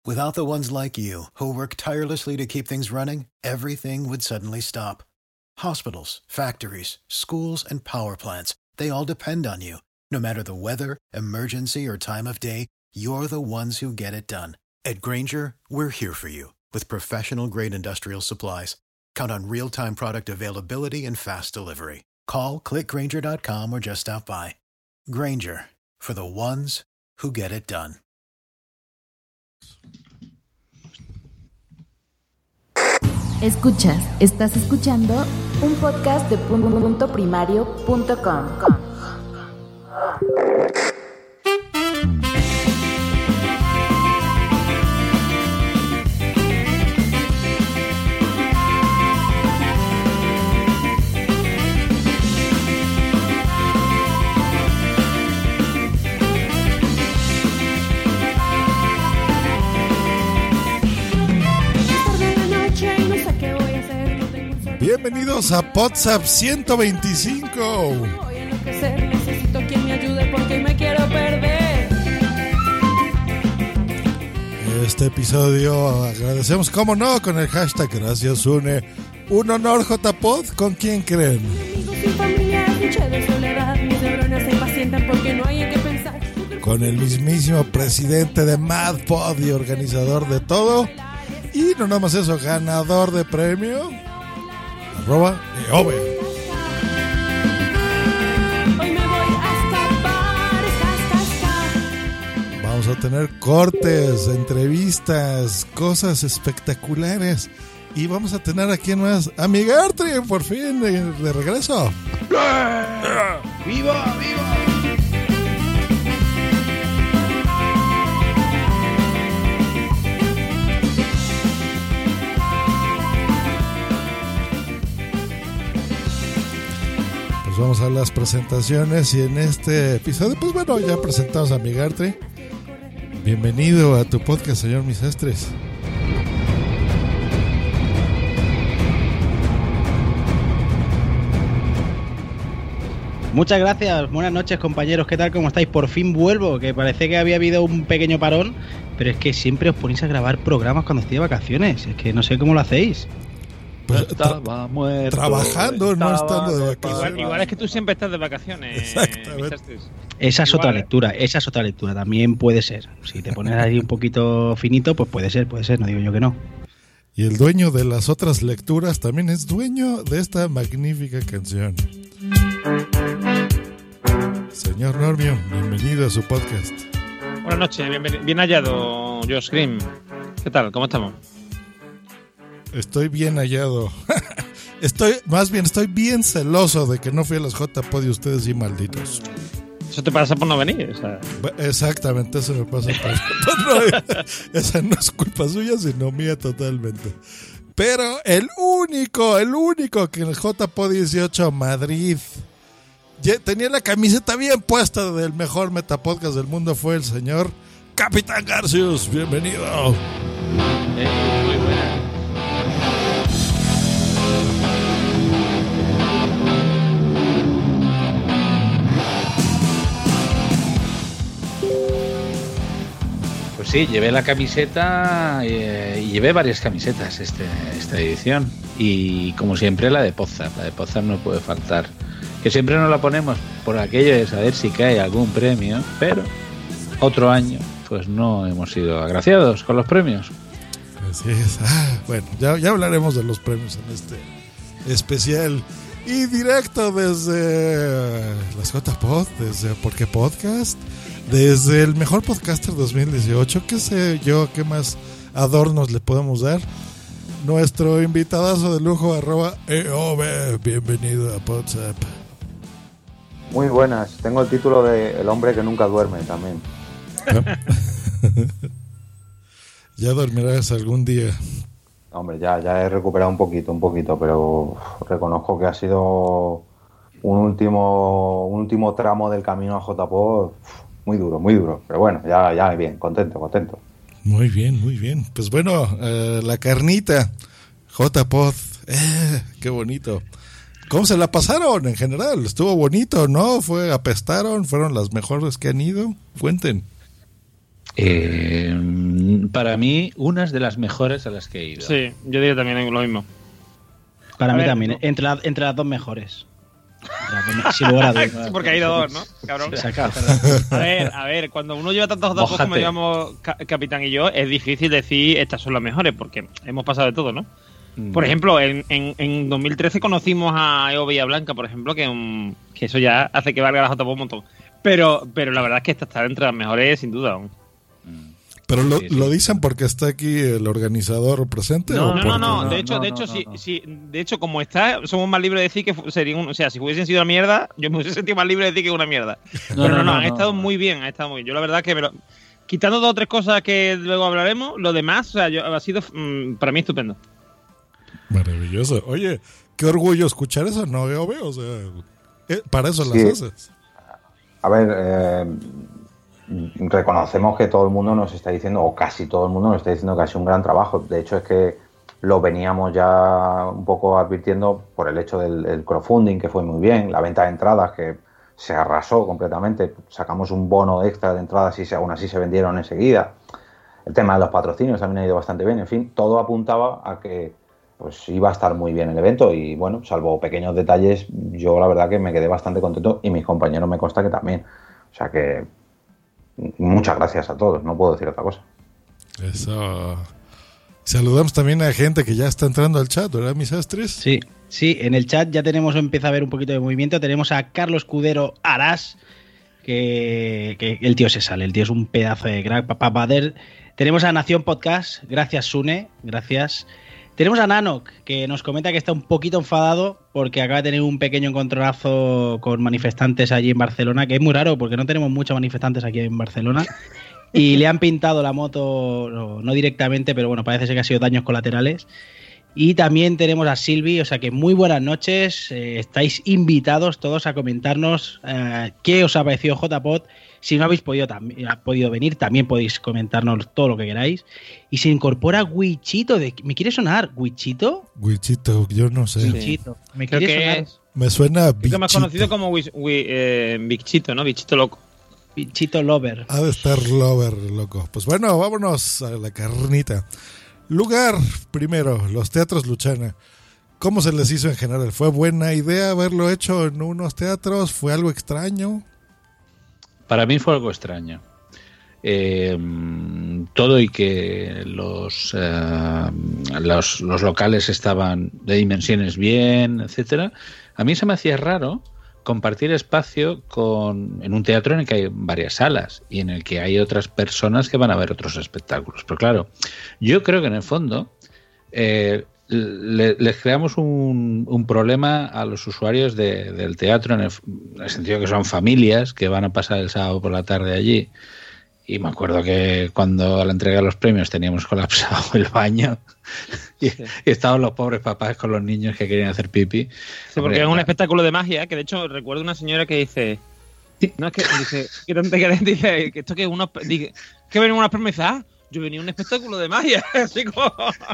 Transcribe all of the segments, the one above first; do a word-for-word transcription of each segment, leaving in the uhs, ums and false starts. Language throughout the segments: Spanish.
Without the ones like you, who work tirelessly to keep things running, everything would suddenly stop. Hospitals, factories, schools, and power plants, they all depend on you. No matter the weather, emergency, or time of day, you're the ones who get it done. At Grainger, we're here for you with professional-grade industrial supplies. Count on real-time product availability and fast delivery. Call, click grainger dot com, or just stop by. Grainger, for the ones who get it done. Escuchas, estás escuchando un podcast de punto primario punto com. Bienvenidos a WhatsApp ciento veinticinco. Voy a enloquecer, necesito quien me ayude porque me quiero perder. Este episodio agradecemos, como no, con el hashtag Gracias Une. Un honor, J-Pod. ¿Con quién creen? Amigos y familia, noche de soledad, mis neuronas se impacientan porque no hay en qué pensar. Con el mismísimo presidente de MadPod y organizador de todo. Y no nada más eso, ganador de premio. Arroba E O B. Hoy me voy a escapar, esca, esca, esca. Vamos a tener cortes, entrevistas, cosas espectaculares. Y vamos a tener aquí en más a mi Gertrude, por fin, de, de regreso. ¡Viva! ¡Viva! Vamos a las presentaciones y en este episodio, pues bueno, ya presentamos a mi Gertrude. Bienvenido a tu podcast, señor Misestres. Muchas gracias, buenas noches compañeros, ¿qué tal? ¿Cómo estáis? Por fin vuelvo, que parece que había habido un pequeño parón, pero es que siempre os ponéis a grabar programas cuando estoy de vacaciones, es que no sé cómo lo hacéis. Pues, tra- muerto, trabajando, no estando de vacaciones. Igual, igual es que tú siempre estás de vacaciones. Exactamente. Esa es igual, otra ¿eh? lectura, esa es otra lectura, también puede ser. Si te pones ahí un poquito finito, pues puede ser, puede ser, no digo yo que no. Y el dueño de las otras lecturas también es dueño de esta magnífica canción. Señor Normio, bienvenido a su podcast. Buenas noches, bien, bien hallado, Josh Green. ¿Qué tal? ¿Cómo estamos? Estoy bien hallado. Estoy, más bien, estoy bien celoso de que no fui a las J-Pod y ustedes y malditos. Eso te pasa por no venir, o sea. Exactamente, eso me pasa por no, esa no es culpa suya, sino mía totalmente. Pero el único, el único que en el J-Pod dieciocho Madrid tenía la camiseta bien puesta del mejor metapodcast del mundo fue el señor Capitán Garcius. Bienvenido. Eh, muy buena. Pues sí, llevé la camiseta eh, y llevé varias camisetas este, esta edición. Y como siempre la de Podzap, la de Podzap no puede faltar. Que siempre nos la ponemos por aquello de saber si cae algún premio, pero otro año pues no hemos sido agraciados con los premios. Así es. Ah, bueno, ya, ya hablaremos de los premios en este especial. Y directo desde las J-Pod, desde ¿Por qué Podcast? Desde el mejor podcaster dos mil dieciocho, qué sé yo, qué más adornos le podemos dar. Nuestro invitadazo de lujo, arroba E O B, bienvenido a WhatsApp. Muy buenas, tengo el título de El hombre que nunca duerme también. Ya dormirás algún día. Hombre, ya, ya he recuperado un poquito, un poquito, pero reconozco que ha sido un último, un último tramo del camino a J-Pod muy duro, muy duro. Pero bueno, ya, ya bien, contento, contento. Muy bien, muy bien. Pues bueno, eh, la carnita, J-Pod, eh, qué bonito. ¿Cómo se la pasaron en general? ¿Estuvo bonito, no? ¿Fue, apestaron? ¿Fueron las mejores que han ido? Cuenten. Eh, para mí, unas de las mejores a las que he ido. Sí, yo diría también lo mismo. Para A mí ver, también, no. entre, la- entre las dos mejores. Entre las dos me- Sin lugar a dudas. Porque ha ido dos, ¿no? Cabrón. Saca. A ver, a ver, cuando uno lleva tantos datos como Mójate. llevamos Ca- Capitán y yo, es difícil decir estas son las mejores, porque hemos pasado de todo, ¿no? Mm. Por ejemplo, en, en, en dos mil trece conocimos a Eo Blanca, por ejemplo, que, um, que eso ya hace que valga la J P O un montón. Pero, pero la verdad es que esta está entre las mejores, sin duda. aún. Pero lo, Sí, sí. lo dicen porque está aquí el organizador presente. No, ¿o No, no, porque- no, no, de hecho, no, de no, hecho, no, sí, no. sí, de hecho, como está, somos más libres de decir que fu- sería un, o sea, si hubiesen sido una mierda, yo me hubiese sentido más libre de decir que es una mierda. No, Pero no, no, no, no, han no. estado muy bien, han estado muy bien. Yo la verdad que me lo- quitando dos o tres cosas que luego hablaremos, lo demás, o sea, yo, ha sido mm, para mí estupendo. Maravilloso. Oye, qué orgullo escuchar eso, ¿no? Yo veo, o sea, eh, para eso Sí. las haces. A ver, eh, reconocemos que todo el mundo nos está diciendo, o casi todo el mundo nos está diciendo que ha sido un gran trabajo. De hecho, es que lo veníamos ya un poco advirtiendo por el hecho del, del crowdfunding, que fue muy bien, la venta de entradas, que se arrasó completamente. Sacamos un bono extra de entradas y se- aún así se vendieron enseguida. El tema de los patrocinios también ha ido bastante bien. En fin, todo apuntaba a que pues iba a estar muy bien el evento y bueno, salvo pequeños detalles, yo la verdad que me quedé bastante contento y mis compañeros me consta que también. O sea que muchas gracias a todos, no puedo decir otra cosa. Eso. Saludamos también a gente que ya está entrando al chat, ¿verdad, mis astres? Sí, sí, en el chat ya tenemos, empieza a haber un poquito de movimiento. Tenemos a Carlos Cudero Arás, que, que el tío se sale, el tío es un pedazo de crack, papá Bader. Tenemos a Nación Podcast, gracias Sune, gracias. Tenemos a Nanok, que nos comenta que está un poquito enfadado porque acaba de tener un pequeño encontronazo con manifestantes allí en Barcelona, que es muy raro porque no tenemos muchos manifestantes aquí en Barcelona. Y le han pintado la moto, no, no directamente, pero bueno, parece ser que ha sido daños colaterales. Y también tenemos a Silvi, o sea que muy buenas noches, eh, estáis invitados todos a comentarnos eh, qué os ha parecido J P O D. Si no habéis podido, tam- ha podido venir, también podéis comentarnos todo lo que queráis. Y se incorpora Wichito, de, ¿me quiere sonar? ¿Wichito? Wichito, yo no sé. Wichito, ¿me Creo quiere que sonar? es, Me suena a creo que es más Bichito. conocido como Wis- Wi- eh, Bichito, ¿no? Bichito loco. Wichito Lover. Ha de estar lover, loco. Pues bueno, vámonos a la carnita. Lugar, primero, los teatros Luchana. ¿Cómo se les hizo en general? ¿Fue buena idea haberlo hecho en unos teatros? ¿Fue algo extraño? Para mí fue algo extraño. Eh, todo y que los, eh, los, los locales estaban de dimensiones bien, etcétera. A mí se me hacía raro compartir espacio con en un teatro en el que hay varias salas y en el que hay otras personas que van a ver otros espectáculos. Pero claro, yo creo que en el fondo eh, le, les creamos un, un problema a los usuarios de, del teatro en el, en el sentido que son familias que van a pasar el sábado por la tarde allí. Y me acuerdo que cuando a la entrega de los premios teníamos colapsado el baño y, y estaban los pobres papás con los niños que querían hacer pipí. Sí, porque Hombre, es un claro. espectáculo de magia, que de hecho recuerdo una señora que dice, no es que dice, que, te- que dice que esto que es unos, dice, que venimos unas premios y dice, ah, yo venía a un espectáculo de magia, así como...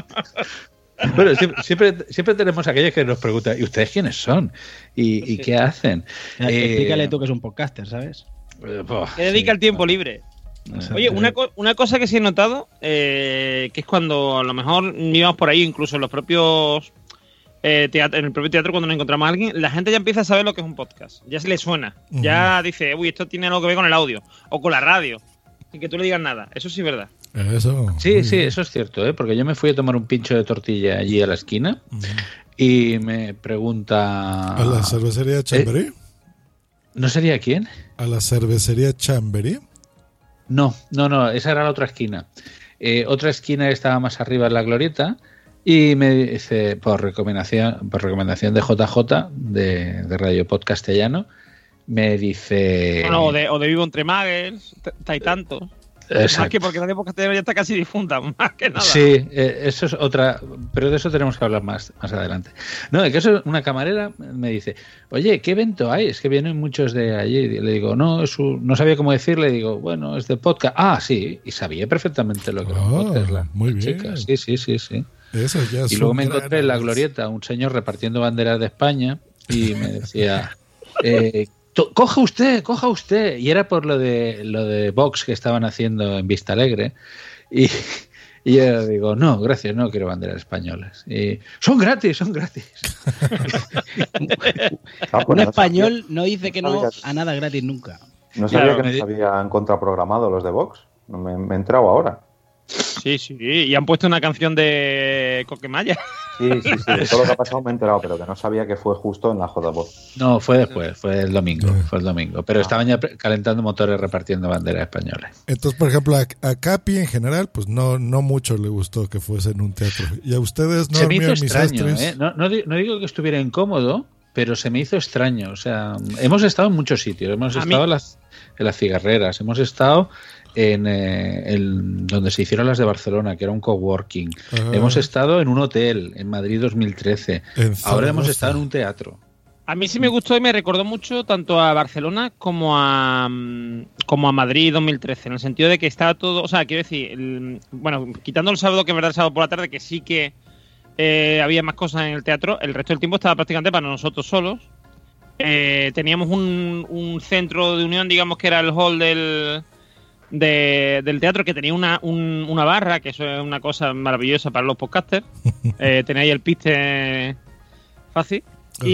Bueno, siempre, siempre, siempre tenemos aquellos que nos preguntan, ¿y ustedes quiénes son? ¿Y, y qué hacen? Eh, Explícale tú que es un podcaster, ¿sabes? eh, buah, que dedica sí. el tiempo libre. Oye, una, co- una cosa que sí he notado, eh, que es cuando a lo mejor íbamos por ahí, incluso en los propios eh, teatro, en el propio teatro, cuando nos encontramos a alguien, la gente ya empieza a saber lo que es un podcast. Ya se le suena. Ya dice, uy, esto tiene algo que ver con el audio o con la radio. Sin que tú le digas nada. Eso sí es verdad. Eso. Sí, muy sí, bien. eso es cierto, ¿eh? Porque yo me fui a tomar un pincho de tortilla allí a la esquina y me pregunta... ¿A la cervecería Chamberí? ¿No sería quién? ¿A la cervecería Chamberí? No, no, no, esa era la otra esquina. Eh, otra esquina estaba más arriba en la glorieta y me dice, por recomendación, por recomendación de J J, de, de Radio Podcast Castellano, me dice... Bueno, o, de, o de Vivo entre Magos, hay tantos. Más Exacto. que porque Radio Podcast ya está casi difunta, más que nada. Sí, eh, eso es otra, pero de eso tenemos que hablar más, más adelante. No, de que eso una camarera me dice, oye, ¿qué evento hay? Es que vienen muchos de allí. Y le digo, no, es un- no sabía cómo decirle, digo, bueno, es de podcast. Ah, sí, y sabía perfectamente lo que era un Ah, podcast. La, muy la bien. chica. Sí, sí, sí, sí. Eso ya es Y luego un me gran encontré en la avance. glorieta un señor repartiendo banderas de España y me decía, eh, to- coja usted, coja usted. Y era por lo de lo de Vox que estaban haciendo en Vista Alegre. Y, Y yo digo, no, gracias, no quiero banderas españolas. Y, son gratis, son gratis. Ah, pues Un no español sabía- no dice que no no sabías- a nada gratis nunca. No sabía Claro, que me nos di- habían contraprogramado los de Vox. No Me, me he entrado ahora. Sí, sí. Y han puesto una canción de Coquemaya. Sí, sí, sí. De todo lo que ha pasado me he enterado, pero que no sabía que fue justo en la J-Pop. No, fue después, fue el domingo, Sí. fue el domingo. Pero estaban ya pre- calentando motores repartiendo banderas españolas. Entonces, por ejemplo, a, a Capi en general, pues no, no mucho le gustó que fuese en un teatro. Y a ustedes, no, se me hizo mis extraño, astres. ¿eh? No, no di- no digo que estuviera incómodo, pero se me hizo extraño. O sea, hemos estado en muchos sitios. Hemos A estado mí- en las, en las cigarreras, hemos estado en eh, el- donde se hicieron las de Barcelona, que era un coworking. Ajá. Hemos estado en un hotel en Madrid dos mil trece. En Ahora hemos Zaragoza. estado en un teatro. A mí sí me gustó y me recordó mucho tanto a Barcelona como a mm, como a Madrid dos mil trece, en el sentido de que estaba todo, o sea, quiero decir, el- bueno, quitando el sábado, que es verdad, el sábado por la tarde, que sí que eh, había más cosas en el teatro, el resto del tiempo estaba prácticamente para nosotros solos. Eh, teníamos un, un centro de unión, digamos que era el hall del, de- del teatro, que tenía una, un- una barra, que eso es una cosa maravillosa para los podcasters. Eh, tenía ahí el piste fácil.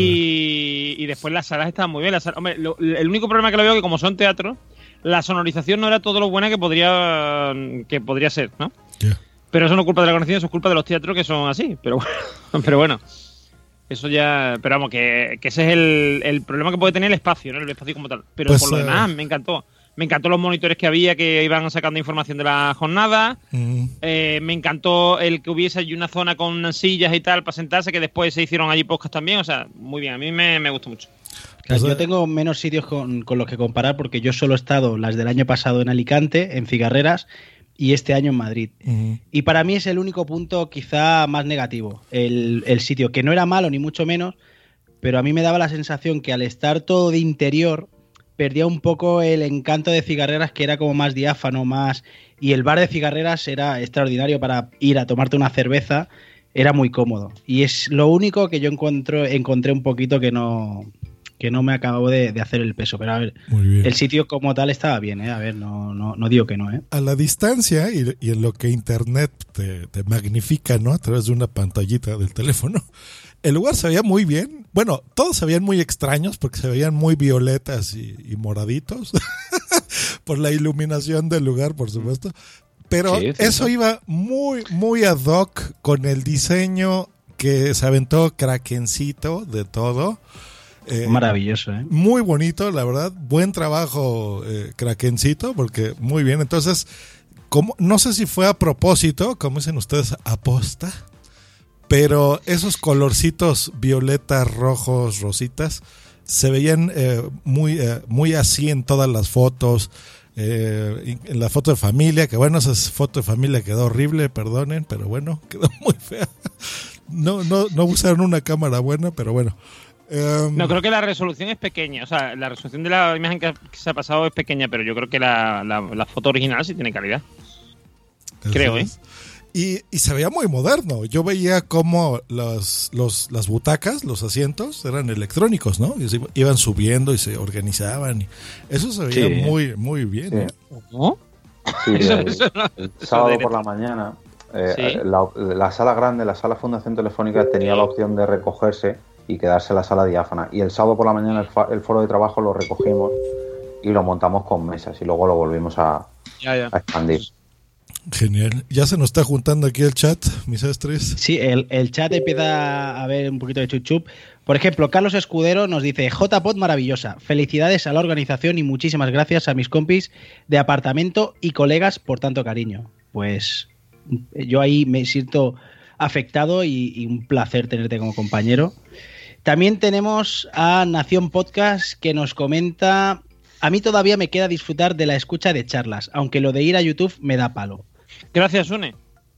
Y, y después las salas estaban muy bien. Las salas- hombre, lo- el único problema que lo veo es que como son teatros, la sonorización no era todo lo buena que podría que podría ser, ¿no? Ya. Pero eso no es culpa de la organización, eso es culpa de los teatros que son así. Pero bueno, pero bueno. Eso ya. Pero vamos, que, que ese es el, el problema que puede tener el espacio, ¿no? El espacio como tal. Pero Pues, por lo eh, demás, me encantó. Me encantó los monitores que había que iban sacando información de la jornada. Mm. Eh, me encantó el que hubiese allí una zona con sillas y tal para sentarse, que después se hicieron allí podcast también. O sea, muy bien. A mí me, me gustó mucho. Claro, Pues, yo eh, tengo menos sitios con, con los que comparar porque yo solo he estado las del año pasado en Alicante, en Cigarreras, y este año en Madrid. Mm. Y para mí es el único punto quizá más negativo, el, el sitio, que no era malo ni mucho menos, pero a mí me daba la sensación que al estar todo de interior perdía un poco el encanto de Cigarreras, que era como más diáfano, más... Y el bar de Cigarreras era extraordinario para ir a tomarte una cerveza, era muy cómodo. Y es lo único que yo encuentro, encontré un poquito que no, que no me acabó de, de hacer el peso. Pero a ver, Muy bien. el sitio como tal estaba bien, ¿eh? A ver, no, no, no digo que no, ¿eh? A la distancia y, y en lo que internet te, te magnifica, ¿no? A través de una pantallita del teléfono. El lugar se veía muy bien. Bueno, todos se veían muy extraños porque se veían muy violetas y, y moraditos. Por la iluminación del lugar, por supuesto. Pero Sí, sí, eso sí. iba muy, muy ad hoc con el diseño que se aventó Krakencito de todo. Eh, Maravilloso, ¿eh? Muy bonito, la verdad. Buen trabajo, eh, Krakencito, porque muy bien. Entonces, como, no sé si fue a propósito, como dicen ustedes, aposta, pero esos colorcitos violetas, rojos, rositas, se veían eh, muy, eh, muy así en todas las fotos. Eh, en la foto de familia, que bueno, esa foto de familia quedó horrible, perdonen, pero bueno, quedó muy fea. No, no, no usaron una cámara buena, pero bueno. Um, No, creo que la resolución es pequeña. O sea, la resolución de la imagen que, que se ha pasado es pequeña, pero yo creo que la, la, la foto original sí tiene calidad. Creo, ¿eh? Y, y se veía muy moderno. Yo veía como los, los, las butacas, los asientos, eran electrónicos, ¿no? Y se iban subiendo y se organizaban. Y eso se veía Sí. muy, muy bien. Sí. ¿eh? ¿No? Sí, Eso- el, eso no- el eso sábado de- por la mañana, eh, Sí. la, la sala grande, la sala Fundación Telefónica, tenía la opción de recogerse y quedarse en la sala diáfana. Y el sábado por la mañana el, fa- el foro de trabajo lo recogimos y lo montamos con mesas y luego lo volvimos a, Ya, ya. a expandir. Genial. Ya se nos está juntando aquí el chat, mis astres. Sí, el, el chat empieza a ver un poquito de chup-chup. Por ejemplo, Carlos Escudero nos dice: J-Pod maravillosa. Felicidades a la organización y muchísimas gracias a mis compis de apartamento y colegas por tanto cariño. Pues yo ahí me siento afectado y, y un placer tenerte como compañero. También tenemos a Nación Podcast, que nos comenta: a mí todavía me queda disfrutar de la escucha de charlas, aunque lo de ir a YouTube me da palo. Gracias, Une.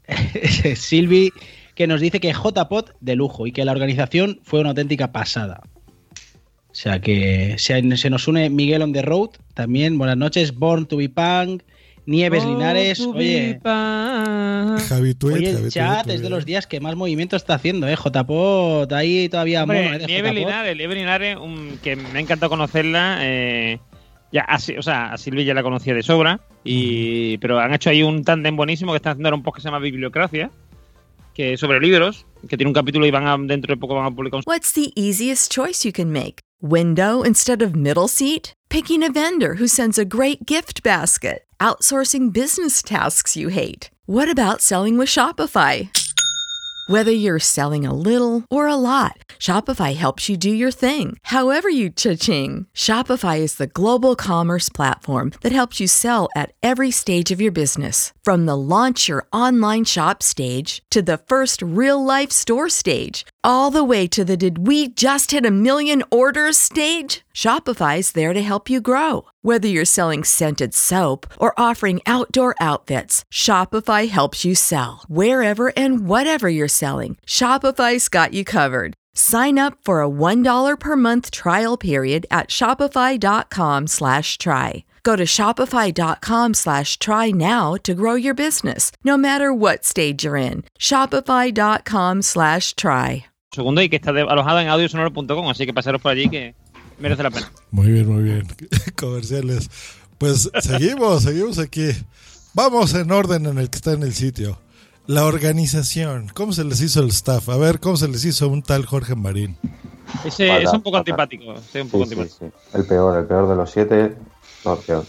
Silvi, que nos dice que J-Pod de lujo y que la organización fue una auténtica pasada. O sea que se, se nos une Miguel on the road también. Buenas noches. Born to be Punk, Nieves Linares. Oye, Javi Tweet, oye, Javi el chat Tweet, es de muy los bien. días que más movimiento está haciendo, ¿eh? J-Pod, ahí todavía Hombre, mono, ¿eh? de Nieve J-Pod. Linares, Nieve Linares, un- que me ha encantado conocerla. eh, ya, así, o sea, a Silvia ya la conocía de sobra. Y, pero han hecho ahí un tándem buenísimo que están haciendo ahora un post que se llama Bibliocracia, que es sobre libros, que tiene un capítulo y van a, dentro de poco van a publicar un... What's the easiest choice you can make? Window instead of middle seat? Picking a vendor who sends a great gift basket? Outsourcing business tasks you hate? What about selling with Shopify? Whether you're selling a little or a lot, Shopify helps you do your thing, however you cha-ching. Shopify is the global commerce platform that helps you sell at every stage of your business. From the launch your online shop stage to the first real-life store stage, all the way to the did we just hit a million orders stage? Shopify's there to help you grow. Whether you're selling scented soap or offering outdoor outfits, Shopify helps you sell. Wherever and whatever you're selling, Shopify's got you covered. Sign up for a one dollar per month trial period at shopify.com slash try. Go to shopify.com slash try now to grow your business, no matter what stage you're in. Shopify.com slash try. Segundo, y que está de, alojada en audiosonoro punto com, así que pasaros por allí que merece la pena. Muy bien, muy bien. Comerciales. Pues seguimos, seguimos aquí. Vamos en orden en el que está en el sitio. La organización. ¿Cómo se les hizo el staff? A ver, ¿cómo se les hizo un tal Jorge Marín? Ese Para, es un poco para. antipático. Sí, un poco Sí, antipático. sí, sí. El peor, el peor de los siete. No, el peor.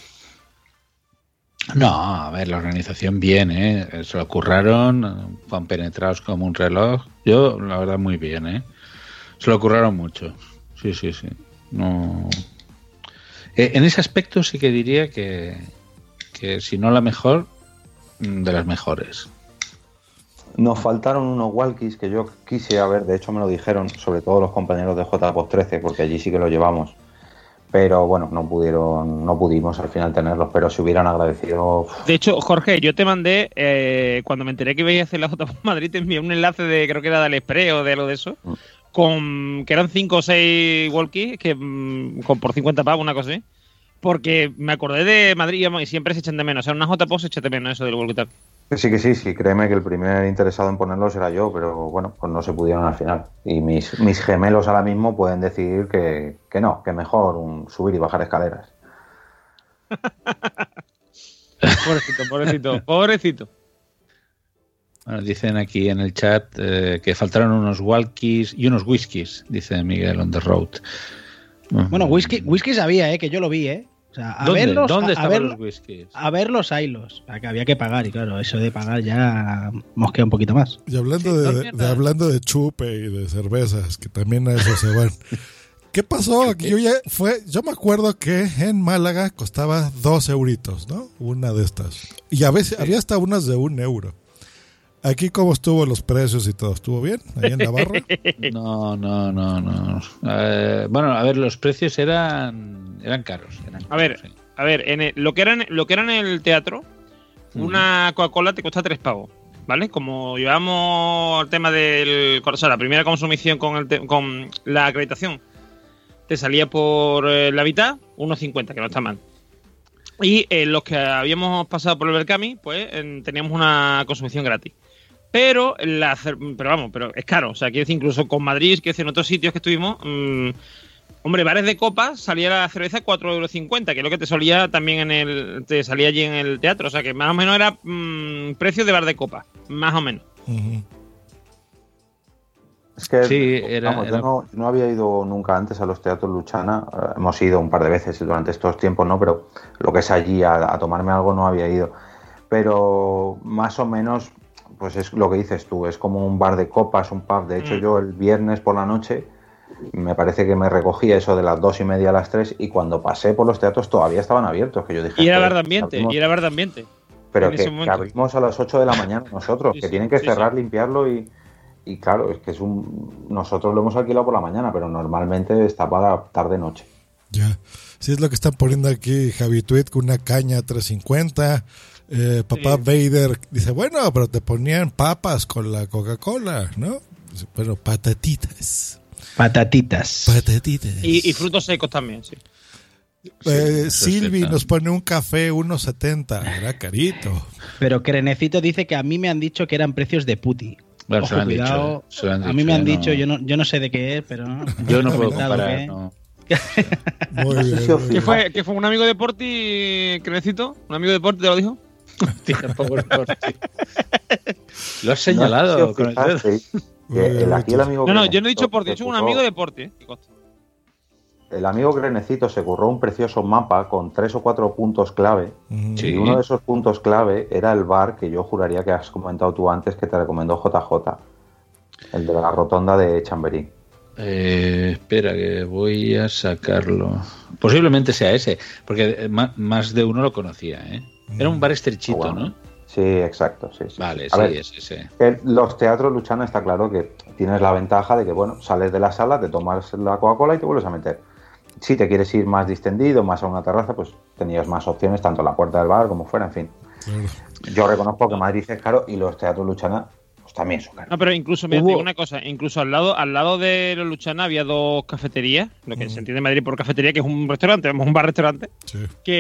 No, a ver, la organización bien, ¿eh? Se lo curraron, van penetrados como un reloj. Yo, la verdad, muy bien, ¿eh? Se lo curraron mucho. Sí, sí, sí. No... Eh, en ese aspecto sí que diría que, que si no la mejor, de las mejores. Nos faltaron unos walkies que yo quise haber, de hecho me lo dijeron, sobre todo los compañeros de J P O S trece, porque allí sí que lo llevamos. Pero bueno, no pudieron, no pudimos al final tenerlos, pero se hubieran agradecido. De hecho, Jorge, yo te mandé, eh, cuando me enteré que ibais a hacer la J P O S Madrid, te envié un enlace de, creo que era de AliExpress o de algo de eso, mm. con que eran cinco o seis walkies, que mm, con por cincuenta pavos, una cosa así. Porque me acordé de Madrid y siempre se echan de menos. O sea, una J P O S se echa de menos eso del walkie tal. Sí, que sí, sí, créeme que el primer interesado en ponerlos era yo, pero bueno, pues no se pudieron al final. Y mis, mis gemelos ahora mismo pueden decidir que, que no, que mejor un subir y bajar escaleras. Pobrecito, pobrecito, pobrecito. Bueno, dicen aquí en el chat eh, que faltaron unos walkies y unos whiskies, dice Miguel on the road. Bueno, whisky, whisky sabía, ¿eh? Que yo lo vi, ¿eh? O sea, a ¿Dónde, verlos, ¿dónde a, estaban a ver, los whiskies? A verlos, haylos. Que había que pagar, y claro, eso de pagar ya mosquea un poquito más. Y hablando de, de hablando de chupe y de cervezas, que también a eso se van. ¿Qué pasó? Aquí yo ya fue, yo me acuerdo que en Málaga costaba dos euritos, ¿no? Una de estas. Y a veces había hasta unas de un euro. Aquí, ¿cómo estuvo los precios y todo? ¿Estuvo bien ahí en Navarra? No, no, no, no. Eh, bueno, a ver, los precios eran eran caros. Eran caros a ver, sí. a ver, en el, lo que era en, lo que era en el teatro, uh-huh. una Coca-Cola te cuesta tres pavos, ¿vale? Como llevamos el tema del, o sea, la primera consumición con el te, con la acreditación, te salía por eh, la mitad, uno cincuenta, que no está mal. Y eh, los que habíamos pasado por el Berkami, pues eh, teníamos una consumición gratis. Pero, la, pero vamos, pero es caro. O sea, quiero decir, incluso con Madrid, que en otros sitios que estuvimos, mmm, hombre, bares de copas salía la cerveza cuatro euros cincuenta, que es lo que te solía también en el, te salía allí en el teatro. O sea, que más o menos era mmm, precio de bar de copas, más o menos. Uh-huh. Es que, sí, era, vamos, era... yo no, no había ido nunca antes a los teatros Luchana. Uh, hemos ido un par de veces durante estos tiempos, ¿no? Pero lo que es allí a, a tomarme algo no había ido. Pero más o menos, pues es lo que dices tú, es como un bar de copas, un pub. De hecho, mm. yo el viernes por la noche me parece que me recogía eso de las dos y media a las tres, y cuando pasé por los teatros todavía estaban abiertos. Que yo dije, y era bar de ambiente, abrimos, y era bar de ambiente. Pero que, que abrimos a las ocho de la mañana nosotros, sí, que sí, tienen que sí, cerrar, sí. limpiarlo y... Y claro, es que es un... Nosotros lo hemos alquilado por la mañana, pero normalmente está para tarde-noche. Ya. Sí, es lo que están poniendo aquí Javi Tweet con una caña tres cincuenta. Eh, papá sí. Vader dice, bueno, pero te ponían papas con la Coca-Cola, ¿no? Bueno, patatitas. Patatitas. Patatitas. Y, y frutos secos también, sí. Eh, sí, Silvi nos pone un café uno setenta. Era carito. Pero Crenecito dice que a mí me han dicho que eran precios de puti. Bueno, Ojo, se lo han cuidado. dicho, se lo han a dicho, mí me han no. dicho, yo no, yo no sé de qué es, pero no, yo no puedo comparar, no. Muy No sé bien, si os muy ¿Qué bien. fue, ¿Qué fue un amigo de Porti, Crenecito? ¿Un amigo de Porti te lo dijo? Tampoco es por ti. Lo has No sé señalado si os con el dedo. fijasteis que Muy bien, el, aquí el amigo No, no, yo no he Crenecito dicho Porti, he se dicho un curró- amigo de Porti. ¿eh? Que conste. El amigo Grenecito se curró un precioso mapa con tres o cuatro puntos clave. Ujú. Sí. Y uno de esos puntos clave era el bar que yo juraría que has comentado tú antes, que te recomendó J J. El de la rotonda de Chamberí. Eh, espera, que voy a sacarlo. Posiblemente sea ese, porque eh, ma- más de uno lo conocía, ¿eh? Era un bar estrechito, Bueno. ¿no? Sí, exacto. Sí, sí. Vale, A sí, ver, es ese. que los teatros Luchana está claro que tienes la ventaja de que, bueno, sales de la sala, te tomas la Coca-Cola y te vuelves a meter. Si te quieres ir más distendido, más a una terraza, pues tenías más opciones, tanto en la puerta del bar como fuera, en fin. Claro. Yo reconozco que Madrid es caro y los teatros Luchana pues también son caros. No, pero incluso, mira, Hubo- te digo una cosa, incluso al lado, al lado de los Luchana había dos cafeterías, lo que se entiende en Madrid por cafetería, que es un restaurante, vamos, un bar-restaurante, Sí.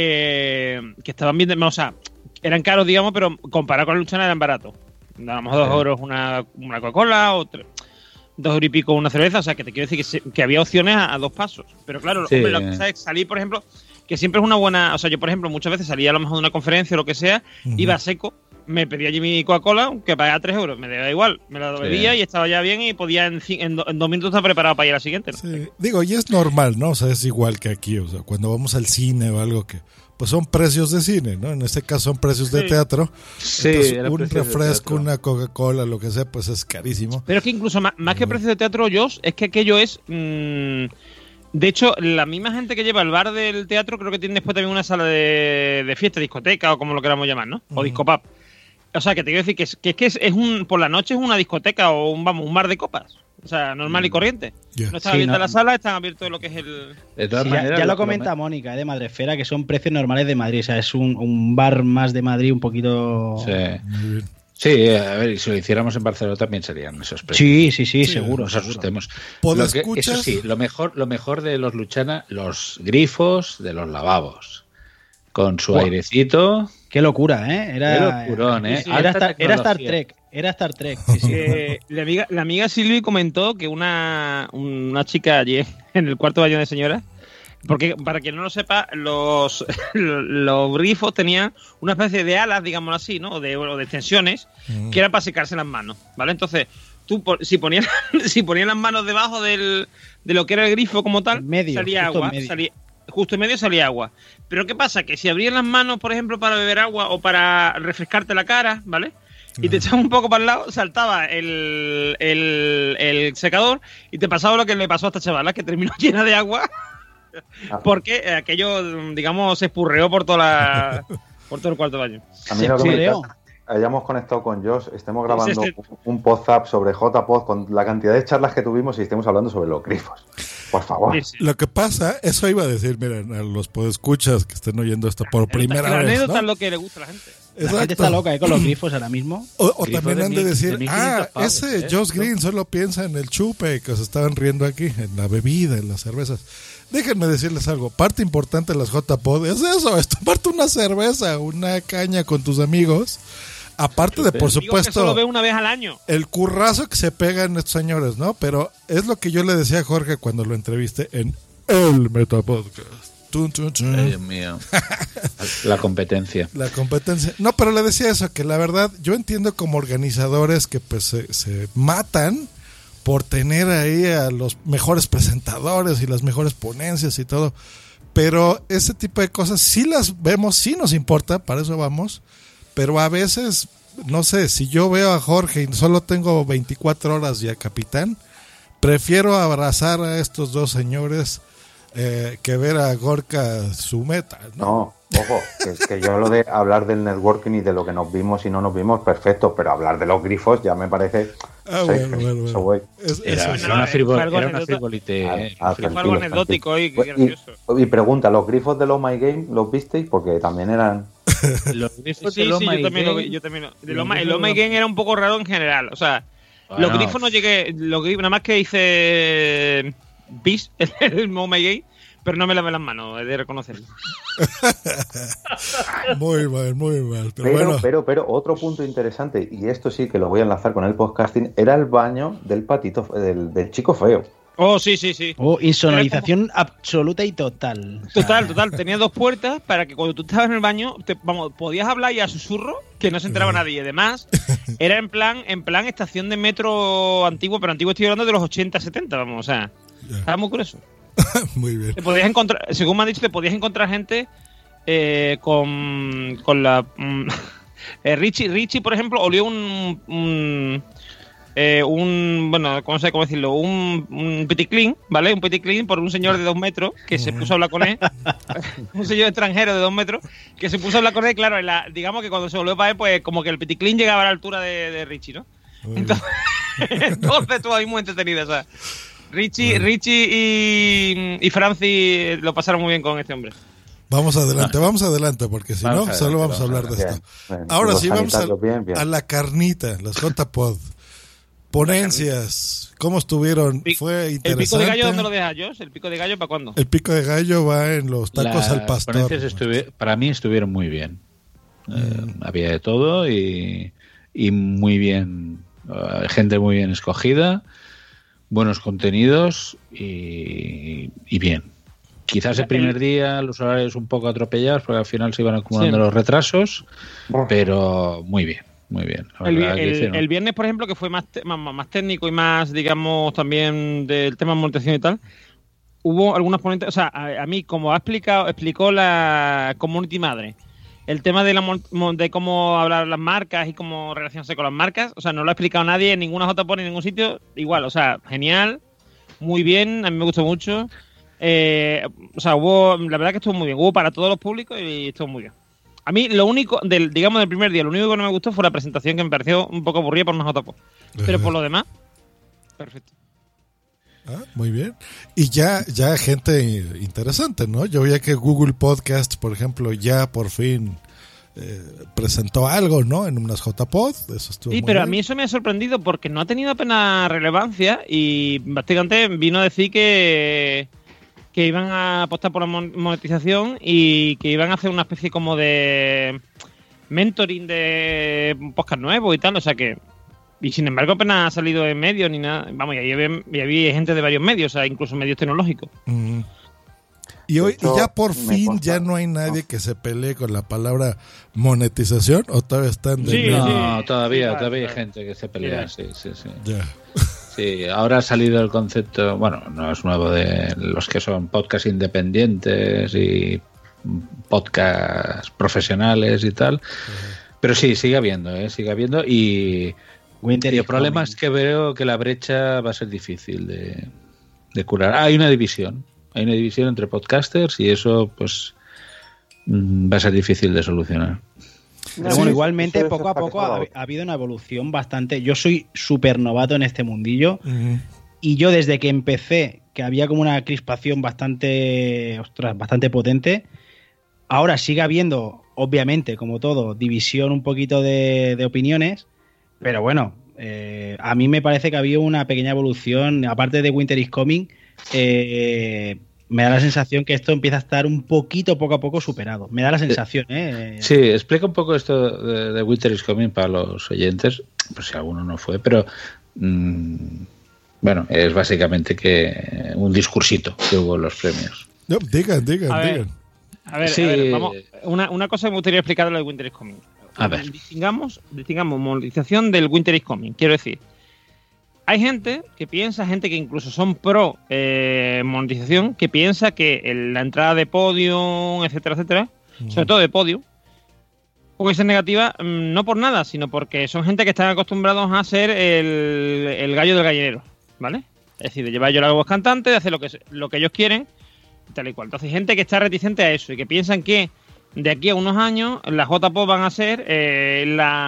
que, que estaban bien, de- o sea, eran caros, digamos, pero comparado con la Luchana eran baratos. A lo mejor dos Sí. euros una, una Coca-Cola, o tres, dos euros y pico una cerveza, o sea, que te quiero decir que, se- que había opciones a, a dos pasos. Pero claro, Sí. hombre, lo que sabes, salir, por ejemplo, que siempre es una buena, o sea, yo, por ejemplo, muchas veces salía a lo mejor de una conferencia o lo que sea, Ujú. iba seco, me pedía allí mi Coca-Cola, que pagaba tres euros, me daba igual, me la Sí. bebía y estaba ya bien y podía en, ci- en, do- en dos minutos estar preparado para ir a la siguiente, ¿no? Sí, digo, y es normal, ¿no? O sea, es igual que aquí, o sea, cuando vamos al cine o algo que, pues son precios de cine, ¿no? En este caso son precios de Sí. teatro. Sí, Entonces, era un precio de refresco, teatro. una Coca-Cola, lo que sea, pues es carísimo. Pero es que incluso más, más que precio de teatro, Josh, es que aquello es. mm, de hecho, la misma gente que lleva el bar del teatro creo que tiene después también una sala de, de fiesta, discoteca o como lo queramos llamar, ¿no? O Ujú. discopub. O sea, que te quiero decir que es que, es, que es, es un. Por la noche es una discoteca o un, vamos, un bar de copas. O sea, normal y corriente. Ya. No está Sí, abierta no. la sala, están abiertos lo que es el. De todas Sí, ya, maneras, ya lo por comenta me- Mónica, eh, de Madrefera, que son precios normales de Madrid. O sea, es un, un bar más de Madrid un poquito. Sí. Muy bien. Sí, a ver, y si lo hiciéramos en Barcelona también serían esos precios. Sí, sí, sí, Sí, seguro. No nos seguro. asustemos. ¿Pod Lo que- escuchas? eso sí, lo mejor, lo mejor de los Luchana, los grifos de los lavabos. Con su Buah. airecito. Qué locura, ¿eh? Era, Qué locurón, ¿eh? sí, Alta Era, Star, era Star tecnología. Trek. Era Star Trek. Sí, sí. Eh, la, amiga, la amiga Silvi comentó que una, una chica allí en el cuarto baño de señora, porque para quien no lo sepa, los, los grifos tenían una especie de alas, digámoslo así, ¿no? O de, o de extensiones, Mm. que era para secarse las manos, ¿vale? Entonces, tú po- si ponías, si ponías las manos debajo del, de lo que era el grifo como tal, En medio, salía justo en agua, medio. salía, justo en medio salía agua. Pero ¿qué pasa? Que si abrías las manos, por ejemplo, para beber agua o para refrescarte la cara, ¿vale? Y te echabas un poco para el lado, saltaba el, el, el secador y te pasaba lo que le pasó a esta chavala, que terminó llena de agua porque aquello, digamos, se espurreó por toda la, por todo el cuarto baño. A mí lo que me Creo. encanta, hayamos conectado con Josh, estemos grabando Sí, sí, un podzap sobre J Pod con la cantidad de charlas que tuvimos y estemos hablando sobre los grifos. Por favor. Sí, sí. Lo que pasa, eso iba a decir, miren, a los podescuchas que estén oyendo esto por primera la vez, anécdota ¿no? es lo que le gusta a la gente. La gente está loca, ¿eh? Con los grifos ahora mismo. O, o Grifo también de han de mil- decir, de mil ah, quinientos pavos, ese ¿eh? Josh Green solo piensa en el chupe, que se estaban riendo aquí, en la bebida, en las cervezas. Déjenme decirles algo, parte importante de las J-Pod es eso, es tomarte una cerveza, una caña con tus amigos, aparte de, por Digo que solo supuesto, ve una vez al año. el currazo que se pegan estos señores, ¿no? Pero es lo que yo le decía a Jorge cuando lo entrevisté en el Metapodcast. Tun, tun, tun. Ay, Dios mío. La competencia. La competencia. No, pero le decía eso, que la verdad, yo entiendo como organizadores que pues se, se matan por tener ahí a los mejores presentadores y las mejores ponencias y todo. Pero ese tipo de cosas sí las vemos, sí nos importa, para eso vamos. Pero a veces, no sé, si yo veo a Jorge y solo tengo veinticuatro horas y a Capitán, prefiero abrazar a estos dos señores eh, que ver a Gorka su meta, ¿no? No, ojo, que, que yo lo de hablar del networking y de lo que nos vimos y no nos vimos, perfecto, pero hablar de los grifos ya me parece... Ah, sí, bueno, bueno, eso bueno. voy. Es- Era, eso era una, es. frivol- Fue algo era una anécdota. frivolite. Ah, eh, ah, Fue algo tranquilo, anecdótico y tranquilo. gracioso. Y, y pregunta, ¿los grifos del Oh My Game los visteis? Porque también eran... Los Sí, grifos sí, del Oh yo My también lo Game- vi. Yo también lo- el Los Oh My- el grifos Oh My de Game era un poco raro en general. O sea, Bueno. los grifos no llegué. Los grifos, nada más que hice eh, bis, el, el Oh My Game, pero no me lavé las manos, he de reconocerlo. Muy mal, muy mal. Pero, Pero, bueno, pero, pero, otro punto interesante, y esto sí que lo voy a enlazar con el podcasting, era el baño del patito, del, del chico feo. Oh, sí, sí, sí. Oh, insonorización como... absoluta y total. Total, total. Tenía dos puertas para que cuando tú estabas en el baño, te, vamos, podías hablar y a susurro que no se enteraba nadie. Además, era en plan, en plan estación de metro antiguo, pero antiguo estoy hablando de los ochenta, setenta, vamos, o sea, yeah. Estaba muy curioso. Muy bien. Te podías encontrar, según me han dicho, te podías encontrar gente eh, con, con la... Mm, eh, Richie, Richie, por ejemplo, olió un... un Eh, un, bueno, ¿cómo sé cómo decirlo? Un, un petit clean, ¿vale? Un petit clean por un señor de dos metros que se puso a hablar con él. Un señor extranjero de dos metros que se puso a hablar con él. Claro, la, digamos que cuando se volvió para él, pues como que el petit clean llegaba a la altura de, de Richie, ¿no? Entonces, entonces estuvo ahí muy entretenido, o sea. Richie, Richie y, y Francis lo pasaron muy bien con este hombre. Vamos adelante, vamos adelante, porque si no, solo vamos a hablar de esto. Bien, ahora sí, vamos a, bien, bien. a la carnita, las J-Pod. Ponencias, ¿cómo estuvieron? Fue interesante. ¿El pico de gallo dónde lo dejas, Josh? ¿El pico de gallo para cuándo? El pico de gallo va en los tacos Las al pastor. Ponencias estuvi- para mí estuvieron muy bien. Mm. Eh, había de todo y, y muy bien, uh, gente muy bien escogida, buenos contenidos y, y bien. Quizás el primer día los horarios un poco atropellados porque al final se iban acumulando sí. los retrasos, pero muy bien. Muy bien. El, el, el viernes, por ejemplo, que fue más, te, más, más técnico y más, digamos, también del tema de monetización y tal, hubo algunas ponentes, o sea, a, a mí, como ha explicado, explicó la Community Madre, el tema de, la, de cómo hablar las marcas y cómo relacionarse con las marcas, o sea, no lo ha explicado nadie en ninguna J-Pod ni en ningún sitio, igual, o sea, genial, muy bien, a mí me gustó mucho, eh, o sea, hubo, la verdad que estuvo muy bien, hubo para todos los públicos y estuvo muy bien. A mí lo único, del digamos del primer día, lo único que no me gustó fue la presentación, que me pareció un poco aburrida por una J-Pod. Pero por lo demás, perfecto. Ah, muy bien. Y ya, ya gente interesante, ¿no? Yo veía que Google Podcast, por ejemplo, ya por fin eh, presentó algo, ¿no? En unas J-Pod. Eso estuvo sí, muy pero bien. A mí eso me ha sorprendido porque no ha tenido apenas relevancia y básicamente vino a decir que... que iban a apostar por la monetización y que iban a hacer una especie como de mentoring de podcast nuevo y tal, o sea que... Y sin embargo apenas ha salido en medios ni nada. Vamos, y ahí había, y había gente de varios medios, o sea, incluso medios tecnológicos. Mm. Y hoy y ya por fin ya no hay nadie que se pelee con la palabra monetización, ¿o todavía están de sí, medio? No, todavía, todavía hay gente que se pelea, sí, sí, sí. Ya. Sí, ahora ha salido el concepto, bueno, no es nuevo, de los que son podcasts independientes y podcasts profesionales y tal, uh-huh. Pero sí, sigue habiendo, ¿eh? Sigue habiendo y, y el problema coming. Es que veo que la brecha va a ser difícil de, de curar. Ah, hay una división, hay una división entre podcasters y eso pues va a ser difícil de solucionar. Pero sí, bueno, igualmente poco a poco ha, ha habido una evolución bastante. Yo soy súper novato en este mundillo uh-huh. Y yo desde que empecé, que había como una crispación bastante, ostras, bastante potente, ahora sigue habiendo, obviamente, como todo, división un poquito de, de opiniones, pero bueno, eh, a mí me parece que ha habido una pequeña evolución, aparte de Winter is Coming, eh, me da la sensación que esto empieza a estar un poquito, poco a poco, superado. Me da la sensación, ¿eh? Sí, explica un poco esto de, de Winter is Coming para los oyentes, pues si alguno no fue, pero mmm, bueno, es básicamente que un discursito que hubo en los premios. No, digan, digan, a digan. Ver, a ver, sí. a ver vamos, una, una cosa que me gustaría explicar de lo de Winter is Coming. A ver. Distingamos, distingamos monetización del Winter is Coming. Quiero decir, hay gente que piensa, gente que incluso son pro eh, monetización, que piensa que el, la entrada de Podium, etcétera, etcétera, mm. sobre todo de Podium, puede ser negativa, no por nada, sino porque son gente que están acostumbrados a ser el, el gallo del gallinero, ¿vale? Es decir, de llevar yo la voz cantante, de hacer lo que, lo que ellos quieren, tal y cual. Entonces, hay gente que está reticente a eso y que piensan que de aquí a unos años las J-Pod van a ser eh,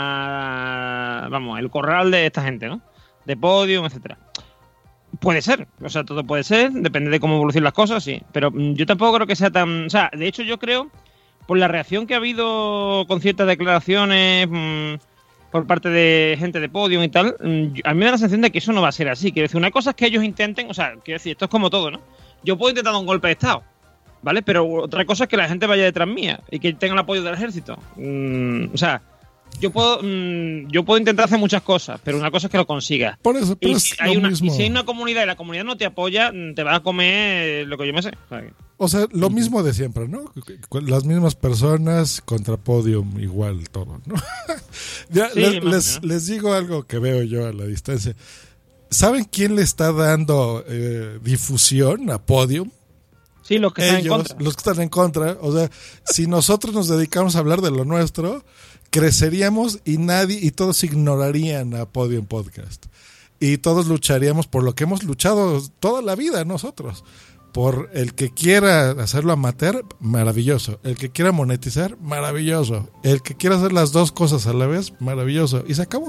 la, vamos, el corral de esta gente, ¿no? De Podium, etcétera. Puede ser, o sea, todo puede ser, depende de cómo evolucionen las cosas, sí. Pero yo tampoco creo que sea tan... O sea, de hecho yo creo, por la reacción que ha habido con ciertas declaraciones mmm, por parte de gente de Podium y tal, mmm, a mí me da la sensación de que eso no va a ser así. Quiero decir, una cosa es que ellos intenten, o sea, quiero decir, esto es como todo, ¿no? Yo puedo intentar un golpe de Estado, ¿vale? Pero otra cosa es que la gente vaya detrás mía y que tenga el apoyo del ejército. Mm, o sea... yo puedo mmm, yo puedo intentar hacer muchas cosas, pero una cosa es que lo consigas. Por eso, pero y, es si hay lo una, mismo. y si hay una comunidad y la comunidad no te apoya, te vas a comer lo que yo me sé. O sea, lo mismo de siempre, ¿no? Las mismas personas contra Podium, igual todo, ¿no? ya, sí, les, más, les, ¿no? les digo algo que veo yo a la distancia. ¿Saben quién le está dando eh, difusión a Podium? Sí, los que están Ellos, en contra. los que están en contra. O sea, si nosotros nos dedicamos a hablar de lo nuestro, creceríamos y nadie y todos ignorarían a Podium Podcast. Y todos lucharíamos por lo que hemos luchado toda la vida nosotros. Por el que quiera hacerlo amateur, maravilloso. El que quiera monetizar, maravilloso. El que quiera hacer las dos cosas a la vez, maravilloso. Y se acabó.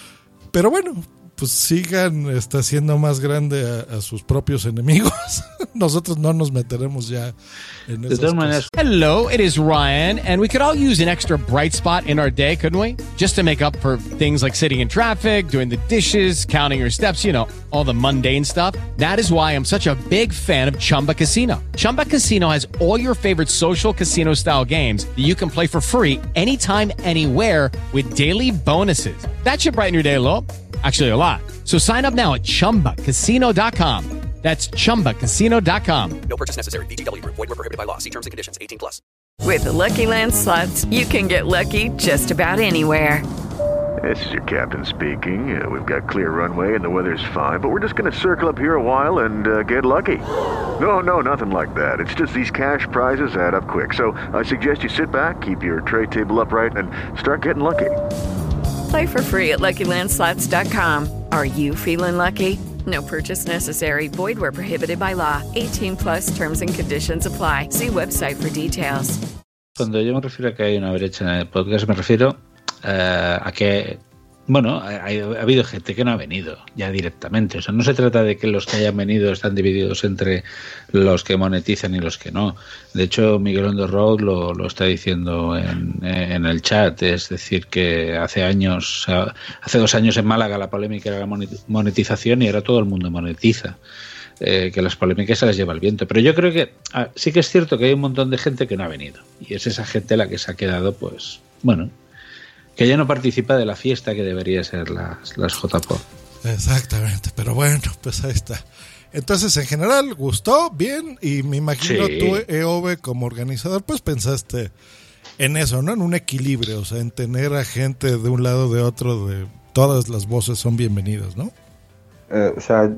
Pero bueno, pues sigan está haciendo más grande a, a sus propios enemigos. Nosotros no nos meteremos ya en esas todas maneras. cosas. Hello, it is Ryan, and we could all use an extra bright spot in our day, couldn't we? Just to make up for things like sitting in traffic, doing the dishes, counting your steps, you know, all the mundane stuff. That is why I'm such a big fan of Chumba Casino. Chumba Casino has all your favorite social casino-style games that you can play for free anytime, anywhere with daily bonuses. That should brighten your day a little. Actually, a lot. So sign up now at chumba casino dot com. That's chumba casino dot com. No purchase necessary. V G W Group. Void where prohibited by law. See terms and conditions. eighteen plus. With the Lucky Land Slots, you can get lucky just about anywhere. This is your captain speaking. Uh, we've got clear runway and the weather's fine, but we're just going to circle up here a while and uh, get lucky. No, no, nothing like that. It's just these cash prizes add up quick. So I suggest you sit back, keep your tray table upright, and start getting lucky. Play for free at lucky land slots dot com. Are you feeling lucky? No purchase necessary. Void where prohibited by law. eighteen plus terms and conditions apply. See website for details. Cuando yo me refiero a que hay una brecha en el podcast, me refiero uh, a que, bueno, ha, ha habido gente que no ha venido ya directamente. O sea, no se trata de que los que hayan venido están divididos entre los que monetizan y los que no. De hecho, Miguel on the Road lo, lo está diciendo en, en el chat. Es decir, que hace años, hace dos años en Málaga la polémica era la monetización y ahora todo el mundo monetiza. Eh, que las polémicas se las lleva el viento. Pero yo creo que ah, sí que es cierto que hay un montón de gente que no ha venido. Y es esa gente la que se ha quedado, pues, bueno, que ya no participa de la fiesta que debería ser las, las J P O D. Exactamente, pero bueno, pues ahí está. Entonces, en general, gustó, bien, y me imagino Sí. tú, E O B, como organizador, pues pensaste en eso, ¿no? En un equilibrio, o sea, en tener a gente de un lado, de otro, de todas las voces son bienvenidas, ¿no? Eh, o sea,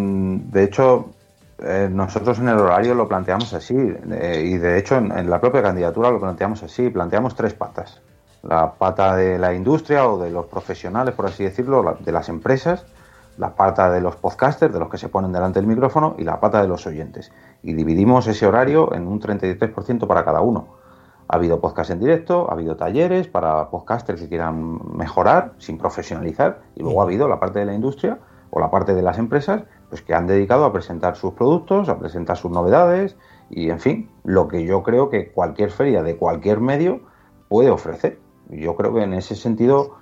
de hecho, eh, nosotros en el horario lo planteamos así, eh, y de hecho en, en la propia candidatura lo planteamos así, planteamos tres patas. La pata de la industria o de los profesionales, por así decirlo, la, de las empresas, la pata de los podcasters, de los que se ponen delante del micrófono, y la pata de los oyentes. Y dividimos ese horario en un treinta y tres por ciento para cada uno. Ha habido podcast en directo, ha habido talleres para podcasters que quieran mejorar sin profesionalizar, y luego ha habido la parte de la industria o la parte de las empresas, pues que han dedicado a presentar sus productos, a presentar sus novedades y, en fin, lo que yo creo que cualquier feria de cualquier medio puede ofrecer. Yo creo que en ese sentido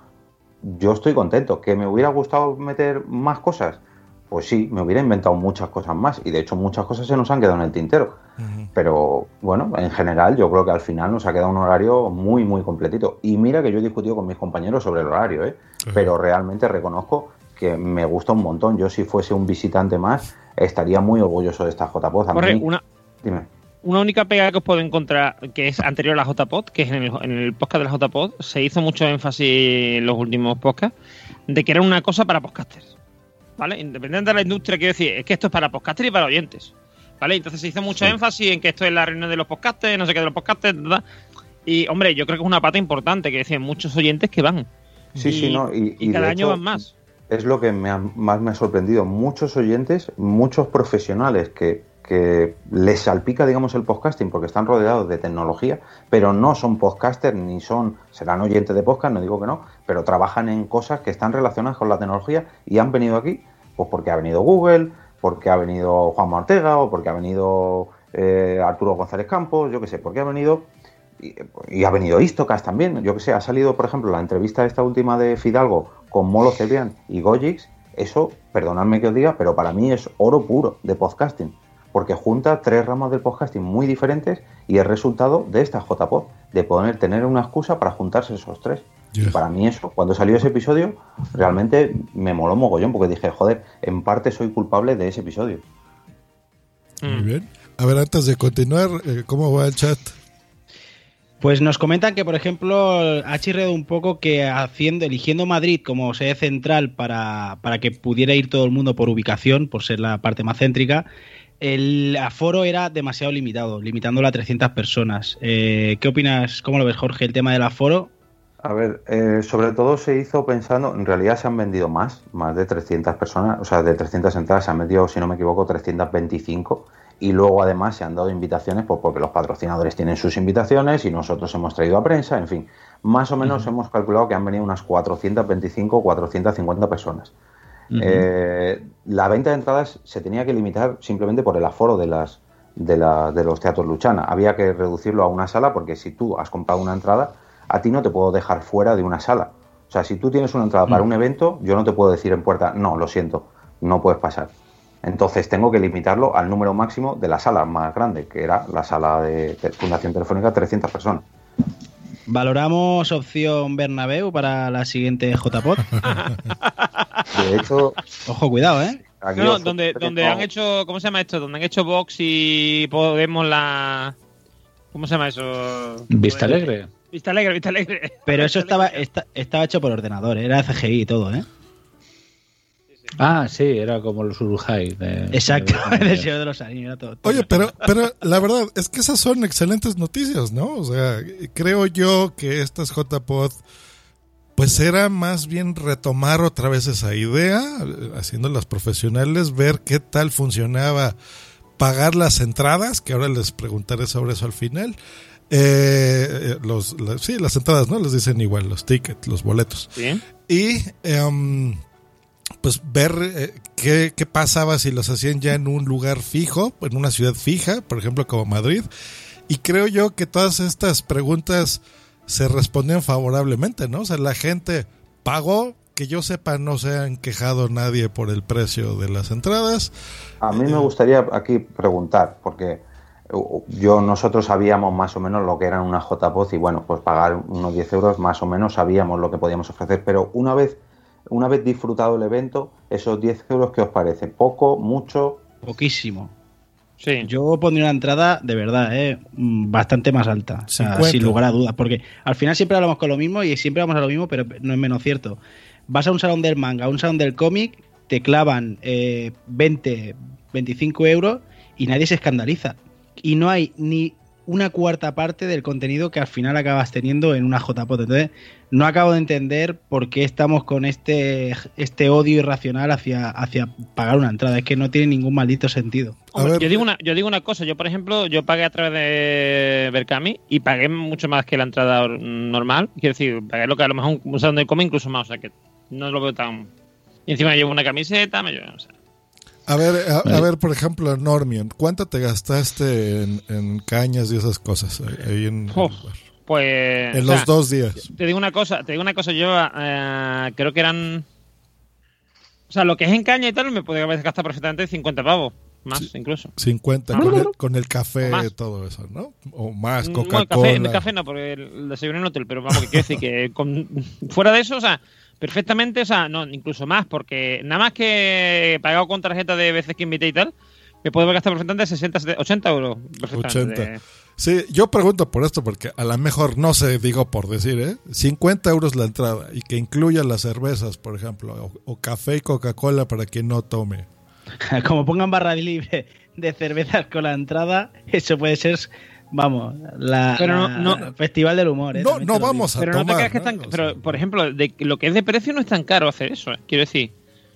yo estoy contento. ¿Que me hubiera gustado meter más cosas? Pues sí, me hubiera inventado muchas cosas más y de hecho muchas cosas se nos han quedado en el tintero. Uh-huh. Pero bueno, en general yo creo que al final nos ha quedado un horario muy muy completito. Y mira que yo he discutido con mis compañeros sobre el horario, ¿eh? Uh-huh. Pero realmente reconozco que me gusta un montón. Yo si fuese un visitante más estaría muy orgulloso de esta J P O D. Corre, una, Dime. Una única pega que os puedo encontrar que es anterior a la J P O D, que es en el, en el podcast de la J P O D, se hizo mucho énfasis en los últimos podcasts de que era una cosa para podcasters, ¿vale? Independiente de la industria, quiero decir, es que esto es para podcasters y para oyentes, ¿vale? Entonces se hizo mucho sí. énfasis en que esto es la reunión de los podcasters, no sé qué de los podcasters, ¿verdad? Y, hombre, yo creo que es una pata importante, que decían muchos oyentes que van. Sí, y, sí, ¿no? Y, y, y cada año hecho, van más. Es lo que me ha, más me ha sorprendido. Muchos oyentes, muchos profesionales que, que les salpica, digamos, el podcasting porque están rodeados de tecnología, pero no son podcasters ni son, serán oyentes de podcast, no digo que no, pero trabajan en cosas que están relacionadas con la tecnología y han venido aquí, pues porque ha venido Google, porque ha venido Juan Ortega o porque ha venido eh, Arturo González Campos, yo qué sé, porque ha venido... Y, y ha venido Istocast también, yo que sé, ha salido, por ejemplo, la entrevista esta última de Fidalgo con Molo Cebrián y Gojix. Eso, perdonadme que os diga, pero para mí es oro puro de podcasting, porque junta tres ramas del podcasting muy diferentes y el resultado de esta J P O D, de poder tener una excusa para juntarse esos tres. Y para mí eso, cuando salió ese episodio, realmente me moló mogollón, porque dije, joder, en parte soy culpable de ese episodio. Muy bien. A ver, antes de continuar, ¿cómo va el chat? Pues nos comentan que, por ejemplo, ha chirreado un poco que haciendo, eligiendo Madrid como sede central para, para que pudiera ir todo el mundo por ubicación, por ser la parte más céntrica, el aforo era demasiado limitado, limitándolo a trescientas personas. Eh, ¿Qué opinas? ¿Cómo lo ves, Jorge, el tema del aforo? A ver, eh, sobre todo se hizo pensando, en realidad se han vendido más, más de trescientas personas, o sea, de trescientas entradas se han vendido, si no me equivoco, trescientas veinticinco, y luego además se han dado invitaciones, pues porque los patrocinadores tienen sus invitaciones y nosotros hemos traído a prensa, en fin, más o menos uh-huh. hemos calculado que han venido unas cuatrocientas veinticinco o cuatrocientas cincuenta personas. Uh-huh. Eh, la venta de entradas se tenía que limitar simplemente por el aforo de las de, la, de los teatros Luchana, había que reducirlo a una sala, porque si tú has comprado una entrada, a ti no te puedo dejar fuera de una sala. O sea, si tú tienes una entrada para un evento, yo no te puedo decir en puerta, no, lo siento, no puedes pasar. Entonces tengo que limitarlo al número máximo de la sala más grande, que era la sala de Fundación Telefónica, trescientas personas. ¿Valoramos opción Bernabéu para la siguiente J P O D? De hecho... Ojo, cuidado, ¿eh? No, no, donde, donde han hecho... ¿Cómo se llama esto? Donde han hecho Vox y Podemos la... ¿Cómo se llama eso? Vista Alegre. Vista Alegre, Vista Alegre. Pero eso estaba, esta, estaba hecho por ordenador, era C G I y todo, ¿eh? Ah, sí, era como los Urujai. De, Exacto, de el Señor de los Anillos. Era todo, todo Oye, pero, pero la verdad es que esas son excelentes noticias, ¿no? O sea, creo yo que estas J P O D, pues era más bien retomar otra vez esa idea, haciendo las profesionales, ver qué tal funcionaba pagar las entradas, que ahora les preguntaré sobre eso al final. Eh, los, la, sí, las entradas, ¿no? Les dicen igual, los tickets, los boletos. ¿Sí? Y um, pues ver eh, qué, qué pasaba si los hacían ya en un lugar fijo, en una ciudad fija, por ejemplo como Madrid. Y creo yo que todas estas preguntas se respondían favorablemente, ¿no? O sea, la gente pagó, que yo sepa no se han quejado nadie por el precio de las entradas. A mí me gustaría aquí preguntar, porque yo nosotros sabíamos más o menos lo que eran una J P O D y bueno, pues pagar unos diez euros más o menos sabíamos lo que podíamos ofrecer, pero una vez una vez disfrutado el evento, esos diez euros, ¿qué os parece? ¿Poco? ¿Mucho? Poquísimo. Sí. Yo pondría una entrada de verdad, ¿eh? bastante más alta, o sea, sin lugar a dudas, porque al final siempre hablamos con lo mismo y siempre vamos a lo mismo, pero no es menos cierto. Vas a un salón del manga, a un salón del cómic, te clavan eh, veinte, veinticinco euros y nadie se escandaliza. Y no hay ni una cuarta parte del contenido que al final acabas teniendo en una J P O D. Entonces, no acabo de entender por qué estamos con este este odio irracional hacia, hacia pagar una entrada. Es que no tiene ningún maldito sentido. Hombre, yo digo una yo digo una cosa. Yo, por ejemplo, yo pagué a través de Berkami y pagué mucho más que la entrada normal. Quiero decir, pagué lo que a lo mejor un salón de cómic incluso más. O sea, que no lo veo tan... Y encima llevo una camiseta, me llevo... O sea, A ver, a, a ver, por ejemplo, Normion, ¿cuánto te gastaste en, en cañas y esas cosas ahí en, oh, pues, en o los sea, dos días? Te digo una cosa, te digo una cosa, yo eh, creo que eran, o sea, lo que es en caña y tal me podría haber gastado perfectamente cincuenta pavos, más sí, incluso. cincuenta con el, con el café y todo eso, ¿no? O más, Coca-Cola. No, el café, el café no, porque el desayuno en el hotel, pero vamos, que quiero decir que con, fuera de eso, o sea, perfectamente, o sea, no, incluso más, porque nada más que he pagado con tarjeta de veces que invité y tal, me puedo gastar perfectamente sesenta, ochenta euros. ochenta. Sí, yo pregunto por esto, porque a lo mejor, no sé, digo por decir, ¿eh? cincuenta euros la entrada y que incluya las cervezas, por ejemplo, o, o café y Coca-Cola para quien no tome. Como pongan barra libre de cervezas con la entrada, eso puede ser... Vamos, la, pero no, la no, festival del humor. ¿eh? No, no vamos a pero tomar. No te creas que ¿no? están, O sea, pero, por ejemplo, de, lo que es de precio no es tan caro hacer eso. ¿eh? Quiero decir,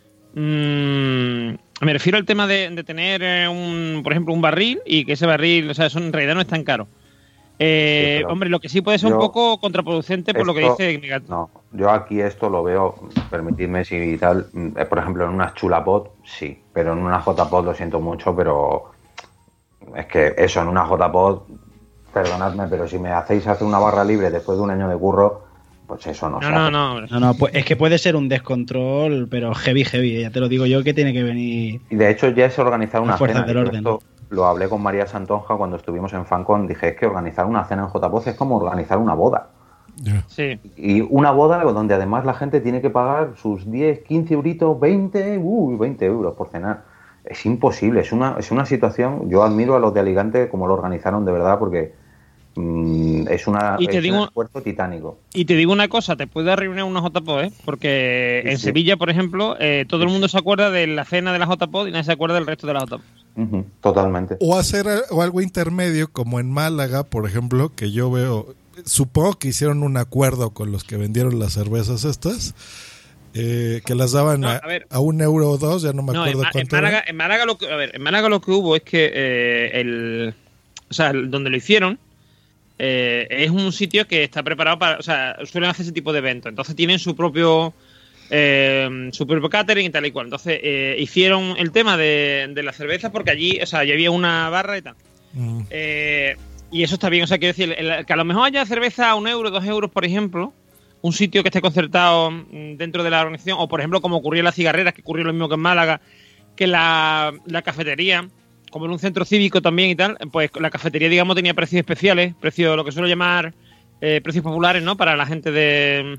mmm, me refiero al tema de, de tener eh, un, por ejemplo, un barril y que ese barril, o sea, eso en realidad no es tan caro. Eh, sí, hombre, lo que sí puede ser yo, un poco contraproducente por esto, lo que dice. No, yo aquí esto lo veo, permitidme si tal, por ejemplo, en una Chulapod, sí, pero en una J P O D lo siento mucho, pero es que eso, en una J P O D, perdonadme, pero si me hacéis hacer una barra libre después de un año de curro, pues eso no, no se no, hace. no, no, no, pues es que puede ser un descontrol, pero heavy, heavy, ya te lo digo yo, que tiene que venir. Y de hecho ya es organizar una cena. Del orden. Esto lo hablé con María Santonja cuando estuvimos en FanCon, dije, es que organizar una cena en J P O D es como organizar una boda. Yeah. Sí. Y una boda donde además la gente tiene que pagar sus diez, quince euritos, veinte, uh, veinte euros por cenar. Es imposible, es una, es una situación. Yo admiro a los de Alicante como lo organizaron de verdad, porque mmm, es, una, Y te es digo- un esfuerzo titánico. Y te digo una cosa, te puede arruinar una J P O D, ¿eh? Porque Sí, en sí. Sevilla, por ejemplo, eh, todo el mundo se acuerda de la cena de la J P O D y nadie se acuerda del resto de la J P O D. Ujú, totalmente. O hacer a- o algo intermedio, como en Málaga, por ejemplo, que yo veo, supongo que hicieron un acuerdo con los que vendieron las cervezas estas, eh, que las daban No, a, a ver. a un euro o dos, ya no me No, en, acuerdo Ma- en cuánto Málaga, era. en Málaga lo que, a ver, en Málaga lo que hubo es que eh, el, o sea, el- donde lo hicieron eh, es un sitio que está preparado para, o sea, suelen hacer ese tipo de eventos. Entonces tienen su propio eh, su propio catering y tal y cual. Entonces eh, hicieron el tema de, de las cervezas porque allí, o sea, ya había una barra y tal. Mm. Eh, y eso está bien, o sea, quiero decir, el- que a lo mejor haya cerveza a un euro, dos euros, por ejemplo, un sitio que esté concertado mm, dentro de la organización, o por ejemplo, como ocurrió en las cigarreras, que ocurrió lo mismo que en Málaga, que la, la cafetería, como en un centro cívico también y tal, pues la cafetería, digamos, tenía precios especiales, precios, lo que suelo llamar eh, precios populares, ¿no? Para la gente de,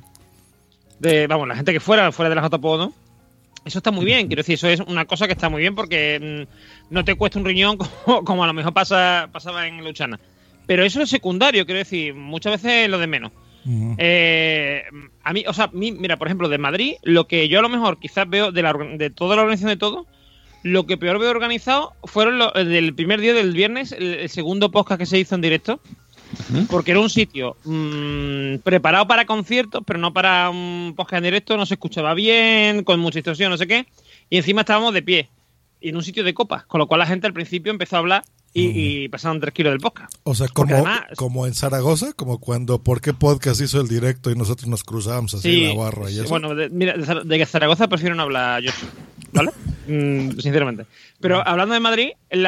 de, vamos, la gente que fuera, fuera de la J P O, ¿no? Eso está muy bien, quiero decir, eso es una cosa que está muy bien porque mm, no te cuesta un riñón como, como a lo mejor pasa, pasaba en Luchana. Pero eso es secundario, quiero decir, muchas veces lo de menos. Ujú. Eh, a mí, o sea, mi- mira, por ejemplo, de Madrid, lo que yo a lo mejor quizás veo de, la, orga- de toda la organización de todo, lo que peor veo organizado fueron los del primer día del viernes, el, el segundo podcast que se hizo en directo, porque era un sitio mmm, preparado para conciertos, pero no para un podcast en directo, no se escuchaba bien, con mucha distorsión, no sé qué, y encima estábamos de pie, y en un sitio de copas, con lo cual la gente al principio empezó a hablar y, y pasaron tres kilos del podcast. O sea, Porque como, además- como en Zaragoza, como cuando ¿Por qué Podcast hizo el directo y nosotros nos cruzábamos así Sí, en la barra y sí, eso? bueno, de, mira, de Zar- de Zaragoza prefiero no hablar yo, ¿vale? Mm, sinceramente. Pero hablando de Madrid,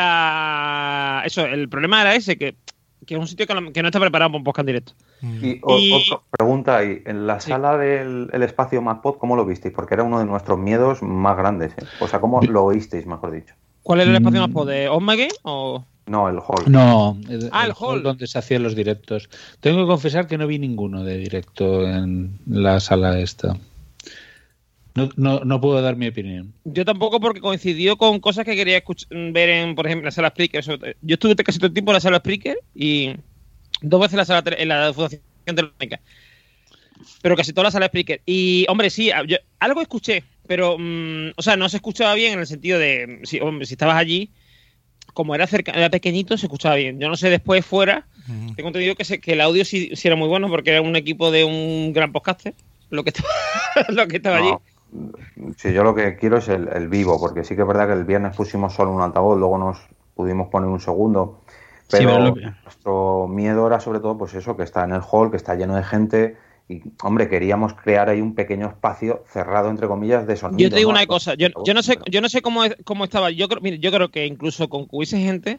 la eso, el problema era ese, que, que es un sitio que no, que no está preparado para un podcast en directo. Y, o- Y- otra pregunta ahí, en la Sí. sala del el espacio MacPod, ¿cómo lo visteis? Porque era uno de nuestros miedos más grandes, ¿eh? O sea, ¿cómo lo oísteis, mejor dicho? ¿Cuál era el espacio Mm. más pod? ¿De Osmage o...? No, el hall. No, el, Ah, el el hall hall. donde se hacían los directos. Tengo que confesar que no vi ninguno de directo en la sala esta. No, no, no puedo dar mi opinión. Yo tampoco, porque coincidió con cosas que quería escuch- ver en, por ejemplo, en la sala Spreaker. sobre todo. Yo estuve casi todo el tiempo en la sala Spreaker y dos veces en la sala tele- en la Fundación Telefónica. Pero casi toda la sala Spreaker. Y, hombre, sí, yo algo escuché, pero, mm, o sea, no se escuchaba bien en el sentido de, si, hombre, si estabas allí, como era cerca, era pequeñito, se escuchaba bien. Yo no sé después fuera, Ujú. tengo entendido que, se- que el audio sí, sí era muy bueno porque era un equipo de un gran podcaster, lo que estaba, lo que estaba allí. No. Sí, yo lo que quiero es el, el vivo, porque sí que es verdad que el viernes pusimos solo un altavoz, luego nos pudimos poner un segundo, Sí, pero pero lo que- nuestro miedo era sobre todo pues eso, que está en el hall, que está lleno de gente y, hombre, queríamos crear ahí un pequeño espacio cerrado, entre comillas, de sonido. Yo te digo ¿no? una cosa, yo, yo no sé, yo no sé cómo, es- cómo estaba. Yo creo, mire, yo creo que incluso con que hubiese gente,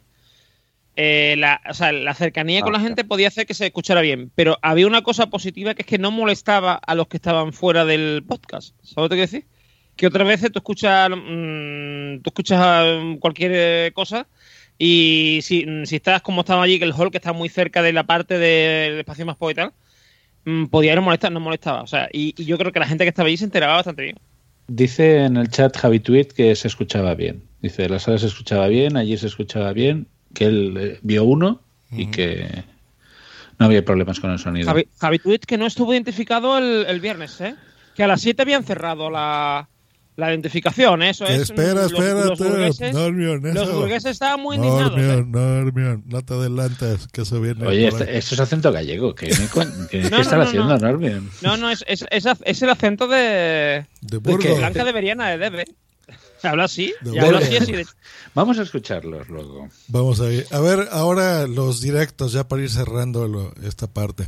eh, la, o sea, la cercanía con la Ah, gente podía hacer que se escuchara bien. Pero había una cosa positiva, que es que no molestaba a los que estaban fuera del podcast. ¿Sabes lo que quiero decir? Que otras veces tú escuchas, mm, tú escuchas mm, cualquier eh, cosa y si, mm, si estás como estaba allí, que el hall que está muy cerca de la parte del espacio más po y tal, mm, podía no molestar, no molestaba. O sea, y, y yo creo que la gente que estaba allí se enteraba bastante bien. Dice en el chat Javi Tweet que se escuchaba bien. Dice, la sala se escuchaba bien, allí se escuchaba bien, que él eh, vio uno y que no había problemas con el sonido. Javi, Javi Tweet, que no estuvo identificado el, el viernes, ¿eh? Que a las siete habían cerrado la, la identificación, ¿eh? Eso es. Espera, los- espérate, Los burgueses, Normion, los eso. burgueses estaban muy indignados. ¿eh? Normion, Normion, no te adelantes, que se viene. Oye, por este, ahí. esto es acento gallego. ¿Qué, me cu- qué- No, qué no, están no, haciendo, no. Normion? No, no, es, es, es, es el acento de. De de Burgos. que Blanca de Beriana de Debe. Habla así. De Y habla Burgos. así, así de. Vamos a escucharlos luego. Vamos a ir. A ver, ahora los directos, ya para ir cerrando lo- esta parte.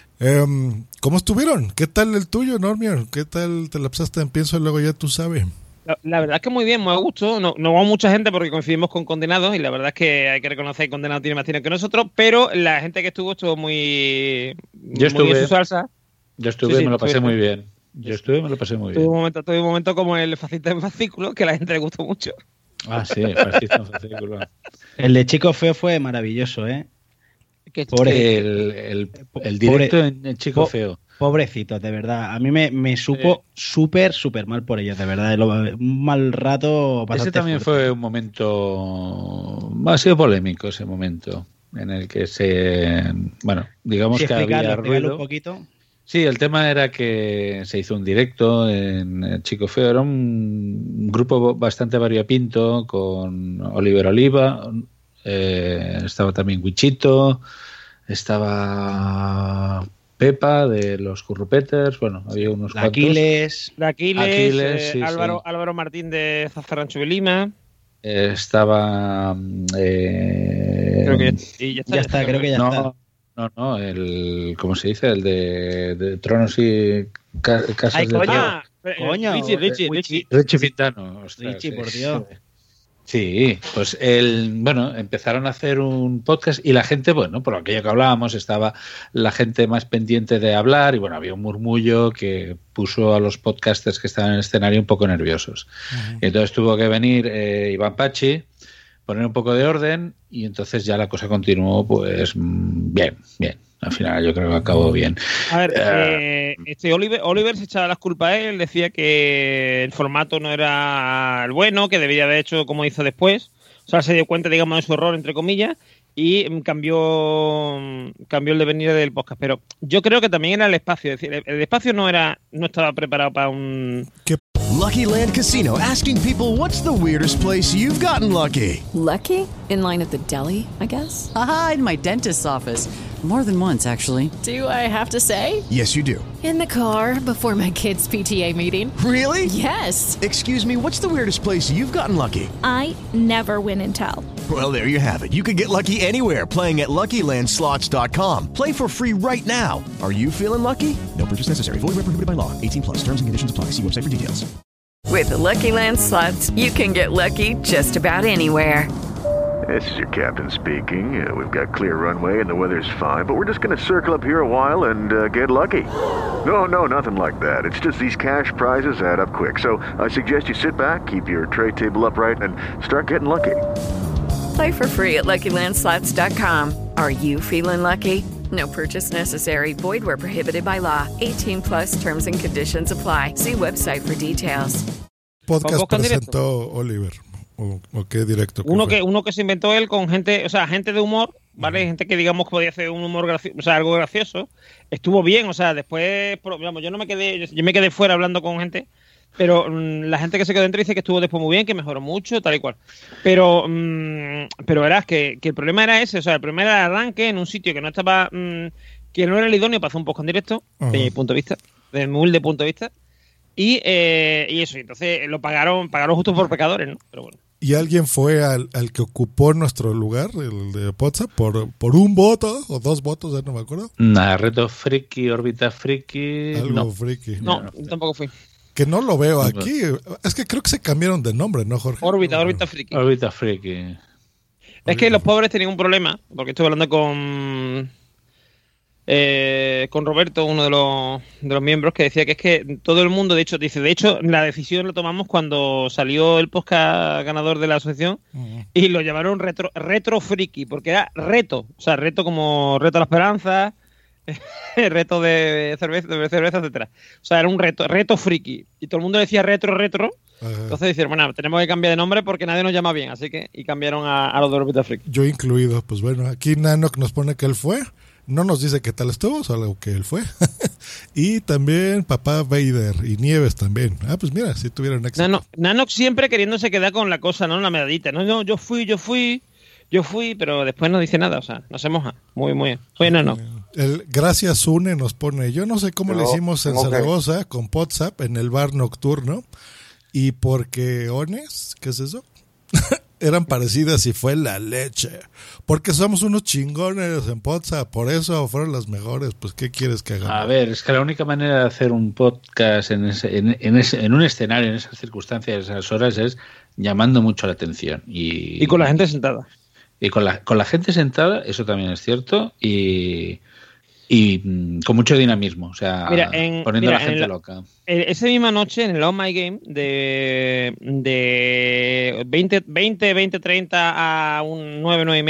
Em, ¿Cómo estuvieron? ¿Qué tal el tuyo, Normion? ¿Qué tal te la pasaste en Pienso y Luego Ya Tú Sabes? La, la verdad es que muy bien, me gusto. No, no va mucha gente porque coincidimos con Condenados y la verdad es que hay que reconocer que Condenado tiene más tiro que nosotros, pero la gente que estuvo estuvo muy, Yo muy en estuve. su salsa. Yo estuve Sí, y sí, me lo pasé estuviste. muy bien. Yo estuve y me lo pasé muy Tuve un bien. momento, tuve un momento como el fascista en fascículo, que a la gente le gustó mucho. Ah, sí, fascista en fascículo. El de Chico Feo fue maravilloso, ¿eh? Que, Pobre, el, el, el directo pobre, en, en Chico po, Feo. Pobrecitos, de verdad. A mí me, me supo súper, súper mal por ellos, de verdad. Un mal rato. Ese también fuerte. Fue un momento. Ha sido polémico ese momento. En el que se. Bueno, digamos sí, que había ruido. Un poquito. Sí, el tema era que se hizo un directo en Chico Feo. Era un grupo bastante variopinto con Oliver Oliva. Eh, estaba también Wichito. Estaba Pepa de los Currupeters. Bueno, había unos de Aquiles. De Aquiles. Aquiles eh, sí, Álvaro, sí. Álvaro Martín de Zafarrancho de Lima. Eh, estaba. Eh, creo que y ya está, ya está, creo que ya no, está. No, no, el. ¿Cómo se dice? El de, de Tronos y ca, Casas Ay, de coño, Tronos. coño. Richie, Richie, Richie. Richie Fintano. Ostras, Richie, por Dios. Sí, pues el, bueno, empezaron a hacer un podcast y la gente, bueno, por aquello que hablábamos, estaba la gente más pendiente de hablar y bueno, había un murmullo que puso a los podcasters que estaban en el escenario un poco nerviosos. Uh-huh. Y entonces tuvo que venir eh, Iván Pachi, poner un poco de orden y entonces ya la cosa continuó pues bien, bien. Al final yo creo que acabó bien. A ver, eh, este Oliver, Oliver se echaba las culpas a él, decía que el formato no era el bueno, que debía haber hecho como hizo después. O sea, se dio cuenta, digamos, de su error, entre comillas, y cambió cambió el devenir del podcast. Pero yo creo que también era el espacio. Es decir, el espacio no era no estaba preparado para un... ¿Qué? Lucky Land Casino, asking people, what's the weirdest place you've gotten lucky? Lucky? In line at the deli, I guess? Aha, in my dentist's office. More than once, actually. Do I have to say? Yes, you do. In the car before my kids' P T A meeting. Really? Yes. Excuse me, what's the weirdest place you've gotten lucky? I never win and tell. Well, there you have it. You can get lucky anywhere, playing at Lucky Land Slots dot com. Play for free right now. Are you feeling lucky? No purchase necessary. Void where prohibited by law. eighteen plus. Terms and conditions apply. See website for details. With the Lucky Land Slots, you can get lucky just about anywhere. This is your captain speaking. Uh, we've got clear runway and the weather's fine, but we're just going to circle up here a while and uh, get lucky. No, no, nothing like that. It's just these cash prizes add up quick. So I suggest you sit back, keep your tray table upright, and start getting lucky. Play for free at Lucky Land Slots dot com. Are you feeling lucky? No purchase necessary. Void where prohibited by law. eighteen plus terms and conditions apply. See website for details. Podcast presentó Oliver. ¿O, o qué directo? Uno que, uno que se inventó él con gente, o sea, gente de humor, ¿vale? Uh-huh. Gente que digamos que podía hacer un humor gracioso, o sea, algo gracioso. Estuvo bien, o sea, después, digamos, yo no me quedé, yo me quedé fuera hablando con gente, pero mmm, la gente que se quedó dentro dice que estuvo después muy bien, que mejoró mucho, tal y cual. Pero, mmm, pero verás que, que el problema era ese, o sea, el problema era el arranque en un sitio que no estaba, mmm, que no era el idóneo para hacer un podcast en directo, uh-huh. desde mi punto de vista, desde mi humilde punto de vista. Y, eh, y eso, entonces lo pagaron, pagaron justo por pecadores, ¿no? Pero bueno. Y alguien fue al, al que ocupó nuestro lugar, el de WhatsApp, por, por un voto o dos votos, ya no me acuerdo. Nah, Reto Friki, Órbita Friki. Algo no. friki. No, no, tampoco fui. Que no lo veo aquí. Es que creo que se cambiaron de nombre, ¿no, Jorge? Órbita, Órbita Friki. Órbita Friki. Es que los pobres tenían un problema, porque estuve hablando con eh, con Roberto, uno de los, de los miembros, que decía que es que todo el mundo, de hecho, dice, de hecho, la decisión la tomamos cuando salió el podcast ganador de la asociación uh-huh. y lo llamaron retro, retro friki, porque era reto, o sea, reto como reto a la esperanza, reto de cerveza, de cerveza, etcétera. O sea, era un reto, reto friki. Y todo el mundo decía retro, retro. Ajá. Entonces dijeron, bueno, tenemos que cambiar de nombre porque nadie nos llama bien, así que, y cambiaron a, a los de Órbita Friki. Yo incluido, pues bueno, aquí Nanok nos pone que él fue. No nos dice qué tal estuvo, solo que él fue. Y también Papá Vader y Nieves también. Ah, pues mira, si tuvieron éxito. Nanok, Nanok siempre queriéndose quedar con la cosa, ¿no? La medallita. No, no, yo fui, yo fui, yo fui, pero después no dice nada, o sea, no se moja. Muy, muy bien. Oye, Nanok. El Gracias Une nos pone, yo no sé cómo pero, le hicimos en okay. Zaragoza con WhatsApp en el bar nocturno. Y porque Ones, ¿qué es eso? Eran parecidas y fue la leche. Porque somos unos chingones en WhatsApp, por eso fueron las mejores. Pues, ¿qué quieres que hagamos? A ver, es que la única manera de hacer un podcast en, ese, en, en, ese, en un escenario, en esas circunstancias, en esas horas, es llamando mucho la atención. Y, y con la gente sentada. Y con la, con la gente sentada, eso también es cierto, y... Y mm, con mucho dinamismo, o sea, mira, en, poniendo mira, a la gente la, loca. Esa misma noche, en el Oh My Game, de, de veinte, veinte, veinte, treinta a un nueve, nueve y media,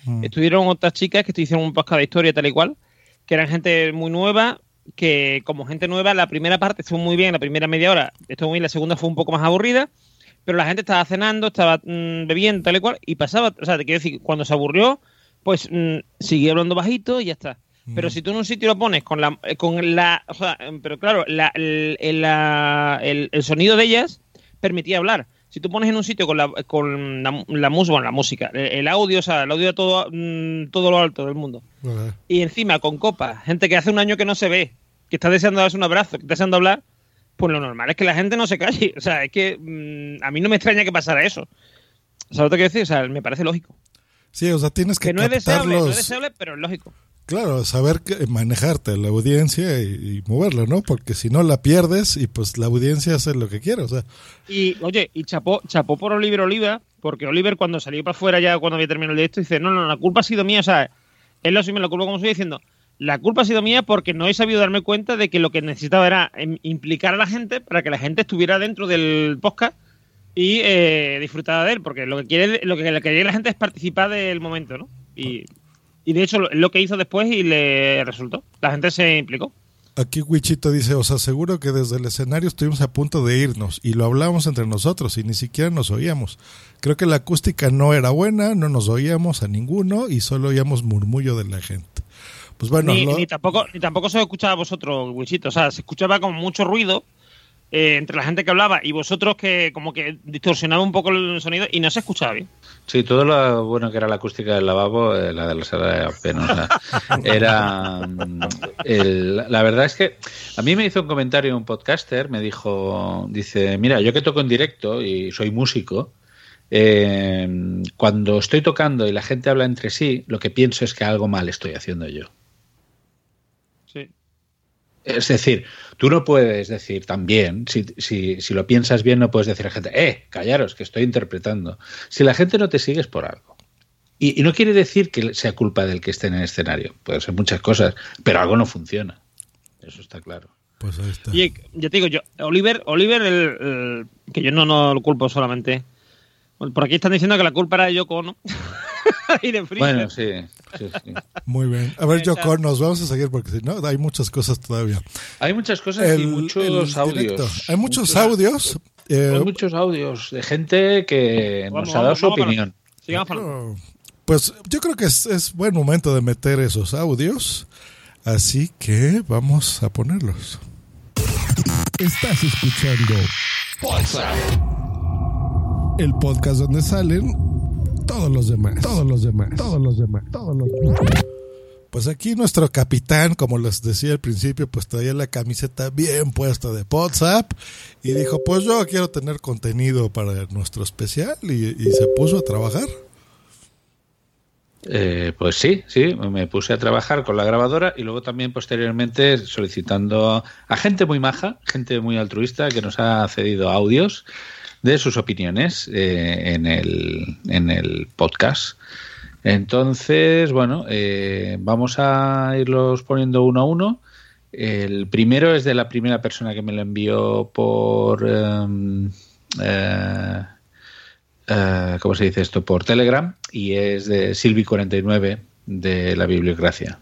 Mm. Estuvieron otras chicas que hicieron un podcast de historia tal y cual, que eran gente muy nueva, que como gente nueva, la primera parte estuvo muy bien, la primera media hora estuvo muy bien, la segunda fue un poco más aburrida, pero la gente estaba cenando, estaba mmm, bebiendo tal y cual, y pasaba, o sea, te quiero decir, cuando se aburrió, pues mmm, siguió hablando bajito y ya está. Pero si tú en un sitio lo pones con la, con la, o sea, pero claro, la, el, el, la, el, el sonido de ellas permitía hablar. Si tú pones en un sitio con la, con la, la música, bueno, la música, el, el audio, o sea, el audio a todo, mmm, todo lo alto del mundo. Uh-huh. Y encima con copas, gente que hace un año que no se ve, que está deseando darse un abrazo, que está deseando hablar, pues lo normal es que la gente no se calle. O sea, es que mmm, a mí no me extraña que pasara eso. O sea, lo que quiero decir, o sea, me parece lógico. Sí, o sea, tienes que, que no es deseable, los... no es deseable, pero es lógico. Claro, saber que, manejarte la audiencia y, y moverla, ¿no? Porque si no la pierdes y pues la audiencia hace lo que quiere, o sea. Y, oye, y chapó, chapó por Oliver Oliva, porque Oliver cuando salió para afuera ya cuando había terminado el directo dice, no, no, la culpa ha sido mía, o sea, él lo asume la culpa como estoy diciendo, la culpa ha sido mía porque no he sabido darme cuenta de que lo que necesitaba era implicar a la gente para que la gente estuviera dentro del podcast y eh, disfrutara de él, porque lo que quiere, lo que, lo que quiere la gente es participar del momento, ¿no? Y... Y de hecho, lo que hizo después y le resultó. La gente se implicó. Aquí Wichito dice, os aseguro que desde el escenario estuvimos a punto de irnos y lo hablábamos entre nosotros y ni siquiera nos oíamos. Creo que la acústica no era buena, no nos oíamos a ninguno y solo oíamos murmullo de la gente. Pues bueno, ni, lo... ni tampoco ni tampoco se escuchaba a vosotros, Wichito. O sea, se escuchaba como mucho ruido eh, entre la gente que hablaba y vosotros que como que distorsionaba un poco el sonido y no se escuchaba bien. Sí, todo lo bueno que era la acústica del lavabo, eh, la de la sala era penosa. Era el, la verdad es que a mí me hizo un comentario un podcaster, me dijo, dice, mira, yo que toco en directo y soy músico, eh, cuando estoy tocando y la gente habla entre sí, lo que pienso es que algo mal estoy haciendo yo. Sí. Es decir, tú no puedes decir también, si, si, si lo piensas bien, no puedes decir a la gente, eh, callaros, que estoy interpretando. Si la gente no te sigue es por algo. Y, y no quiere decir que sea culpa del que esté en el escenario. Pueden ser muchas cosas, pero algo no funciona. Eso está claro. Pues ahí está. Y ya te digo, yo, Oliver, Oliver el, el, que yo no, no lo culpo solamente. Por aquí están diciendo que la culpa era de Yoko, ¿no? Y de bueno, sí, sí, sí. Muy bien. A ver, Yoko, nos vamos a seguir porque si no, hay muchas cosas todavía. Hay muchas cosas el, y muchos audios. Directo. Hay muchos, muchos audios. Eh, hay muchos audios de gente que vamos, nos ha dado vamos, su vamos opinión. Bueno, pues yo creo que es, es buen momento de meter esos audios. Así que vamos a ponerlos. Estás escuchando el podcast donde salen todos los demás, todos los demás, todos los demás, todos los demás. Pues aquí nuestro capitán, como les decía al principio, pues traía la camiseta bien puesta de WhatsApp y dijo, pues yo quiero tener contenido para nuestro especial y, y se puso a trabajar. Eh, pues sí, sí, me puse a trabajar con la grabadora y luego también posteriormente solicitando a gente muy maja, gente muy altruista que nos ha cedido audios de sus opiniones eh, en el en el podcast. Entonces, bueno, eh, vamos a irlos poniendo uno a uno. El primero es de la primera persona que me lo envió por um, eh, uh, ¿cómo se dice esto? Por Telegram, y es de Silvi cuarenta y nueve de la Bibliocracia.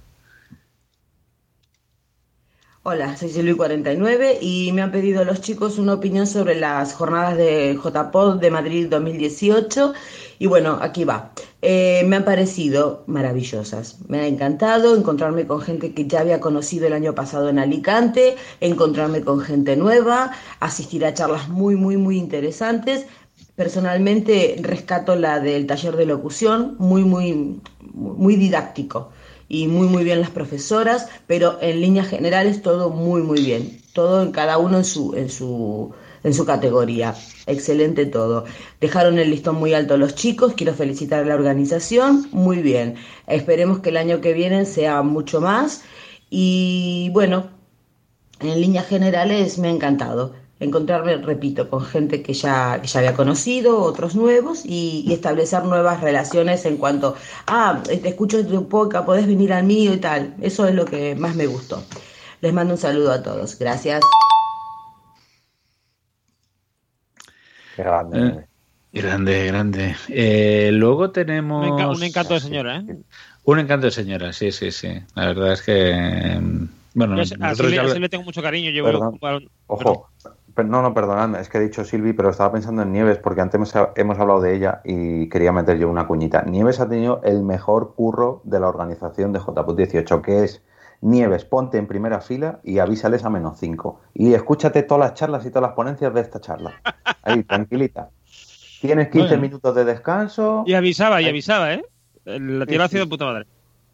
Hola, soy Silvi cuarenta y nueve y me han pedido los chicos una opinión sobre las jornadas de J P O D de Madrid dos mil dieciocho y bueno, aquí va. Eh, me han parecido maravillosas, me ha encantado encontrarme con gente que ya había conocido el año pasado en Alicante, encontrarme con gente nueva, asistir a charlas muy, muy, muy interesantes. Personalmente rescato la del taller de locución, muy, muy, muy didáctico. Y muy muy bien las profesoras, pero en líneas generales todo muy muy bien, todo en cada uno en su en su en su categoría, excelente todo. Dejaron el listón muy alto los chicos, quiero felicitar a la organización, muy bien. Esperemos que el año que viene sea mucho más y bueno, en líneas generales me ha encantado encontrarme, repito, con gente que ya, que ya había conocido, otros nuevos, y, y establecer nuevas relaciones en cuanto, ah, te escucho en tu podcast, podés venir al mío y tal. Eso es lo que más me gustó. Les mando un saludo a todos. Gracias. Eh, Grande, grande. Eh, luego tenemos... Un, enca- un encanto de señora, ¿eh? Un encanto de señora, sí, sí, sí. La verdad es que... Bueno, Yo a nosotros Silvi, ya a lo- Silvi le tengo mucho cariño. Llevo Perdón. perdón. Ojo, per- no, no, perdonadme, es que he dicho Silvi, pero estaba pensando en Nieves, porque antes hemos, hemos hablado de ella y quería meter yo una cuñita. Nieves ha tenido el mejor curro de la organización de J P O D dieciocho, que es: Nieves, ponte en primera fila y avísales a menos cinco. Y escúchate todas las charlas y todas las ponencias de esta charla. Ahí, tranquilita. Tienes quince Bueno. minutos de descanso. Y avisaba, y avisaba, ¿eh? La tía lo ha Sí, sido sí. de puta madre.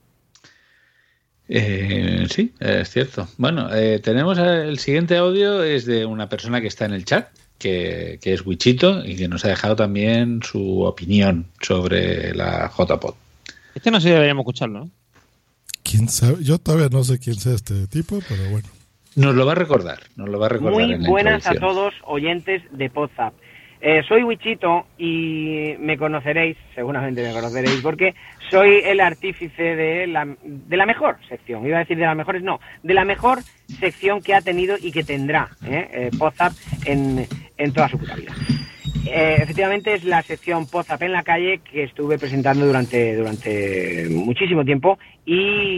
Eh, sí, es cierto. Bueno, eh, tenemos eh, el siguiente audio, es de una persona que está en el chat, que, que es Wichito, y que nos ha dejado también su opinión sobre la J P O D. Este no sé si deberíamos escucharlo, ¿no? ¿Quién sabe? Yo todavía no sé quién sea este tipo, pero bueno. Nos lo va a recordar, nos lo va a recordar Muy en la buenas a introducción. todos oyentes de Podzap. Eh, soy Wichito y me conoceréis, seguramente me conoceréis, porque soy el artífice de la, de la mejor sección. Iba a decir de las mejores, no, de la mejor sección que ha tenido y que tendrá ¿eh? Eh, Podzap en, en toda su puta vida. Eh, efectivamente es la sección Podzap en la calle que estuve presentando durante durante muchísimo tiempo y,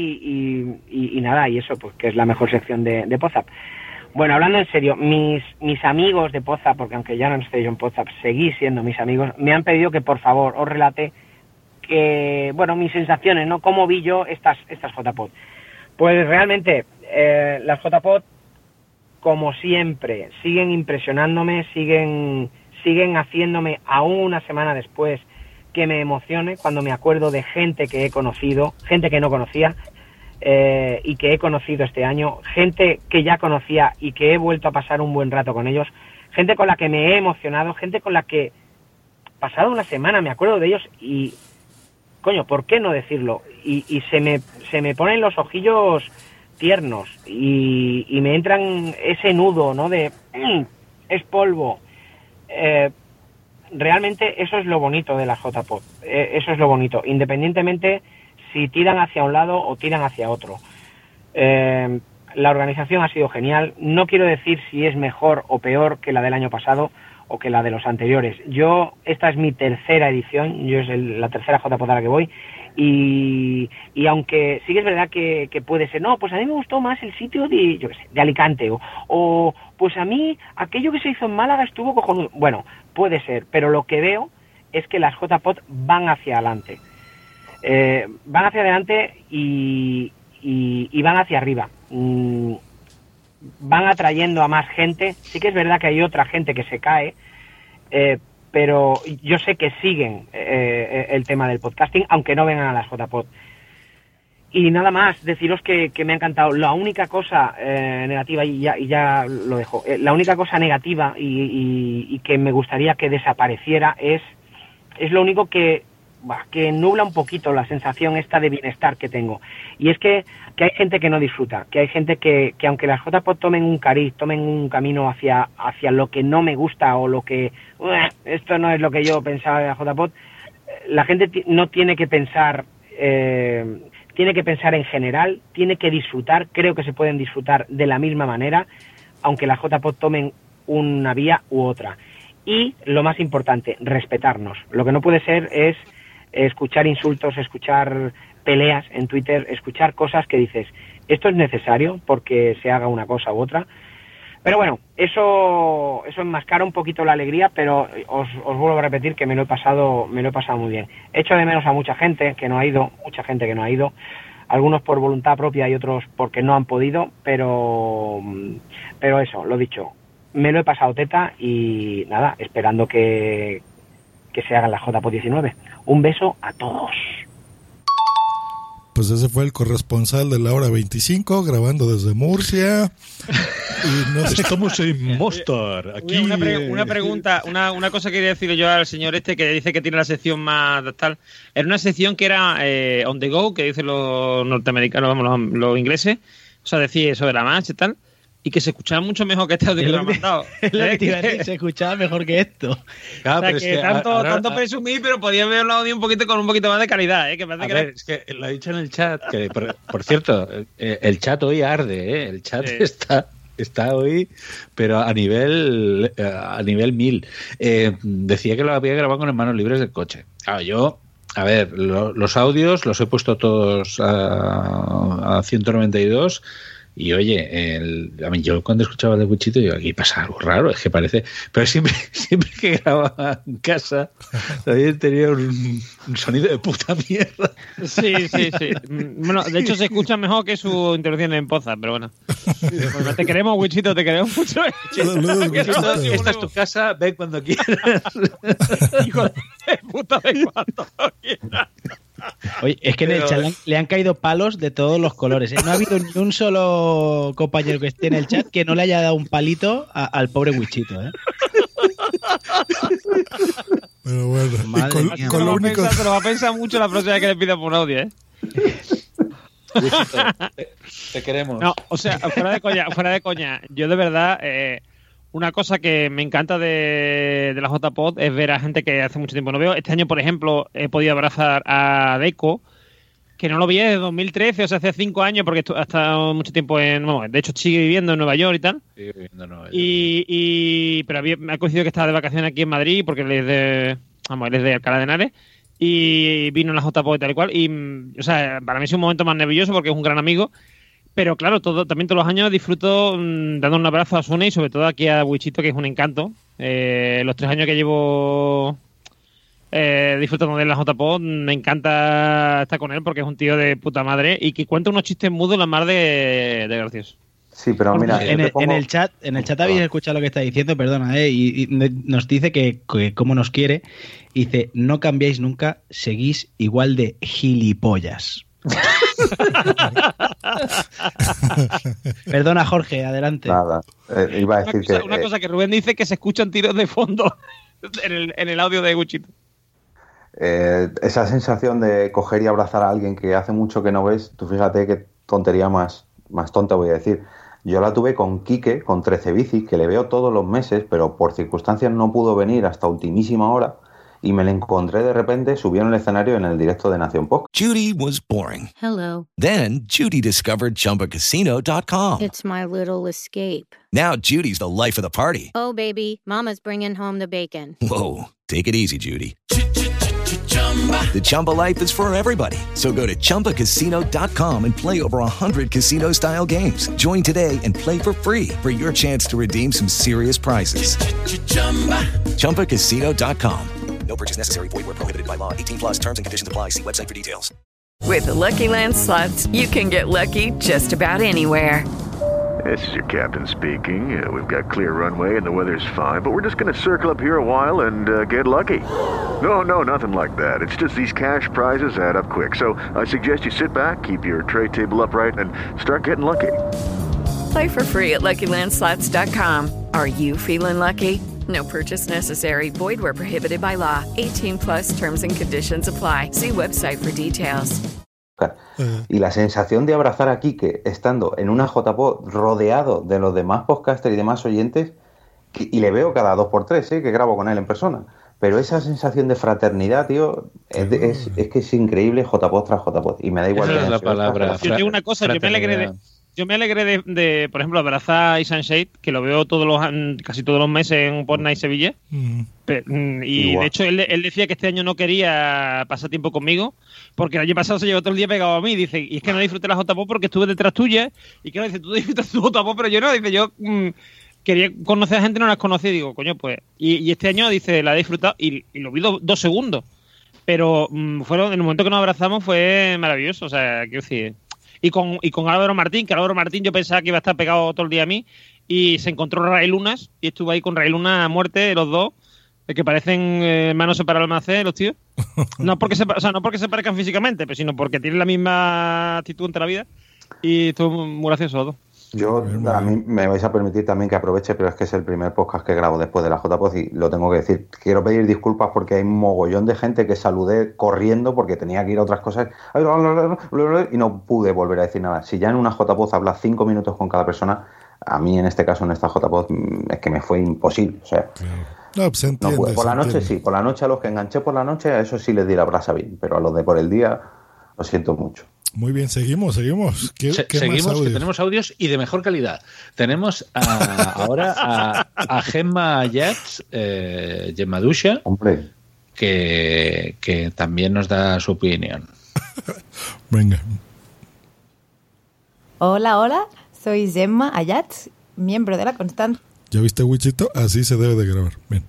y, y, y nada, y eso pues que es la mejor sección de, de Podzap. Bueno, hablando en serio, mis mis amigos de Podzap, porque aunque ya no estoy yo en Podzap, seguís siendo mis amigos, me han pedido que por favor os relate que, bueno, mis sensaciones, ¿no? Cómo vi yo estas estas J P O D. Pues realmente, eh, las J P O D, como siempre, siguen impresionándome, siguen siguen haciéndome aún una semana después que me emocione cuando me acuerdo de gente que he conocido, gente que no conocía eh, y que he conocido este año, gente que ya conocía y que he vuelto a pasar un buen rato con ellos, gente con la que me he emocionado, gente con la que pasado una semana me acuerdo de ellos y coño, ¿por qué no decirlo? Y, y se me se me ponen los ojillos tiernos y, y me entran ese nudo, ¿no? De mmm, es polvo. Eh, realmente eso es lo bonito de las J P O D, eh, eso es lo bonito, independientemente si tiran hacia un lado o tiran hacia otro. Eh, la organización ha sido genial, no quiero decir si es mejor o peor que la del año pasado o que la de los anteriores. Yo, esta es mi tercera edición, yo es el, la tercera J P O D a la que voy, y, y aunque sí que es verdad que, que puede ser, no, pues a mí me gustó más el sitio de, yo qué sé, de Alicante, o, o pues a mí aquello que se hizo en Málaga estuvo cojonudo. Bueno, puede ser, pero lo que veo es que las J P O D van hacia adelante. Eh, van hacia adelante y, y, y van hacia arriba. Mm, van atrayendo a más gente. Sí que es verdad que hay otra gente que se cae, eh, pero yo sé que siguen eh, el tema del podcasting, aunque no vengan a las J P O D. Y nada más, deciros que, que me ha encantado. La única cosa eh, negativa, y ya, y ya lo dejo, eh, la única cosa negativa y, y, y que me gustaría que desapareciera es, es lo único que, bah, que nubla un poquito la sensación esta de bienestar que tengo. Y es que, que hay gente que no disfruta, que hay gente que, que aunque las J P O D tomen un cariz, tomen un camino hacia, hacia lo que no me gusta o lo que, esto no es lo que yo pensaba de la J P O D, la gente t- no tiene que pensar... Eh, tiene que pensar en general, tiene que disfrutar, creo que se pueden disfrutar de la misma manera, aunque las J P O D tomen una vía u otra. Y, lo más importante, respetarnos. Lo que no puede ser es escuchar insultos, escuchar peleas en Twitter, escuchar cosas que dices, esto es necesario porque se haga una cosa u otra. Pero bueno, eso eso enmascara un poquito la alegría, pero os, os vuelvo a repetir que me lo he pasado me lo he pasado muy bien. Echo de menos a mucha gente que no ha ido, mucha gente que no ha ido, algunos por voluntad propia y otros porque no han podido, pero pero eso, lo dicho, me lo he pasado teta y nada, esperando que, que se hagan la J P O D diecinueve. Un beso a todos. Pues ese fue el corresponsal de la hora veinticinco, grabando desde Murcia. Y no sé. Estamos en Mostar. Aquí, Oye, una, pre- eh, una pregunta, una, una cosa que quería decirle yo al señor este que dice que tiene la sección más tal. Era una sección que era eh, on the go, que dicen los norteamericanos, vamos, los, los ingleses. O sea, decía eso de la marcha y tal. Y que se escuchaba mucho mejor que este audio que Es me lo han que- mandado. es lo que ¿Eh? te iba a decir, se escuchaba mejor que esto. Claro, o sea, pero es que, que tanto, ahora- tanto presumir, pero podía haber el audio un poquito con un poquito más de calidad, ¿eh? Que me hace A que ver, es que lo ha dicho en el chat, que por, por cierto, eh, el chat hoy arde, ¿eh? El chat Sí. está está hoy, pero a nivel a nivel mil. Eh, decía que lo había grabado con las manos libres del coche. Claro, yo, a ver, lo, los audios los he puesto todos a, a ciento noventa y dos. Y oye, el, a mí yo cuando escuchaba de Wichito, yo aquí pasa algo raro, es que parece, pero siempre siempre que grababa en casa también tenía un, un sonido de puta mierda. Sí, sí, sí. Bueno, de hecho se escucha mejor que su intervención en Poza, pero bueno. Bueno, te queremos, Wichito, te queremos mucho. Wichito, esta es tu casa, ven cuando quieras. Hijo de puta, ven cuando quieras. Oye, es que en el chat le han, le han caído palos de todos los colores, ¿eh? No ha habido ni un solo compañero que esté en el chat que no le haya dado un palito a, al pobre Wichito, ¿eh? Pero bueno, Madre y con, mía. con Se lo lo único... piensa, se lo va a pensar mucho la próxima vez que le pida por audio, ¿eh? Wichito, te, te queremos. No, o sea, fuera de coña, fuera de coña. Yo de verdad, eh, una cosa que me encanta de, de la J-Pod es ver a gente que hace mucho tiempo no veo. Este año, por ejemplo, he podido abrazar a Deco, que no lo vi desde dos mil trece, o sea, hace cinco años, porque ha estado mucho tiempo en... Bueno, de hecho, sigue viviendo en Nueva York y tal. Sigue viviendo en Nueva York. Y, y, pero había, me ha coincidido que estaba de vacaciones aquí en Madrid, porque él es de, vamos, él es de Alcalá de Henares, y vino en la J-Pod y tal y cual. Y, o sea, para mí es un momento más nervioso porque es un gran amigo. Pero claro, todo, también todos los años disfruto mmm, dando un abrazo a Sune y sobre todo aquí a Wichito, que es un encanto. Eh, los tres años que llevo eh, disfrutando de la J-Pod, me encanta estar con él porque es un tío de puta madre y que cuenta unos chistes mudos la mar de, de gracioso. Sí, pero mira, en, el, pongo... en el chat, en el chat habéis escuchado lo que está diciendo, perdona, eh, y, y nos dice que, que cómo nos quiere, y dice, no cambiáis nunca, seguís igual de gilipollas. Perdona, Jorge, adelante. Nada, eh, iba a decir una cosa, que... Una eh, cosa que Rubén dice que se escuchan tiros de fondo en el, en el audio de Wichito. Eh, esa sensación de coger y abrazar a alguien que hace mucho que no ves, tú fíjate qué tontería más, más tonta voy a decir. Yo la tuve con Quique, con trece bicis, que le veo todos los meses, pero por circunstancias no pudo venir hasta ultimísima hora. Y me la encontré de repente, subió en el escenario en el directo de Nación Podcast. Judy was boring. Hello. Then Judy discovered Chumba Casino dot com. It's my little escape. Now Judy's the life of the party. Oh, baby, mama's bringing home the bacon. Whoa, take it easy, Judy. The Chumba life is for everybody. So go to Chumba Casino dot com and play over one hundred casino-style games. Join today and play for free for your chance to redeem some serious prizes. Chumba Casino dot com. No purchase necessary. Void where prohibited by law. eighteen plus terms and conditions apply. See website for details. With the Lucky Land Slots, you can get lucky just about anywhere. This is your captain speaking. Uh, we've got clear runway and the weather's fine, but we're just going to circle up here a while and uh, get lucky. No, no, nothing like that. It's just these cash prizes add up quick. So I suggest you sit back, keep your tray table upright, and start getting lucky. Play for free at Lucky Land Slots dot com. Are you feeling lucky? No purchase necessary. Void where prohibited by law. eighteen plus terms and conditions apply. See website for details. Y la sensación de abrazar a Quique estando en una J-Pod rodeado de los demás podcasters y demás oyentes, y le veo cada dos por tres, ¿eh? Que grabo con él en persona. Pero esa sensación de fraternidad, tío, es, de, es, es que es increíble J-Pod tras J-Pod. Y me da igual. Esa que es la palabra. Yo digo una cosa, yo me alegré de, yo me alegré de, de, por ejemplo, abrazar a Isan Shade, que lo veo todos los casi todos los meses en Fortnite Sevilla. Mm. Pero, y Igual. de hecho él, él decía que este año no quería pasar tiempo conmigo porque el año pasado se llevó todo el día pegado a mí. Dice, y es que no disfruté la J-Pop porque estuve detrás tuya. Y claro, dice, tú disfrutas tu J-Pop, pero yo no. Dice, yo mmm, quería conocer a gente, no las conocí. Digo, coño, pues. Y, y este año, dice, la he disfrutado y, y lo vi do, dos segundos. Pero mmm, fueron, en el momento que nos abrazamos fue maravilloso. O sea, quiero decir. Y con, y con Álvaro Martín, que Álvaro Martín yo pensaba que iba a estar pegado todo el día a mí. Y se encontró Ray Lunas y estuve ahí con Ray Lunas a muerte, los dos. Que parecen eh, hermanos separados al nacer, los tíos. No porque, se, o sea, no porque se parezcan físicamente, pero sino porque tienen la misma actitud ante la vida. Y estuvo muy gracioso todo. Yo, a mí me vais a permitir también que aproveche, pero es que es el primer podcast que grabo después de la J-Pod y lo tengo que decir. Quiero pedir disculpas porque hay un mogollón de gente que saludé corriendo porque tenía que ir a otras cosas y no pude volver a decir nada. Si ya en una J-Pod hablas cinco minutos con cada persona, a mí en este caso, en esta J-Pod, es que me fue imposible. O sea, no, pues entiende, no pude. Por la noche entiende. sí, por la noche a los que enganché por la noche, a eso sí les di la brasa bien, pero a los de por el día lo siento mucho. Muy bien, seguimos, seguimos. ¿Qué, Se- qué más seguimos, que audios? tenemos audios y de mejor calidad. Tenemos a- ahora a, a Gemma Yats, eh, Gemma Dusha, Hombre, que, que también nos da su opinión. Venga. Hola, hola, soy Gemma Ayats, miembro de La Constante. ¿Ya viste, Wichito? Así se debe de grabar. Bien.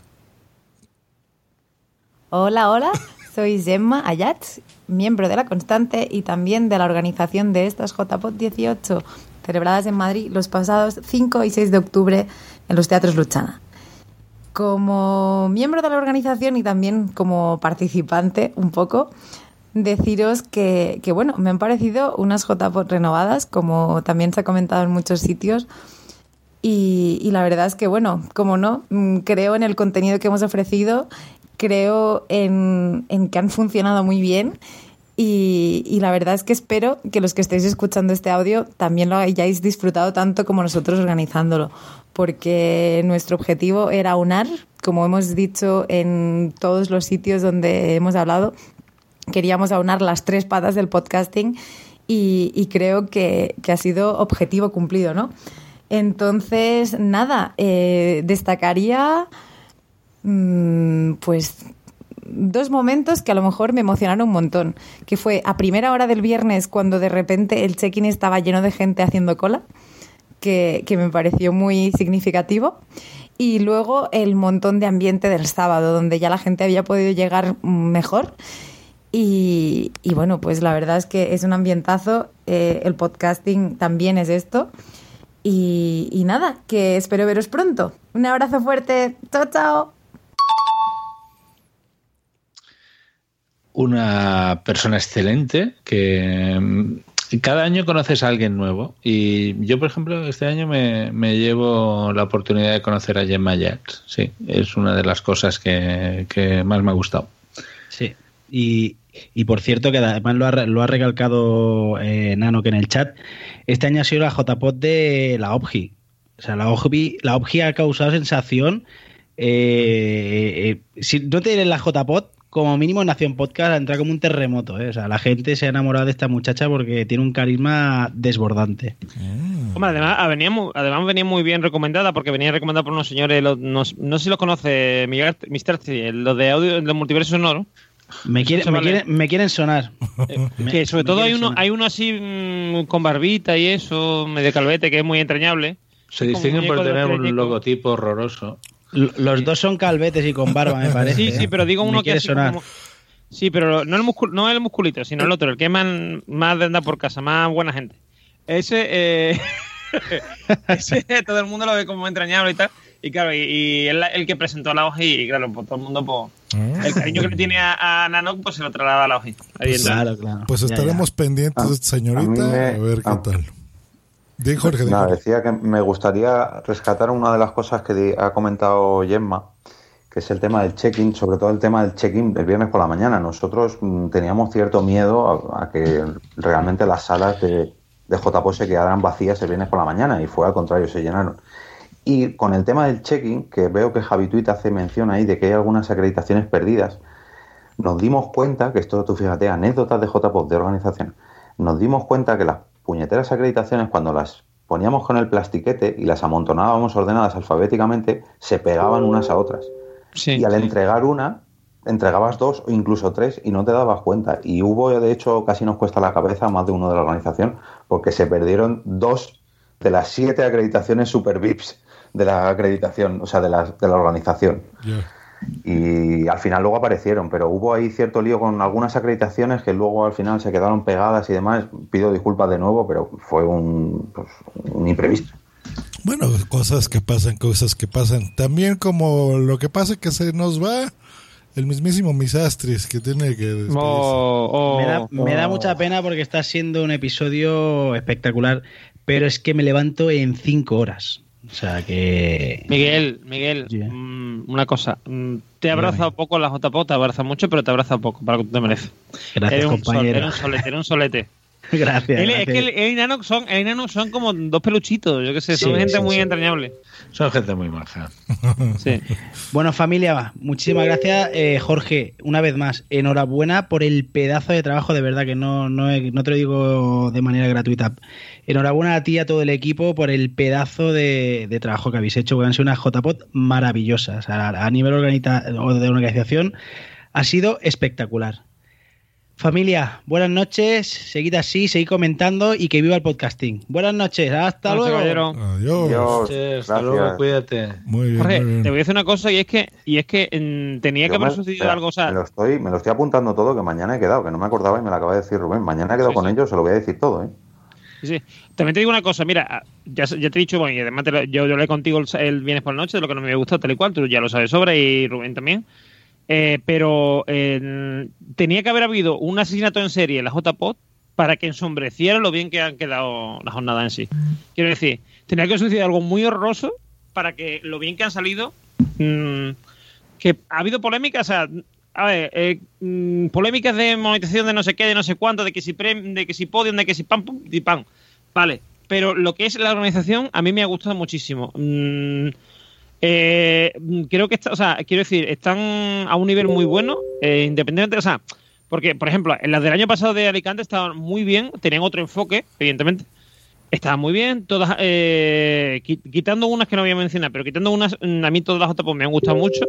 Hola, hola, soy Gemma Ayats, miembro de La Constante y también de la organización de estas J P O D dieciocho, celebradas en Madrid los pasados cinco y seis de octubre en los Teatros Luchana. Como miembro de la organización y también como participante un poco, deciros que, que bueno, me han parecido unas J P O D renovadas, como también se ha comentado en muchos sitios, y, y la verdad es que, bueno, como no, mm, creo en el contenido que hemos ofrecido, creo en, en que han funcionado muy bien, y, y la verdad es que espero que los que estéis escuchando este audio también lo hayáis disfrutado tanto como nosotros organizándolo, porque nuestro objetivo era aunar, como hemos dicho en todos los sitios donde hemos hablado, queríamos aunar las tres patas del podcasting y, y creo que, que ha sido objetivo cumplido, ¿no? Entonces, nada, eh, destacaría mmm, pues dos momentos que a lo mejor me emocionaron un montón, que fue a primera hora del viernes cuando de repente el check-in estaba lleno de gente haciendo cola, que, que me pareció muy significativo. Y luego el montón de ambiente del sábado, donde ya la gente había podido llegar mejor. Y, y bueno, pues la verdad es que es un ambientazo. Eh, el podcasting también es esto. Y, y nada, que espero veros pronto. Un abrazo fuerte. Chao, chao. Una persona excelente que mm, cada año conoces a alguien nuevo. Y yo, por ejemplo, este año me, me llevo la oportunidad de conocer a Gemma Yats. Sí, es una de las cosas que, que más me ha gustado. Sí, y, y por cierto, que además lo ha, lo ha recalcado eh, Nano que en el chat, este año ha sido la J P O D de la O B G I. O sea, la O B G I, la O B G I ha causado sensación. Eh, eh, si no te la J P O D, como mínimo en Nación Podcast ha entrado como un terremoto, ¿eh? O sea, la gente se ha enamorado de esta muchacha porque tiene un carisma desbordante. Hombre, además venía, muy, además venía muy bien recomendada porque venía recomendada por unos señores, los, no, no sé si los conoce, Miguel, mister T, los de audio del multiverso sonoro. Me, quiere, me, quieren, me quieren sonar. Eh, que sobre todo hay uno, sonar. hay uno así mmm, con barbita y eso, medio calvete, que es muy entrañable. Se distinguen por tener un logotipo horroroso. Los dos son calvetes y con barba, me parece. Sí, sí, pero digo uno me que así sonar. como... Sí, pero no el, muscul... no el musculito, sino el otro, el que es más, más de andar por casa, más buena gente. Ese, eh... Ese todo el mundo lo ve como entrañable y tal. Y claro, y, y el, el que presentó a la O G I, y claro, pues todo el mundo, pues, el cariño que le tiene a, a Nano, pues se lo traslada a la O G I. Pues, claro, claro. Pues estaremos ya, ya. pendientes de esta señorita, a, me... a ver qué ah. tal. Bien, Jorge, Nada, decía que me gustaría rescatar una de las cosas que ha comentado Gemma, que es el tema del check-in, sobre todo el tema del check-in el viernes por la mañana. Nosotros mmm, teníamos cierto miedo a, a que realmente las salas de, de J P O se quedaran vacías el viernes por la mañana, y fue al contrario, se llenaron. Y con el tema del check-in, que veo que Javi Tweet hace mención ahí de que hay algunas acreditaciones perdidas, nos dimos cuenta, que esto tú fíjate, anécdotas de J P O de organización, nos dimos cuenta que las puñeteras acreditaciones, cuando las poníamos con el plastiquete y las amontonábamos ordenadas alfabéticamente, se pegaban unas a otras. Sí, y al sí. entregar una, entregabas dos o incluso tres y no te dabas cuenta. Y hubo, de hecho, casi nos cuesta la cabeza más de uno de la organización, porque se perdieron dos de las siete acreditaciones super V I Ps de la acreditación, o sea, de la, de la organización. Yeah. Y al final luego aparecieron, pero hubo ahí cierto lío con algunas acreditaciones que luego al final se quedaron pegadas y demás. Pido disculpas de nuevo, pero fue un, pues, un imprevisto. Bueno, cosas que pasan, cosas que pasan. También como lo que pasa que se nos va el mismísimo Misastris, que tiene que... Oh, oh, me, da, oh. me da mucha pena porque está siendo un episodio espectacular, pero es que me levanto en cinco horas. O sea que... Miguel, Miguel, yeah. mmm, una cosa. Te ha abrazado yeah. poco la J P O, te abraza mucho, pero te abraza poco, para lo que tú te mereces. Gracias, eres un compañero. Sol, eres un solete, eres un solete. Gracias. El, gracias. Es que el, el Inano son, el Inano son como dos peluchitos, yo qué sé, son Sí, gente sí, muy sí. entrañable. Son gente muy maja. Sí. Bueno, familia, muchísimas gracias. Eh, Jorge, una vez más, enhorabuena por el pedazo de trabajo, de verdad, que no, no, no te lo digo de manera gratuita. Enhorabuena a ti y a todo el equipo por el pedazo de, de trabajo que habéis hecho, que han sido unas J P O D maravillosas. A, a nivel organiza, o de organización ha sido espectacular. Familia, buenas noches, seguid así, seguid comentando y que viva el podcasting. Buenas noches, hasta Buenas noches, luego. caballero. Adiós. Dios, Hasta luego, gracias. cuídate. Muy bien, Jorge, muy bien. te voy a decir una cosa y es que, y es que mm, tenía que Yo haber me- sucedido espera, algo, o sea, me lo estoy, me lo estoy apuntando todo, que mañana he quedado, que no me acordaba y me lo acaba de decir Rubén. Mañana he quedado Sí, con sí. ellos, se lo voy a decir todo, ¿eh? sí, sí. También te digo una cosa, mira, ya, ya te he dicho, bueno, y además te lo- yo, yo hablé contigo el, el viernes por la noche de lo que no me había gustado, tal y cual, tú ya lo sabes sobre y Rubén también. Eh, pero eh, tenía que haber habido un asesinato en serie en la J P O D para que ensombreciera lo bien que han quedado las jornadas en sí. Quiero decir, tenía que suceder algo muy horroroso para que lo bien que han salido, mmm, que ha habido polémicas, o sea, a ver, eh, mmm, polémicas de monetización de no sé qué, de no sé cuánto, de que si prem, de que si podium, de que si pam, pum, y pam. Vale, pero lo que es la organización a mí me ha gustado muchísimo. Mm, eh, creo que está, o sea, quiero decir, están a un nivel muy bueno, eh, independientemente, o sea, porque, por ejemplo, en las del año pasado de Alicante estaban muy bien, tenían otro enfoque, evidentemente. Estaban muy bien, todas, eh, quitando unas que no voy a mencionar, pero quitando unas, a mí todas las J P O D me han gustado mucho.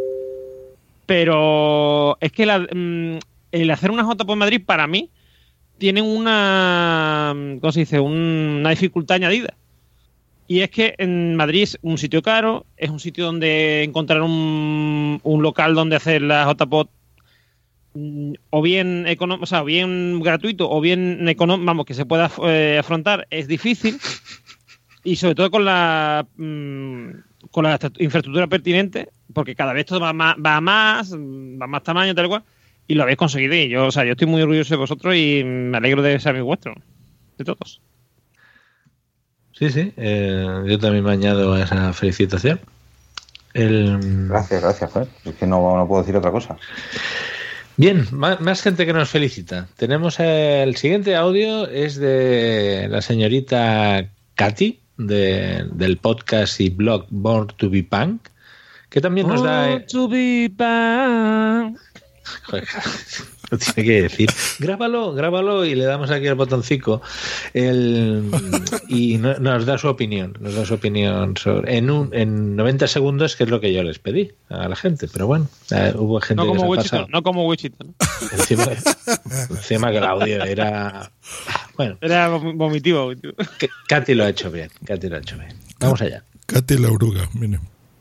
Pero es que la, mm, el hacer una J P O D en Madrid, para mí, tienen una, ¿cómo se dice? Un- una dificultad añadida. Y es que en Madrid es un sitio caro, es un sitio donde encontrar un, un local donde hacer la J P O D mm, o bien econo- o sea, o bien gratuito o bien económico, vamos, que se pueda eh, afrontar, es difícil. Y sobre todo con la mm, con la infraestructura pertinente, porque cada vez todo va más, va a más, va a más tamaño, tal cual, y lo habéis conseguido. Y yo, o sea, yo estoy muy orgulloso de vosotros y me alegro de ser amigo vuestro, de todos. Sí, sí, eh, yo también me añado a esa felicitación. El... Gracias, gracias, joder. Es que no, no puedo decir otra cosa. Bien, más, más gente que nos felicita. Tenemos el siguiente audio, es de la señorita Katy, de, del podcast y blog Born to be Punk, que también nos da... Born to be punk. Joder, lo tiene que decir. Grábalo, grábalo y le damos aquí el botoncito. El, y no, nos da su opinión. Nos da su opinión sobre, en, un, en noventa segundos, que es lo que yo les pedí a la gente. Pero bueno, eh, hubo gente No que como se ha Wichita, pasado. no como Wichita, ¿no? Encima, encima que el audio era... Bueno, Era vom- vomitivo. vomitivo. que Katy lo ha hecho bien. Katy lo ha hecho bien. Vamos allá. Katy la oruga, miren.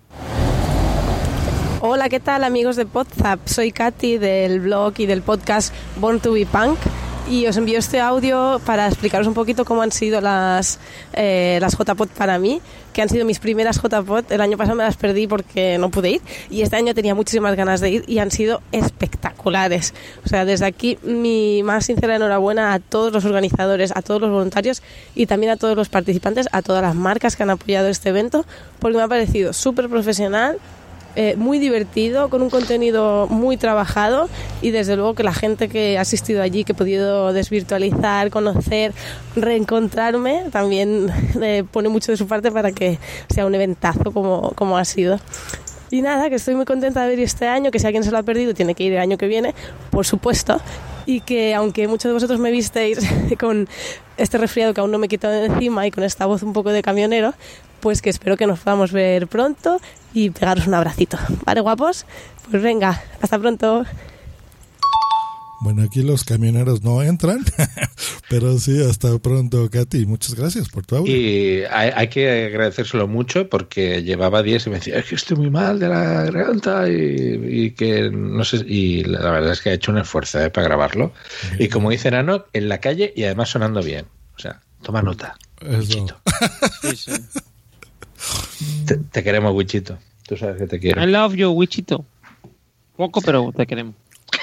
Hola, ¿qué tal amigos de Podzap? Soy Katy del blog y del podcast Born to be Punk y os envío este audio para explicaros un poquito cómo han sido las, eh, las J P O D para mí, que han sido mis primeras J P O D. El año pasado me las perdí porque no pude ir y este año tenía muchísimas ganas de ir y han sido espectaculares. O sea, desde aquí mi más sincera enhorabuena a todos los organizadores, a todos los voluntarios y también a todos los participantes, a todas las marcas que han apoyado este evento, porque me ha parecido súper profesional, Eh, muy divertido, con un contenido muy trabajado y desde luego que la gente que ha asistido allí, que he podido desvirtualizar, conocer, reencontrarme, también eh, pone mucho de su parte para que sea un eventazo como, como ha sido. Y nada, que estoy muy contenta de ver este año, que si alguien se lo ha perdido tiene que ir el año que viene, por supuesto, y que aunque muchos de vosotros me visteis con este resfriado que aún no me he quitado de encima y con esta voz un poco de camionero, pues que espero que nos podamos ver pronto y pegaros un abracito. ¿Vale, guapos? Pues venga, hasta pronto. Bueno, aquí los camioneros no entran, pero sí, hasta pronto, Katy. Muchas gracias por tu audio. Y hay, hay que agradecérselo mucho porque llevaba días y me decía, es que estoy muy mal de la garganta y, y que no sé, y la verdad es que ha hecho un esfuerzo eh, para grabarlo. Bien. Y como dice Nano, en la calle y además sonando bien. O sea, toma nota. Eso. Sí, sí. Te, te queremos, Wichito. Tú sabes que te quiero. I love you, Wichito. Poco, pero te queremos.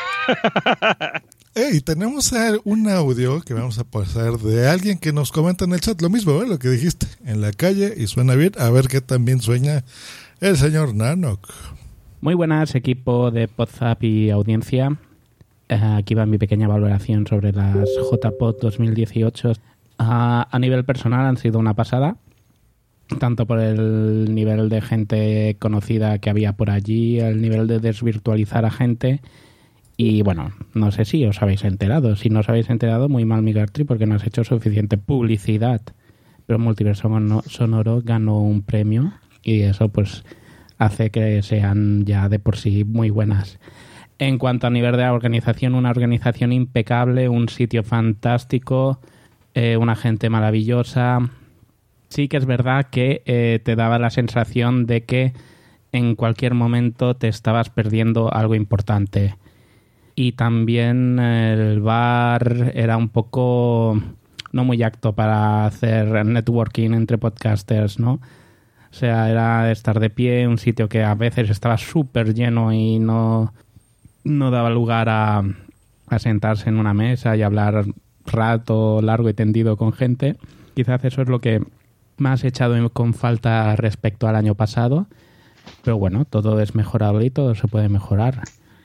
Hey, tenemos un audio que vamos a pasar de alguien que nos comenta en el chat lo mismo, ¿eh? Lo que dijiste, en la calle y suena bien, a ver qué también sueña el señor Nanok. Muy buenas, equipo de Podzap y audiencia. Eh, aquí va mi pequeña valoración sobre las J P O D dos mil dieciocho. A, a nivel personal han sido una pasada, tanto por el nivel de gente conocida que había por allí, el nivel de desvirtualizar a gente. Y bueno, no sé si os habéis enterado. Si no os habéis enterado, muy mal mi Gartry, porque no has hecho suficiente publicidad. Pero Multiverso Sonoro ganó un premio y eso pues hace que sean ya de por sí muy buenas. En cuanto a nivel de organización, una organización impecable, un sitio fantástico, eh, una gente maravillosa. Sí que es verdad que eh, te daba la sensación de que en cualquier momento te estabas perdiendo algo importante. Y también el bar era un poco no muy apto para hacer networking entre podcasters, ¿no? O sea, era estar de pie, un sitio que a veces estaba súper lleno y no... no daba lugar a, a sentarse en una mesa y hablar rato, largo y tendido con gente. Quizás eso es lo que más he echado con falta respecto al año pasado. Pero bueno, todo es mejorable y todo se puede mejorar.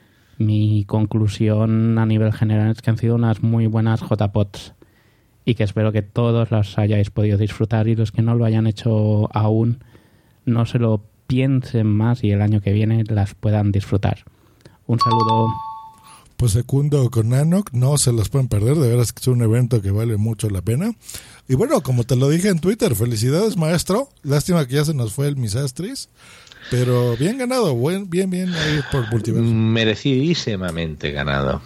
Mi conclusión a nivel general es que han sido unas muy buenas J P O Ds y que espero que todos las hayáis podido disfrutar, y los que no lo hayan hecho aún no se lo piensen más y el año que viene las puedan disfrutar. Un saludo. Pues secundo con Nanok, no se los pueden perder, de veras que es un evento que vale mucho la pena. Y bueno, como te lo dije en Twitter, felicidades maestro, lástima que ya se nos fue el Misastris, pero bien ganado, buen, bien, bien ahí por Multiverso. Merecidísimamente ganado.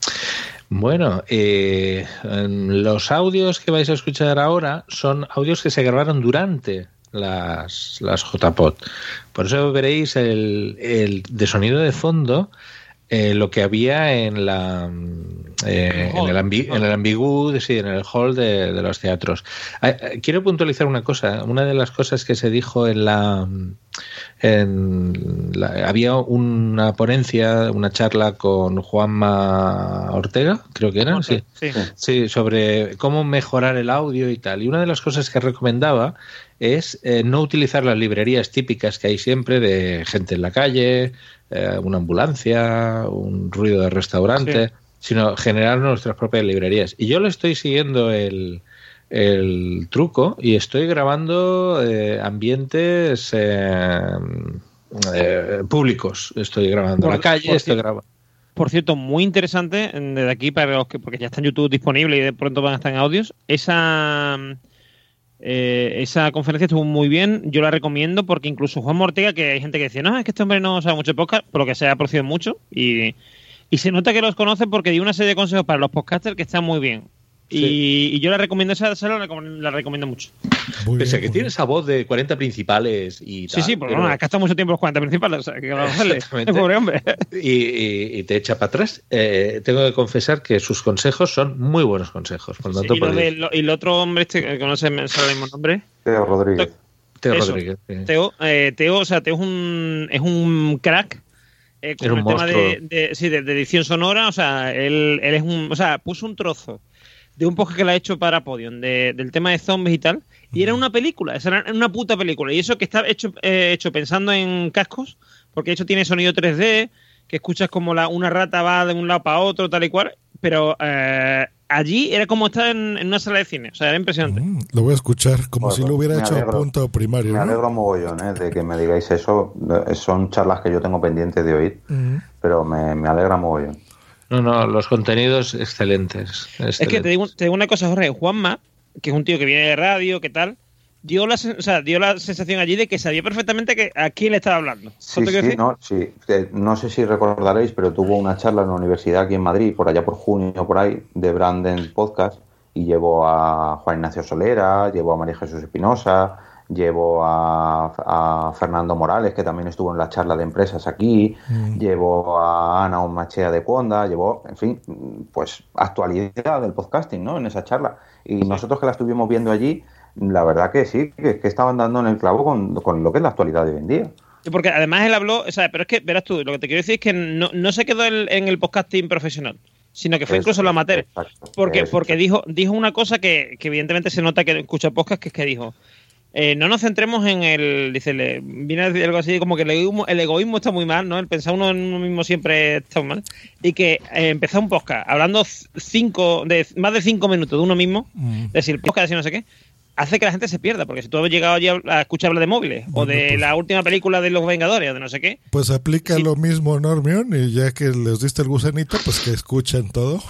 Bueno, eh, los audios que vais a escuchar ahora son audios que se grabaron durante las, las J P O D. Por eso veréis el, el de sonido de fondo, eh, lo que había en la eh, en el ambi, en el ambigú, sí, en el hall de, de los teatros. Eh, quiero puntualizar una cosa. Una de las cosas que se dijo en la, en la había una ponencia, una charla con Juanma Ortega, creo que era, sí, sí, sí, sobre cómo mejorar el audio y tal. Y una de las cosas que recomendaba es eh, no utilizar las librerías típicas que hay siempre de gente en la calle, eh, una ambulancia, un ruido de restaurante, sí, sino generar nuestras propias librerías. Y yo le estoy siguiendo el, el truco y estoy grabando eh, ambientes eh, eh, públicos. Estoy grabando por, la calle, estoy grabando. Por cierto, muy interesante, desde aquí, para los que, porque ya está en YouTube disponible y de pronto van a estar en audios, esa... Eh, esa conferencia estuvo muy bien, yo la recomiendo porque incluso Juan Ortega, que hay gente que dice, no, es que este hombre no sabe mucho de podcast, por lo que se ha producido mucho y, y se nota que los conoce porque dio una serie de consejos para los podcasters que están muy bien. Sí. Y, y yo la recomiendo, esa sala la, la recomiendo mucho. Muy Pese a que tiene esa voz de cuarenta principales y tal. Sí, sí, porque pero... bueno, has gastado mucho tiempo los cuarenta principales, o sea, que hacerle, el pobre hombre. Y, y, y te echa para atrás. Eh, tengo que confesar que sus consejos son muy buenos consejos. Por sí, tanto, y, lo de, lo, y el otro hombre, este, que no sé el mismo nombre. Teo Rodríguez. Teo Eso, Rodríguez. Sí. Teo, eh, Teo, o sea, Teo es un, es un crack. Eh, con un el monstruo. tema de, de, sí, de, de edición sonora, o sea, él, él es un, o sea, puso un trozo de un podcast que lo ha hecho para Podium, de, del tema de zombies y tal, y era una película, esa era una puta película, y eso que está hecho, eh, hecho pensando en cascos, porque de hecho tiene sonido tres D, que escuchas como la, una rata va de un lado para otro, tal y cual, pero eh, allí era como estar en, en una sala de cine, o sea, era impresionante. Mm, lo voy a escuchar como bueno, si lo hubiera hecho alegro, a punto primario. Me ¿no? alegro mogollón ¿eh? de que me digáis eso, son charlas que yo tengo pendientes de oír, mm. pero me, me alegra mogollón. No, no, los contenidos excelentes. excelentes. Es que te digo, te digo una cosa, Jorge. Juanma, que es un tío que viene de radio, ¿qué tal? Dio la, o sea, dio la sensación allí de que sabía perfectamente que a quién le estaba hablando. Sí, sí, no, sí. No sé si recordaréis, pero tuvo una charla en la universidad aquí en Madrid, por allá por junio, por ahí, de Branden Podcast, y llevó a Juan Ignacio Solera, llevó a María Jesús Espinosa, llevó a, a Fernando Morales, que también estuvo en la charla de empresas aquí, mm. llevó a Ana Machea de Cuonda, llevó, en fin, pues actualidad del podcasting, ¿no? En esa charla. Y sí. nosotros que la estuvimos viendo allí, la verdad que sí, que, que estaban dando en el clavo con, con lo que es la actualidad de hoy en día. Porque además él habló, o sea, pero es que, verás tú, lo que te quiero decir es que no, no se quedó el, en el podcasting profesional, sino que fue eso, incluso lo amateur. Exacto, porque, porque dijo, dijo una cosa que, que evidentemente se nota que escucha podcast, que es que dijo, Eh, no nos centremos en el... Dice, le, viene a decir algo así como que el egoísmo, el egoísmo está muy mal, ¿no? El pensar uno en uno mismo siempre está mal. Y que eh, empezar un podcast hablando cinco, de más de cinco minutos de uno mismo, mm. decir, podcast y no sé qué, hace que la gente se pierda. Porque si tú has llegado allí a escuchar hablar de móviles, bueno, o de pues, la última película de Los Vengadores, o de no sé qué... Pues aplica sí. lo mismo, Normion, y ya que les diste el gusanito, pues que escuchen todo.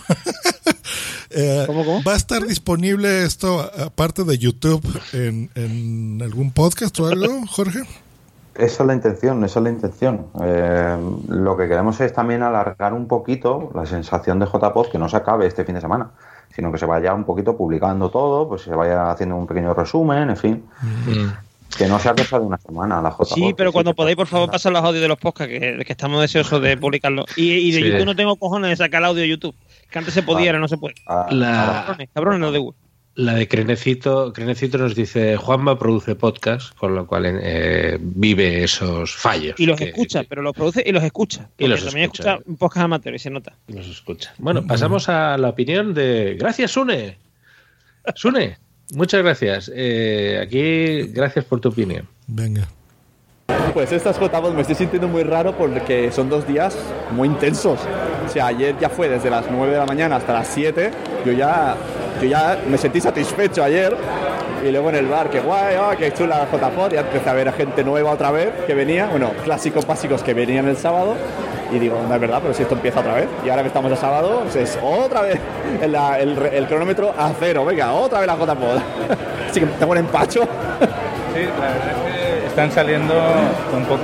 Eh, ¿Cómo, cómo? ¿Va a estar disponible esto, aparte de YouTube, en, en algún podcast o algo, Jorge? Esa es la intención, esa es la intención. Eh, lo que queremos es también alargar un poquito la sensación de J P O D, que no se acabe este fin de semana, sino que se vaya un poquito publicando todo, pues se vaya haciendo un pequeño resumen, en fin. Mm. Que no sea cosa de una semana la J P O D. Sí, pero cuando sí podáis, por favor, pasar los audios de los podcasts, que, que estamos deseosos de publicarlos. Y, y de sí. YouTube no tengo cojones de sacar el audio de YouTube. Que antes se podía, ahora no se puede. La, cabrones, cabrones los de Google. La de Crenecito, Crenecito nos dice, Juanma produce podcast, con lo cual eh, vive esos fallos. Y los que, escucha, que, pero los produce y los escucha. Y los también escucha. escucha un podcast amateur y se nota. Y los escucha. Bueno, pasamos a la opinión de... Gracias, Sune. Sune, muchas gracias. Eh, aquí, gracias por tu opinión. Venga. Pues estas J P O D me estoy sintiendo muy raro porque son dos días muy intensos. O sea, ayer ya fue desde las nueve de la mañana hasta las siete. Yo ya, yo ya me sentí satisfecho ayer. Y luego en el bar, qué guay, oh, qué chula la J P O D. Ya empecé a ver a gente nueva otra vez que venía. Bueno, clásicos básicos que venían el sábado. Y digo, no es verdad, pero si esto empieza otra vez. Y ahora que estamos a sábado, pues es otra vez el, el, el cronómetro a cero. Venga, otra vez la J P O D. Así que tengo un empacho. Sí, la verdad es que están saliendo un poco,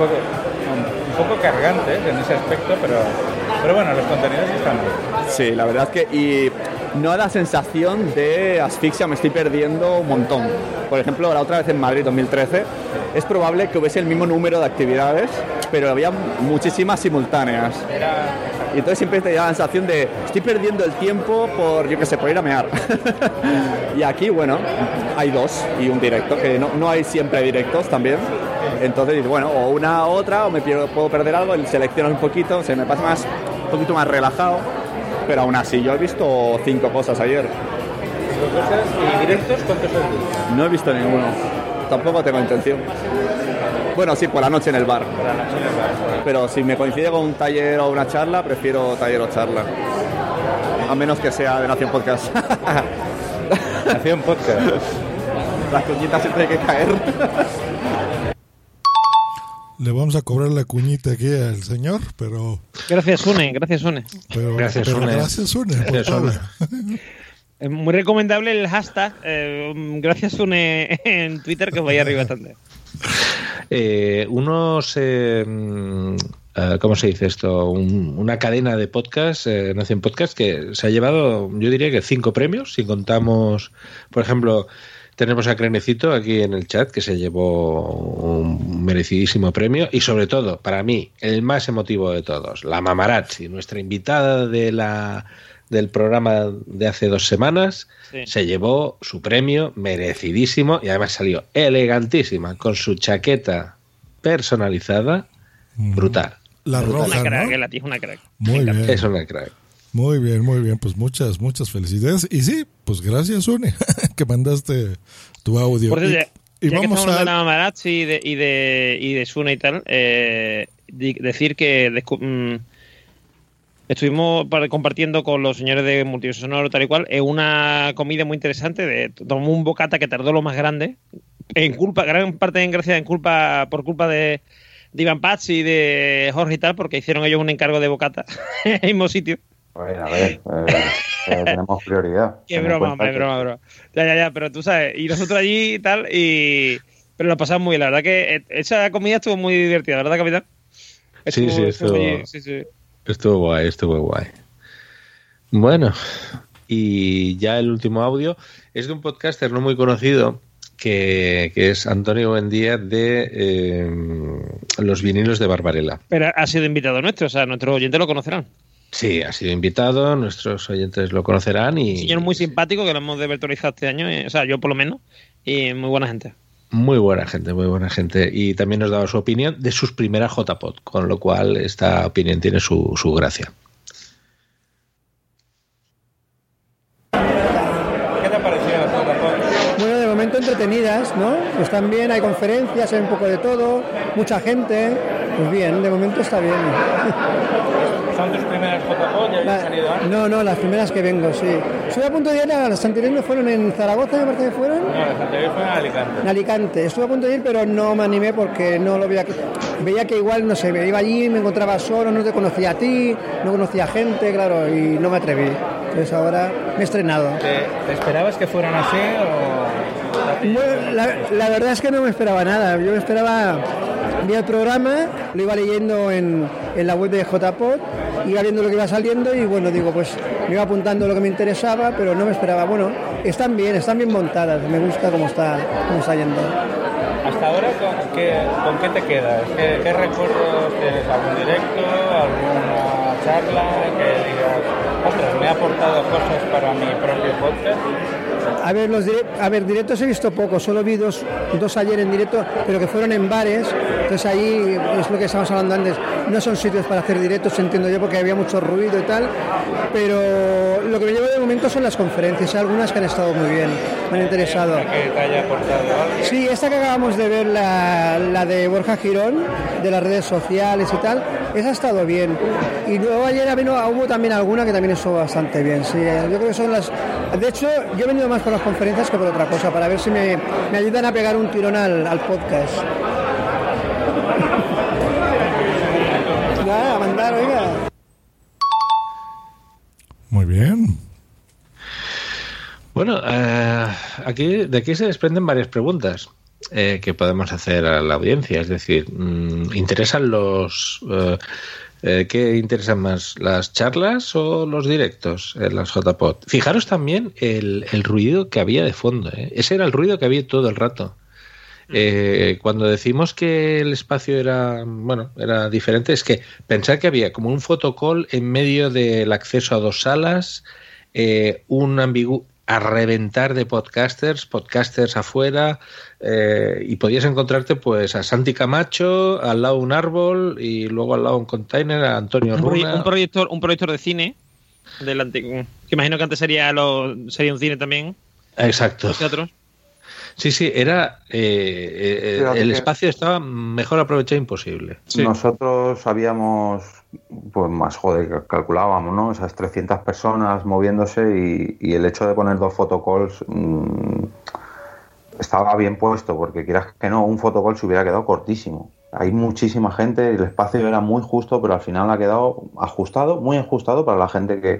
un poco cargantes en ese aspecto, pero, pero bueno, los contenidos están bien. Sí, la verdad es que y no da sensación de asfixia, me estoy perdiendo un montón. Por ejemplo, la otra vez en Madrid, dos mil trece, es probable que hubiese el mismo número de actividades, pero había muchísimas simultáneas. Y entonces siempre te da la sensación de estoy perdiendo el tiempo por, yo qué sé, por ir a mear. Y aquí, bueno, hay dos y un directo, que no, no hay siempre directos también. Entonces, bueno, o una u otra, o me pierdo, puedo perder algo, seleccionas un poquito, se me pasa más, un poquito más relajado. Pero aún así, yo he visto cinco cosas ayer. ¿Cinco cosas? ¿Y directos cuántos has visto? No he visto ninguno. Tampoco tengo intención. Bueno, sí, por la noche en el bar. Por la noche en el bar. Pero si me coincide con un taller o una charla, prefiero taller o charla. A menos que sea de Nación Podcast. Nación Podcast. Las cuñitas siempre hay que caer. Le vamos a cobrar la cuñita aquí al señor, pero... Gracias, Sune, gracias, Sune. Pero, gracias, pero Sune. Gracias, Sune. Gracias, Sune. Es muy recomendable el hashtag eh, gracias, Sune, en Twitter, que os vaya arriba bastante. Eh, unos... Eh, uh, ¿Cómo se dice esto? Un, una cadena de podcast, eh, Nación Podcast, que se ha llevado, yo diría que cinco premios, si contamos, por ejemplo... Tenemos a Crenecito aquí en el chat, que se llevó un merecidísimo premio. Y sobre todo, para mí, el más emotivo de todos, la Mamarazzi, nuestra invitada de la, del programa de hace dos semanas, sí. Se llevó su premio merecidísimo y además salió elegantísima, con su chaqueta personalizada, brutal. La brutal. roja, una crack, ¿no? La tía es una crack. Muy bien. Es una crack. Muy bien, muy bien. Pues muchas, muchas felicidades. Y sí, pues gracias, Sune, que mandaste tu audio. Por cierto, y, ya, y ya vamos que estamos a... de la Mamarazzi y de, y de, y de Sune y tal, eh, decir que descu- mmm, estuvimos compartiendo con los señores de Multiverso Sonoro tal y cual, es una comida muy interesante. De, tomamos un bocata que tardó lo más grande, en culpa, gran parte en gracia en culpa, por culpa de, de Iván Paz y de Jorge y tal, porque hicieron ellos un encargo de bocata en el mismo sitio. Bueno, a ver, eh, eh, tenemos prioridad. Qué broma, hombre, que... broma, broma. Ya, ya, ya, pero tú sabes, y nosotros allí y tal, y... Pero lo pasamos muy bien, la verdad que esa comida estuvo muy divertida, ¿verdad, capitán? Estuvo, sí, sí, estuvo, estuvo, sí, sí. estuvo guay, estuvo guay. Bueno, y ya el último audio es de un podcaster no muy conocido, que, que es Antonio Buendía de eh, Los Vinilos de Barbarella. Pero ha sido invitado nuestro, o sea, nuestros oyentes lo conocerán. Sí, ha sido invitado, nuestros oyentes lo conocerán y... Un señor muy simpático que lo hemos desvirtualizado este año, o sea, yo por lo menos, y muy buena gente. Muy buena gente, muy buena gente. Y también nos daba su opinión de sus primeras J P O D, con lo cual esta opinión tiene su, su gracia. ¿Qué te ha parecido la J P O D? Bueno, de momento entretenida. días, ¿no? Están bien, hay conferencias, hay un poco de todo, mucha gente. Pues bien, de momento está bien. ¿Son tus primeras J-Pod? ¿Ya habías salido antes? No, no, las primeras que vengo, sí. Estuve a punto de ir a las anteriores, fueron en Zaragoza, me parece que fueron. No, las anteriores fueron en Alicante. En Alicante. Estuve a punto de ir, pero no me animé porque no lo veía. Veía que igual, no sé, me iba allí, me encontraba solo, no te conocía a ti, no conocía gente, claro, y no me atreví. Entonces ahora me he estrenado. ¿Te, te esperabas que fueran así o...? Bueno, la, la verdad es que no me esperaba nada. Yo me esperaba... Vi el programa, lo iba leyendo en, en la web de J-Pod, iba viendo lo que iba saliendo y bueno, digo, pues me iba apuntando lo que me interesaba, pero no me esperaba. Bueno, están bien, están bien montadas, me gusta cómo está, cómo está yendo. ¿Hasta ahora con qué, con qué te quedas? ¿Qué, qué recuerdos tienes? ¿Algún directo? ¿Alguna charla que digas, ostras, me ha aportado cosas para mi propio podcast? A ver, los dire- a ver, directos he visto poco, solo vi dos, dos ayer en directo, pero que fueron en bares, entonces ahí es lo que estábamos hablando antes, no son sitios para hacer directos, entiendo yo, porque había mucho ruido y tal, pero lo que me llevo de momento son las conferencias, algunas que han estado muy bien, me han interesado. ¿Que te haya aportado algo? Sí, esta que acabamos de ver, la, la de Borja Girón, de las redes sociales y tal, esa ha estado bien. Y luego ayer vino, hubo también alguna que también estuvo bastante bien. Sí, yo creo que son las... De hecho, yo he venido más por las conferencias que por otra cosa, para ver si me, me ayudan a pegar un tirón al, al podcast. Nada, a mandar, oiga. Muy bien. Bueno, eh, aquí de aquí se desprenden varias preguntas eh, que podemos hacer a la audiencia. Es decir, mmm, ¿interesan los... Eh, eh, ¿qué interesan más? ¿Las charlas o los directos en las J-Pod? Fijaros también el, el ruido que había de fondo. ¿eh? Ese era el ruido que había todo el rato. Eh, cuando decimos que el espacio era, bueno, era diferente, es que pensar que había como un fotocall en medio del acceso a dos salas, eh, un ambigu a reventar de podcasters, podcasters afuera, eh, y podías encontrarte pues a Santi Camacho, al lado un árbol y luego al lado un container, a Antonio un, Runa. un proyector, un proyector de cine, del antiguo, que imagino que antes sería lo, sería un cine también. Exacto. Los teatros. Sí, sí, era eh, eh, el espacio estaba mejor aprovechado imposible. Sí. Nosotros habíamos, pues más, joder, calculábamos, ¿no? Esas trescientas personas moviéndose y, y el hecho de poner dos photocalls mmm, estaba bien puesto, porque quieras que no, un photocall se hubiera quedado cortísimo. Hay muchísima gente, el espacio era muy justo, pero al final ha quedado ajustado, muy ajustado para la gente que,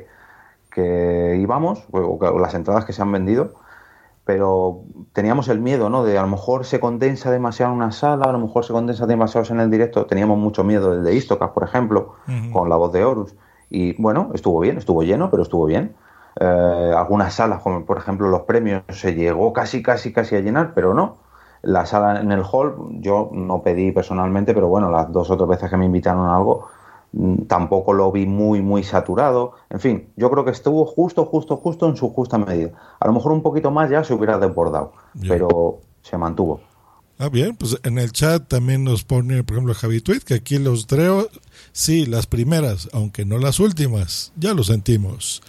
que íbamos, o, o las entradas que se han vendido. Pero teníamos el miedo, ¿no? De a lo mejor se condensa demasiado en una sala, a lo mejor se condensa demasiado en el directo. Teníamos mucho miedo del de Istocast, por ejemplo, uh-huh. con la voz de Horus. Y bueno, estuvo bien, estuvo lleno, pero estuvo bien. Eh, algunas salas, como por ejemplo los premios, se llegó casi, casi, casi a llenar, pero no. La sala en el hall, yo no pedí personalmente, pero bueno, las dos o tres veces que me invitaron a algo, tampoco lo vi muy, muy saturado. En fin, yo creo que estuvo justo, justo, justo en su justa medida. A lo mejor un poquito más ya se hubiera desbordado, bien. Pero se mantuvo. Ah, bien, pues en el chat también nos pone, por ejemplo, Javi Tweet, que aquí los Dreo, sí, las primeras, aunque no las últimas, ya lo sentimos.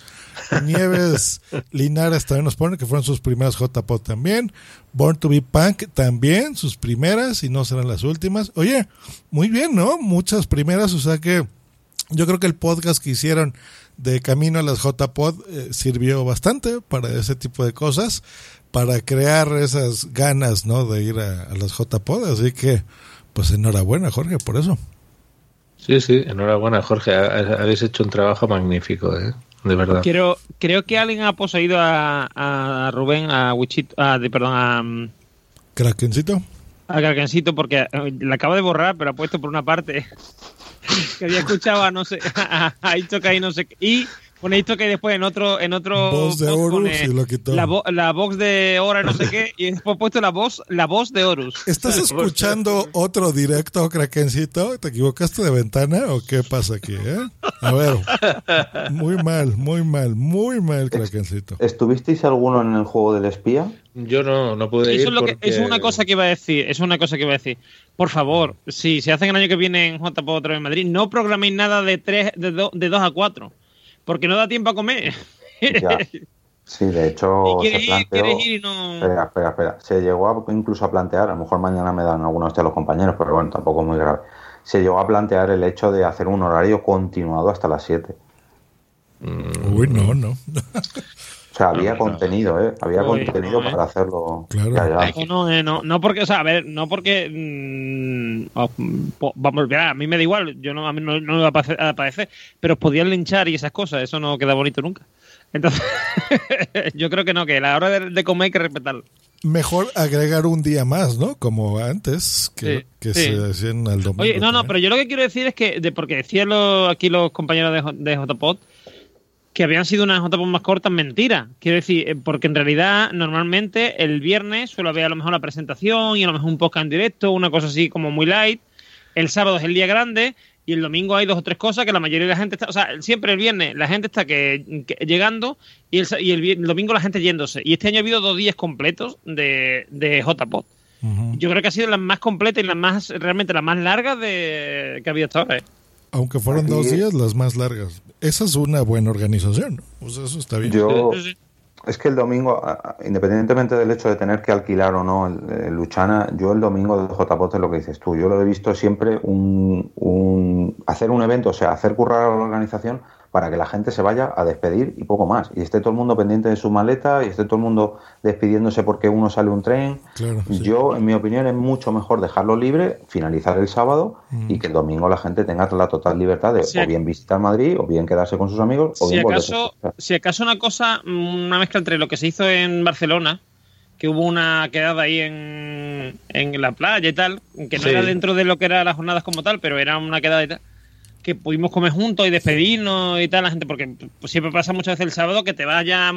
Nieves Linares también nos pone que fueron sus primeras J-Pod también. Born to be Punk también, sus primeras y no serán las últimas. Oye, muy bien, ¿no? Muchas primeras, o sea que yo creo que el podcast que hicieron de Camino a las J-Pod eh, sirvió bastante para ese tipo de cosas, para crear esas ganas, ¿no? De ir a, a las J-Pod, así que pues enhorabuena, Jorge, por eso. Sí, sí, enhorabuena, Jorge, habéis hecho un trabajo magnífico, ¿eh? De verdad. Quiero, creo que alguien ha poseído a, a Rubén, a Wichito, a, de, perdón, a... ¿Krakencito? A Krakencito, porque la acabo de borrar, pero ha puesto por una parte que había escuchado a no sé, a, a Istokai y no sé qué, y pone Istokai y después en otro, en otro voz de Horus y lo quitó. La, vo, la voz de Hora no sé qué, y después puesto la voz, la voz de Horus. ¿Estás escuchando otro directo, Krakencito? ¿Te equivocaste de ventana o qué pasa aquí, eh? A ver, muy mal, muy mal, muy mal, Krakencito. ¿Estuvisteis alguno en el juego del espía? Yo no, no pude eso ir es lo porque... que, eso es una cosa que iba a decir, es una cosa que iba a decir. Por favor, si se hacen el año que viene en J-Pod otra vez en Madrid, no programéis nada de tres, de, do, de dos a cuatro, porque no da tiempo a comer. Ya. Sí, de hecho se ir, planteó... ir y no... Espera, espera, espera. Se llegó a, incluso a plantear, a lo mejor mañana me dan algunos de los compañeros, pero bueno, tampoco es muy grave. Se llegó a plantear el hecho de hacer un horario continuado hasta las siete. Uy, no, no. O sea, había no, contenido, ¿eh? Había Uy, contenido no, ¿eh? para hacerlo. Claro. Ya, ya. No, eh, no, no porque, o sea, a ver, no porque... Mmm, oh, po, vamos, mira, a mí me da igual, yo no, a mí no, no me va a parecer, pero os podían linchar y esas cosas, eso no queda bonito nunca. Entonces, yo creo que no, que a la hora de, de comer hay que respetarlo. Mejor agregar un día más, ¿no? Como antes, que, Sí, que sí. se hacían al domingo. Oye, no, no, también. pero yo lo que quiero decir es que, de, porque decían lo- aquí los compañeros de, J- de J P O D, que habían sido unas J P O D más cortas, mentira. Quiero decir, eh, porque en realidad, normalmente, el viernes suele haber a lo mejor la presentación y a lo mejor un podcast en directo, una cosa así como muy light. El sábado es el día grande y el domingo hay dos o tres cosas que la mayoría de la gente está... O sea, siempre el viernes la gente está que, que llegando y, el, sa- y el, vier- el domingo la gente yéndose. Y este año ha habido dos días completos de, de J P O D. Ujú. Yo creo que ha sido las más completas y las más, realmente las más largas de, que ha habido hasta ahora. ¿eh? Aunque fueron Aquí- dos días, las más largas. Esa es una buena organización, ¿no? O sea, eso está bien. Yo, Sí, sí. es que el domingo, a- a- independientemente del hecho de tener que alquilar o no el, el Luchana, yo el domingo de J P O T es lo que dices tú. Yo lo he visto siempre un, un hacer un evento, o sea, hacer currar a la organización para que la gente se vaya a despedir y poco más. Y esté todo el mundo pendiente de su maleta y esté todo el mundo despidiéndose porque uno sale un tren. Claro, sí. Yo, en mi opinión, es mucho mejor dejarlo libre, finalizar el sábado Mm. y que el domingo la gente tenga la total libertad de Si o ac- bien visitar Madrid o bien quedarse con sus amigos o Si bien volverse a acaso, su casa. si acaso una cosa, una mezcla entre lo que se hizo en Barcelona, que hubo una quedada ahí en, en la playa y tal, que no Sí. era dentro de lo que eran las jornadas como tal, pero era una quedada y tal, que pudimos comer juntos y despedirnos y tal, la gente, porque pues, siempre pasa muchas veces el sábado que te vas ya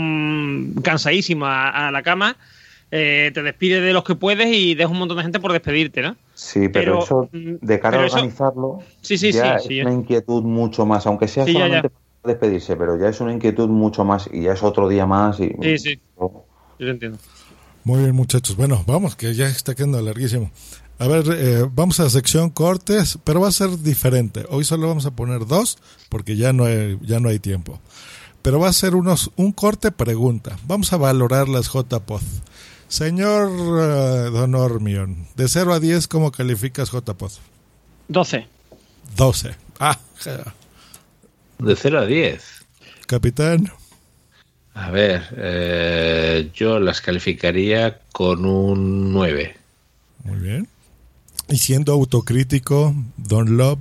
mm, cansadísimo a, a la cama, eh, te despides de los que puedes y dejas un montón de gente por despedirte, ¿no? Sí, pero, Pero, eso, mm, de cara pero a eso- organizarlo, Sí, sí, ya sí, sí, es una inquietud mucho más, aunque sea Sí, ya, solamente ya. para despedirse, pero ya es una inquietud mucho más y ya es otro día más. Y, Sí, sí. Yo lo entiendo. Muy bien, muchachos. Bueno, vamos, que ya está quedando larguísimo. A ver, eh, vamos a la sección cortes, pero va a ser diferente. Hoy solo vamos a poner dos, porque ya no hay, ya no hay tiempo. Pero va a ser unos un corte pregunta. Vamos a valorar las J P O D. Señor eh, Don Ormion, de cero a diez, ¿cómo calificas J P O D? doce. doce. Ah, ja. De cero a diez. Capitán. A ver, eh, yo las calificaría con un nueve. Muy bien. Y siendo autocrítico, Don Lob,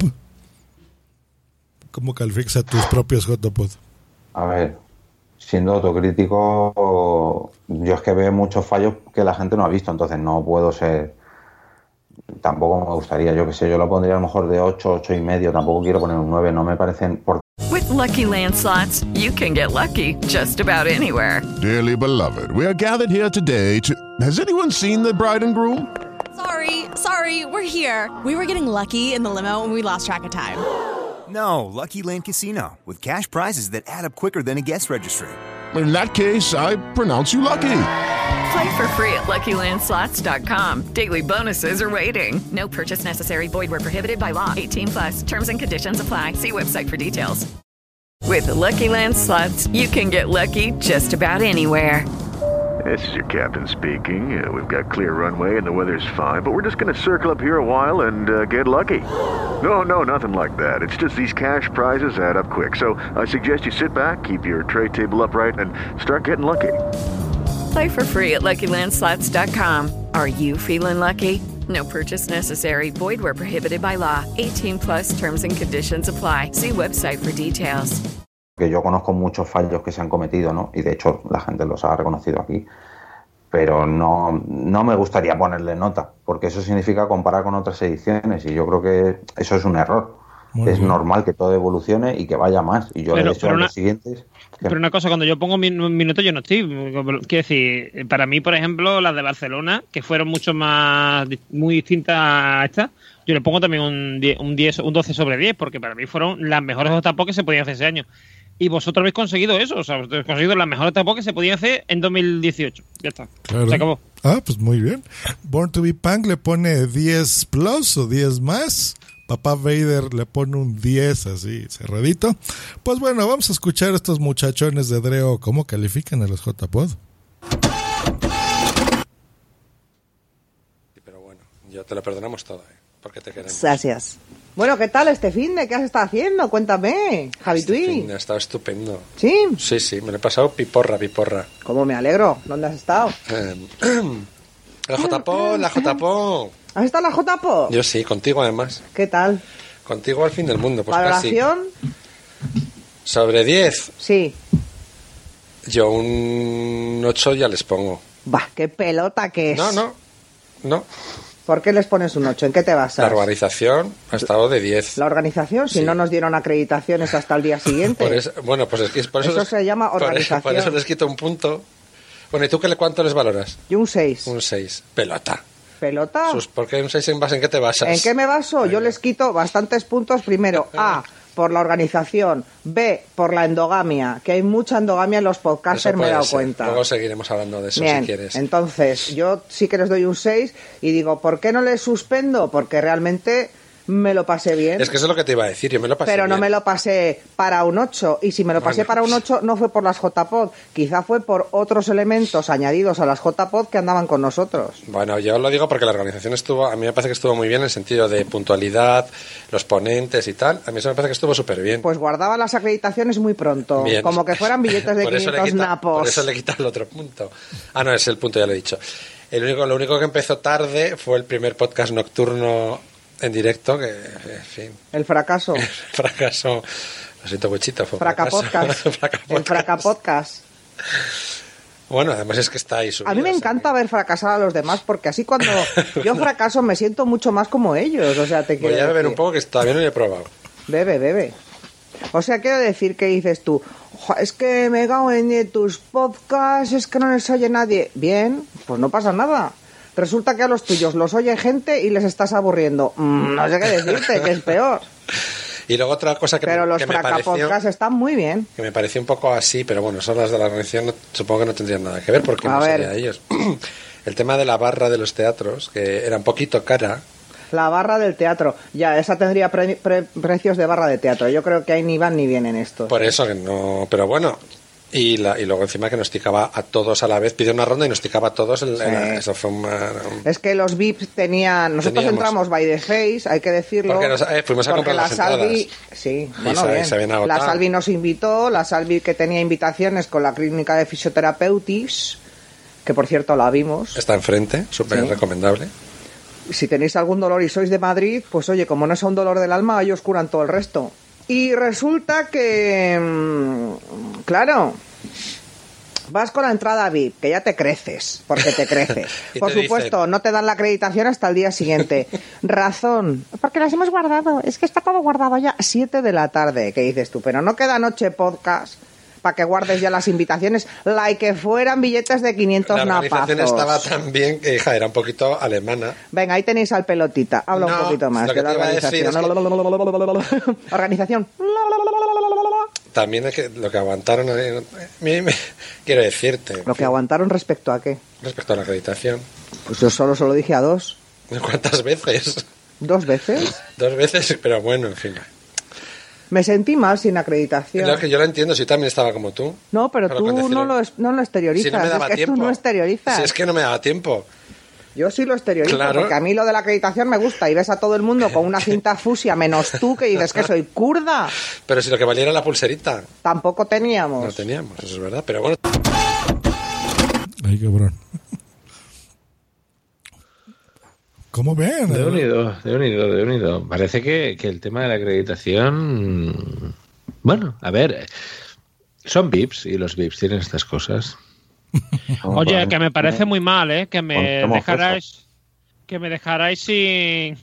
¿cómo calificas a tus propios J P O D? A ver, siendo autocrítico, yo es que veo muchos fallos que la gente no ha visto, entonces no puedo ser... Tampoco me gustaría, yo que sé, yo lo pondría a lo mejor de ocho, ocho y medio, tampoco quiero poner un nueve, no me parecen... Por... With Lucky Land Slots, you can get lucky just about anywhere. Dearly beloved, we are gathered here today to... Has anyone seen the bride and groom? Sorry, sorry, we're here. We were getting lucky in the limo and we lost track of time. No, Lucky Land Casino, with cash prizes that add up quicker than a guest registry. In that case, I pronounce you lucky. Play for free at Lucky Land Slots dot com. Daily bonuses are waiting. No purchase necessary. Void where prohibited by law. eighteen plus. Terms and conditions apply. See website for details. With Lucky Land Slots, you can get lucky just about anywhere. This is your captain speaking. Uh, we've got clear runway and the weather's fine, but we're just going to circle up here a while and uh, get lucky. No, no, nothing like that. It's just these cash prizes add up quick. So I suggest you sit back, keep your tray table upright, and start getting lucky. Play for free at Lucky Land Slots dot com. Are you feeling lucky? No purchase necessary. Void where prohibited by law. eighteen plus terms and conditions apply. See website for details. Que yo conozco muchos fallos que se han cometido, ¿no? Y de hecho la gente los ha reconocido aquí. Pero no, no me gustaría ponerle nota, porque eso significa comparar con otras ediciones y yo creo que eso es un error. Muy es bien. normal que todo evolucione y que vaya más. Y yo Pero- le he hecho pero en una- los siguientes. Pero una cosa, cuando yo pongo mi minuto yo no estoy. Quiero decir, para mí, por ejemplo, las de Barcelona, que fueron mucho más, di- muy distintas a estas, yo le pongo también un diez, un diez, un doce sobre diez, porque para mí fueron las mejores J P O que se podían hacer ese año. Y vosotros habéis conseguido eso, o sea, vosotros habéis conseguido las mejores J P O que se podían hacer en dos mil dieciocho. Ya está. Claro. Se acabó. Ah, pues muy bien. Born to be Punk le pone diez plus o diez más Papá Vader le pone un diez así, cerradito. Pues bueno, vamos a escuchar a estos muchachones de Dreo cómo califican a los J-Pod. Pero bueno, ya te lo perdonamos todo, ¿eh? Porque te queremos. Gracias. Bueno, ¿qué tal este fin de? ¿Qué has estado haciendo? Cuéntame, Javi Este Twin. fin ha estado estupendo. ¿Sí? Sí, sí, me lo he pasado piporra, piporra. ¿Cómo me alegro? ¿Dónde has estado? Eh, la J-Pod, la J-Pod. ¿Has estado en la J-Pod? Yo sí, contigo además. ¿Qué tal? Contigo al fin del mundo, pues casi. ¿Valoración? Sobre diez. Sí. Yo un ocho ya les pongo. Bah, qué pelota que es. No, no, no. ¿Por qué les pones un ocho? ¿En qué te basas? La organización ha estado de diez. La organización, si Sí. no nos dieron acreditaciones hasta el día siguiente. Por eso, bueno, pues es que por eso, Eso les- se llama por- organización. Por, eso les quito un punto. Bueno, ¿y tú qué, le- cuánto les valoras? Yo un seis. Un seis. Pelota. ¿Pelota? Sus- ¿Por qué un seis en base? ¿En qué te basas? ¿En qué me baso? Yo les quito bastantes puntos. Primero, A, por la organización. B, por la endogamia. Que hay mucha endogamia en los Eso podcasters, me he puede dado ser. cuenta. Luego seguiremos hablando de eso Bien, si quieres. entonces yo sí que les doy un seis y digo, ¿por qué no les suspendo? Porque realmente me lo pasé bien. Es que eso es lo que te iba a decir. Yo me lo pasé Pero no bien. me lo pasé para un ocho. Y si me lo pasé Bueno, para un ocho, no fue por las J-Pod. Quizá fue por otros elementos añadidos a las J-Pod que andaban con nosotros. Bueno, yo lo digo porque la organización estuvo, a mí me parece que estuvo muy bien en el sentido de puntualidad, los ponentes y tal. A mí eso me parece que estuvo súper bien. Pues guardaba las acreditaciones muy pronto. Bien. Como que fueran billetes de Por eso le quinientos quita- napos. Por eso le quita el otro punto. Ah, no, es el punto, ya lo he dicho. El único, lo único que empezó tarde fue el primer podcast nocturno en directo, que, en fin, El fracaso. fracaso. Lo siento, Buchito, fue un Fraca fracaso. podcast. Fraca El fraca podcast. Bueno, además es que está ahí subido. A mí me encanta ver fracasar a los demás porque así cuando yo fracaso me siento mucho más como ellos. O sea, te Voy quiero a beber decir. un poco que todavía no lo he probado. Bebe, bebe. O sea, quiero decir que dices tú, "Jo, es que me cago en tus podcasts, es que no les oye nadie". Bien, pues no pasa nada. Resulta que a los tuyos los oye gente y les estás aburriendo. Mm, no sé qué decirte, que es peor. Y luego otra cosa que, Pero me, los que me fraca pareció... podcasts están muy bien. que me pareció un poco así, pero bueno, son las de la organización, no- supongo que no tendrían nada que ver porque A no ver. sería ellos. El tema de la barra de los teatros, que era un poquito cara, La barra del teatro. Ya, esa tendría pre- pre- precios de barra de teatro. Yo creo que ahí ni van ni vienen estos. por eso que no, pero bueno, y, la, y luego encima que nos ticaba a todos a la vez, pide una ronda y nos ticaba a todos, el- Sí. el- eso fue una... Es que los V I Ps tenían... Nosotros Teníamos. entramos by the face, hay que decirlo. Porque nos- eh, fuimos a porque comprar la las entradas. Salvi, sí, Y bueno, se- bien. se habían agotado. La Salvi nos invitó, la Salvi que tenía invitaciones con la clínica de fisioterapeutis, que por cierto la vimos. Está enfrente, súper Sí. recomendable. Si tenéis algún dolor y sois de Madrid, pues oye, como no es un dolor del alma, ellos curan todo el resto. Y resulta que... mm, claro... Vas con la entrada V I P, que ya te creces, porque te creces. Y Por te supuesto, no te dan la acreditación hasta el día siguiente. Razón, porque las hemos guardado, es que está todo guardado ya. Siete de la tarde, ¿qué dices tú? Pero no queda noche podcast para que guardes ya las invitaciones, like que fueran billetes de quinientos La organización napazos. estaba tan bien que, hija, era un poquito alemana. Venga, ahí tenéis al pelotita. Habla un No, poquito más lo de que la te iba a decir organización. es Organización. También es que lo que aguantaron, eh, mi- mi- quiero decirte, Lo que aguantaron respecto a qué. respecto a la acreditación. Pues yo solo se lo dije a dos. ¿Cuántas veces? ¿Dos veces? Dos veces, pero bueno, en fin. Me sentí mal sin acreditación. Lo que yo lo entiendo, si también estaba como tú. No, pero Solo con tú decirlo. no lo, es- no lo exteriorizas. Si no me daba es que tiempo. tú no exteriorizas. Si es que no me daba tiempo. Yo sí lo exteriorizo, Claro. porque a mí lo de la acreditación me gusta y ves a todo el mundo con una cinta fusia, menos tú que dices que soy kurda. Pero si lo que valiera la pulserita, Tampoco teníamos. no teníamos, eso es verdad. Pero bueno, Ay, cabrón. ¿Cómo ven? De unido, de unido, de unido. Parece que, que el tema de la acreditación. Bueno, a ver. Son V I Ps y los V I Ps tienen estas cosas. Oye, que me parece muy mal, ¿eh? Que me Contemos dejarais, que me dejarais sin,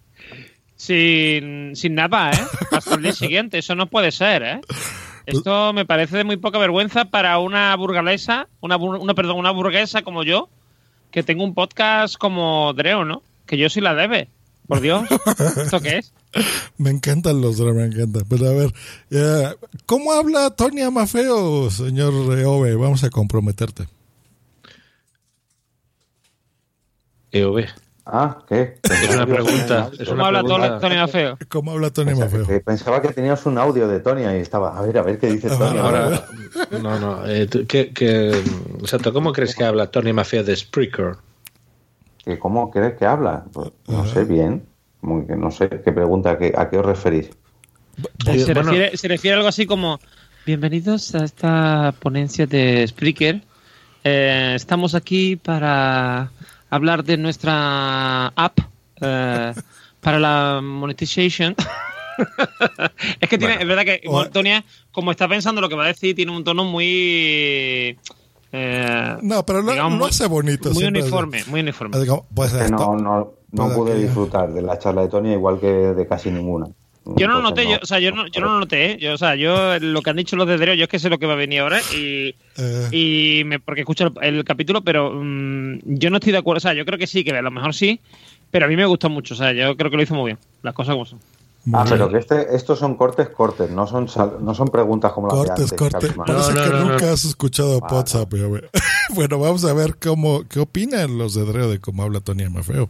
sin, sin nada, ¿eh? Hasta el día siguiente. Eso no puede ser, ¿eh? Esto me parece de muy poca vergüenza para una burgalesa, una, bur- una perdón, una burguesa como yo, que tengo un podcast como Dreo, ¿no? Que yo sí la debe. Por Dios, ¿esto qué es? Me encantan los Dreo, me encantan. Pero a ver, eh, ¿cómo habla Tony Amafeo, señor Ove? Vamos a comprometerte. E O B. Ah, ¿qué? Es una pregunta. Es ¿Cómo una habla pregunta. Tony Mafeo? ¿Cómo habla Tony Pensaba Mafeo? que, pensaba que tenías un audio de Tony y estaba, a ver, a ver qué dice Tony. Ahora, no, no. Eh, tú- ¿qué, qué, Santo, ¿cómo crees que habla Tony Mafeo de Spreaker? ¿Que ¿Cómo crees que habla? Pues, no sé, bien. Como que no sé qué pregunta, a qué, a qué os referís. Se, Bueno. refiere, se refiere a algo así como: bienvenidos a esta ponencia de Spreaker. Eh, estamos aquí para hablar de nuestra app eh, para la monetization. Es que tiene, Bueno, es verdad que o- Antonia, como está pensando lo que va a decir, tiene un tono muy eh, No, pero lo, digamos, lo hace bonito. muy siempre. uniforme, muy uniforme. Así como, pues Es que esto- no, no, no pues pude aquí- disfrutar de la charla de Tony igual que de casi ninguna. Yo no lo Entonces, noté, yo, o sea, yo no, yo no lo noté, ¿eh? Yo, o sea, yo lo que han dicho los de Dreo, yo es que sé lo que va a venir ahora y, Eh. y me, porque escucho el, el capítulo, pero mm, yo no estoy de acuerdo, o sea, yo creo que sí, que a lo mejor sí, pero a mí me gustó mucho, o sea, yo creo que lo hizo muy bien, las cosas como son. Ah, pero que este, estos son cortes, cortes, no son sal- no son preguntas como las Cortes, de antes. cortes. Calma. Parece No, no, que no, nunca no. has escuchado Ah, WhatsApp. ya ve. Bueno, vamos a ver cómo qué opinan los de Dreo de cómo habla Tony Mafeo.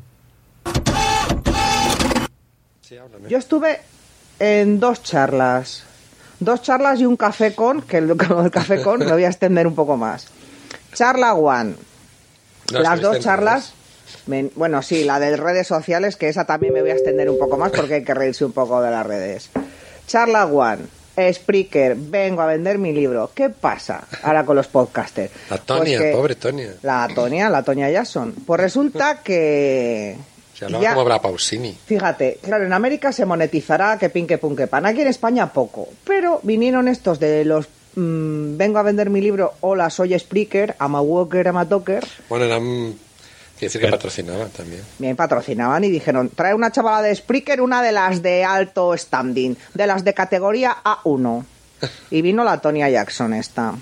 Sí, háblame. Yo estuve en dos charlas. Dos charlas y un café con, que el, con el café con me voy a extender un poco más. Charla one. No, Las estuviste dos en charlas, me- bueno, sí, la de redes sociales, que esa también me voy a extender un poco más porque hay que reírse un poco de las redes. Charla one. Spreaker, vengo a vender mi libro. ¿Qué pasa ahora con los podcasters? La Tonia, Pues que- pobre Tonia. La Tonia, la Tonia Jackson. Pues resulta que... Se hablaba ya- como habla Pausini. Fíjate, claro, en América se monetizará que pin que pun que pan. Aquí en España poco. Pero vinieron estos de los mm, vengo a vender mi libro, hola, soy Spreaker, I'm a walker, I'm a talker. Bueno, eran. Quiere decir que patrocinaban también. Bien, patrocinaban y dijeron, trae una chavala de Spreaker, una de las de alto standing, de las de categoría A uno. Y vino la Tonya Jackson esta.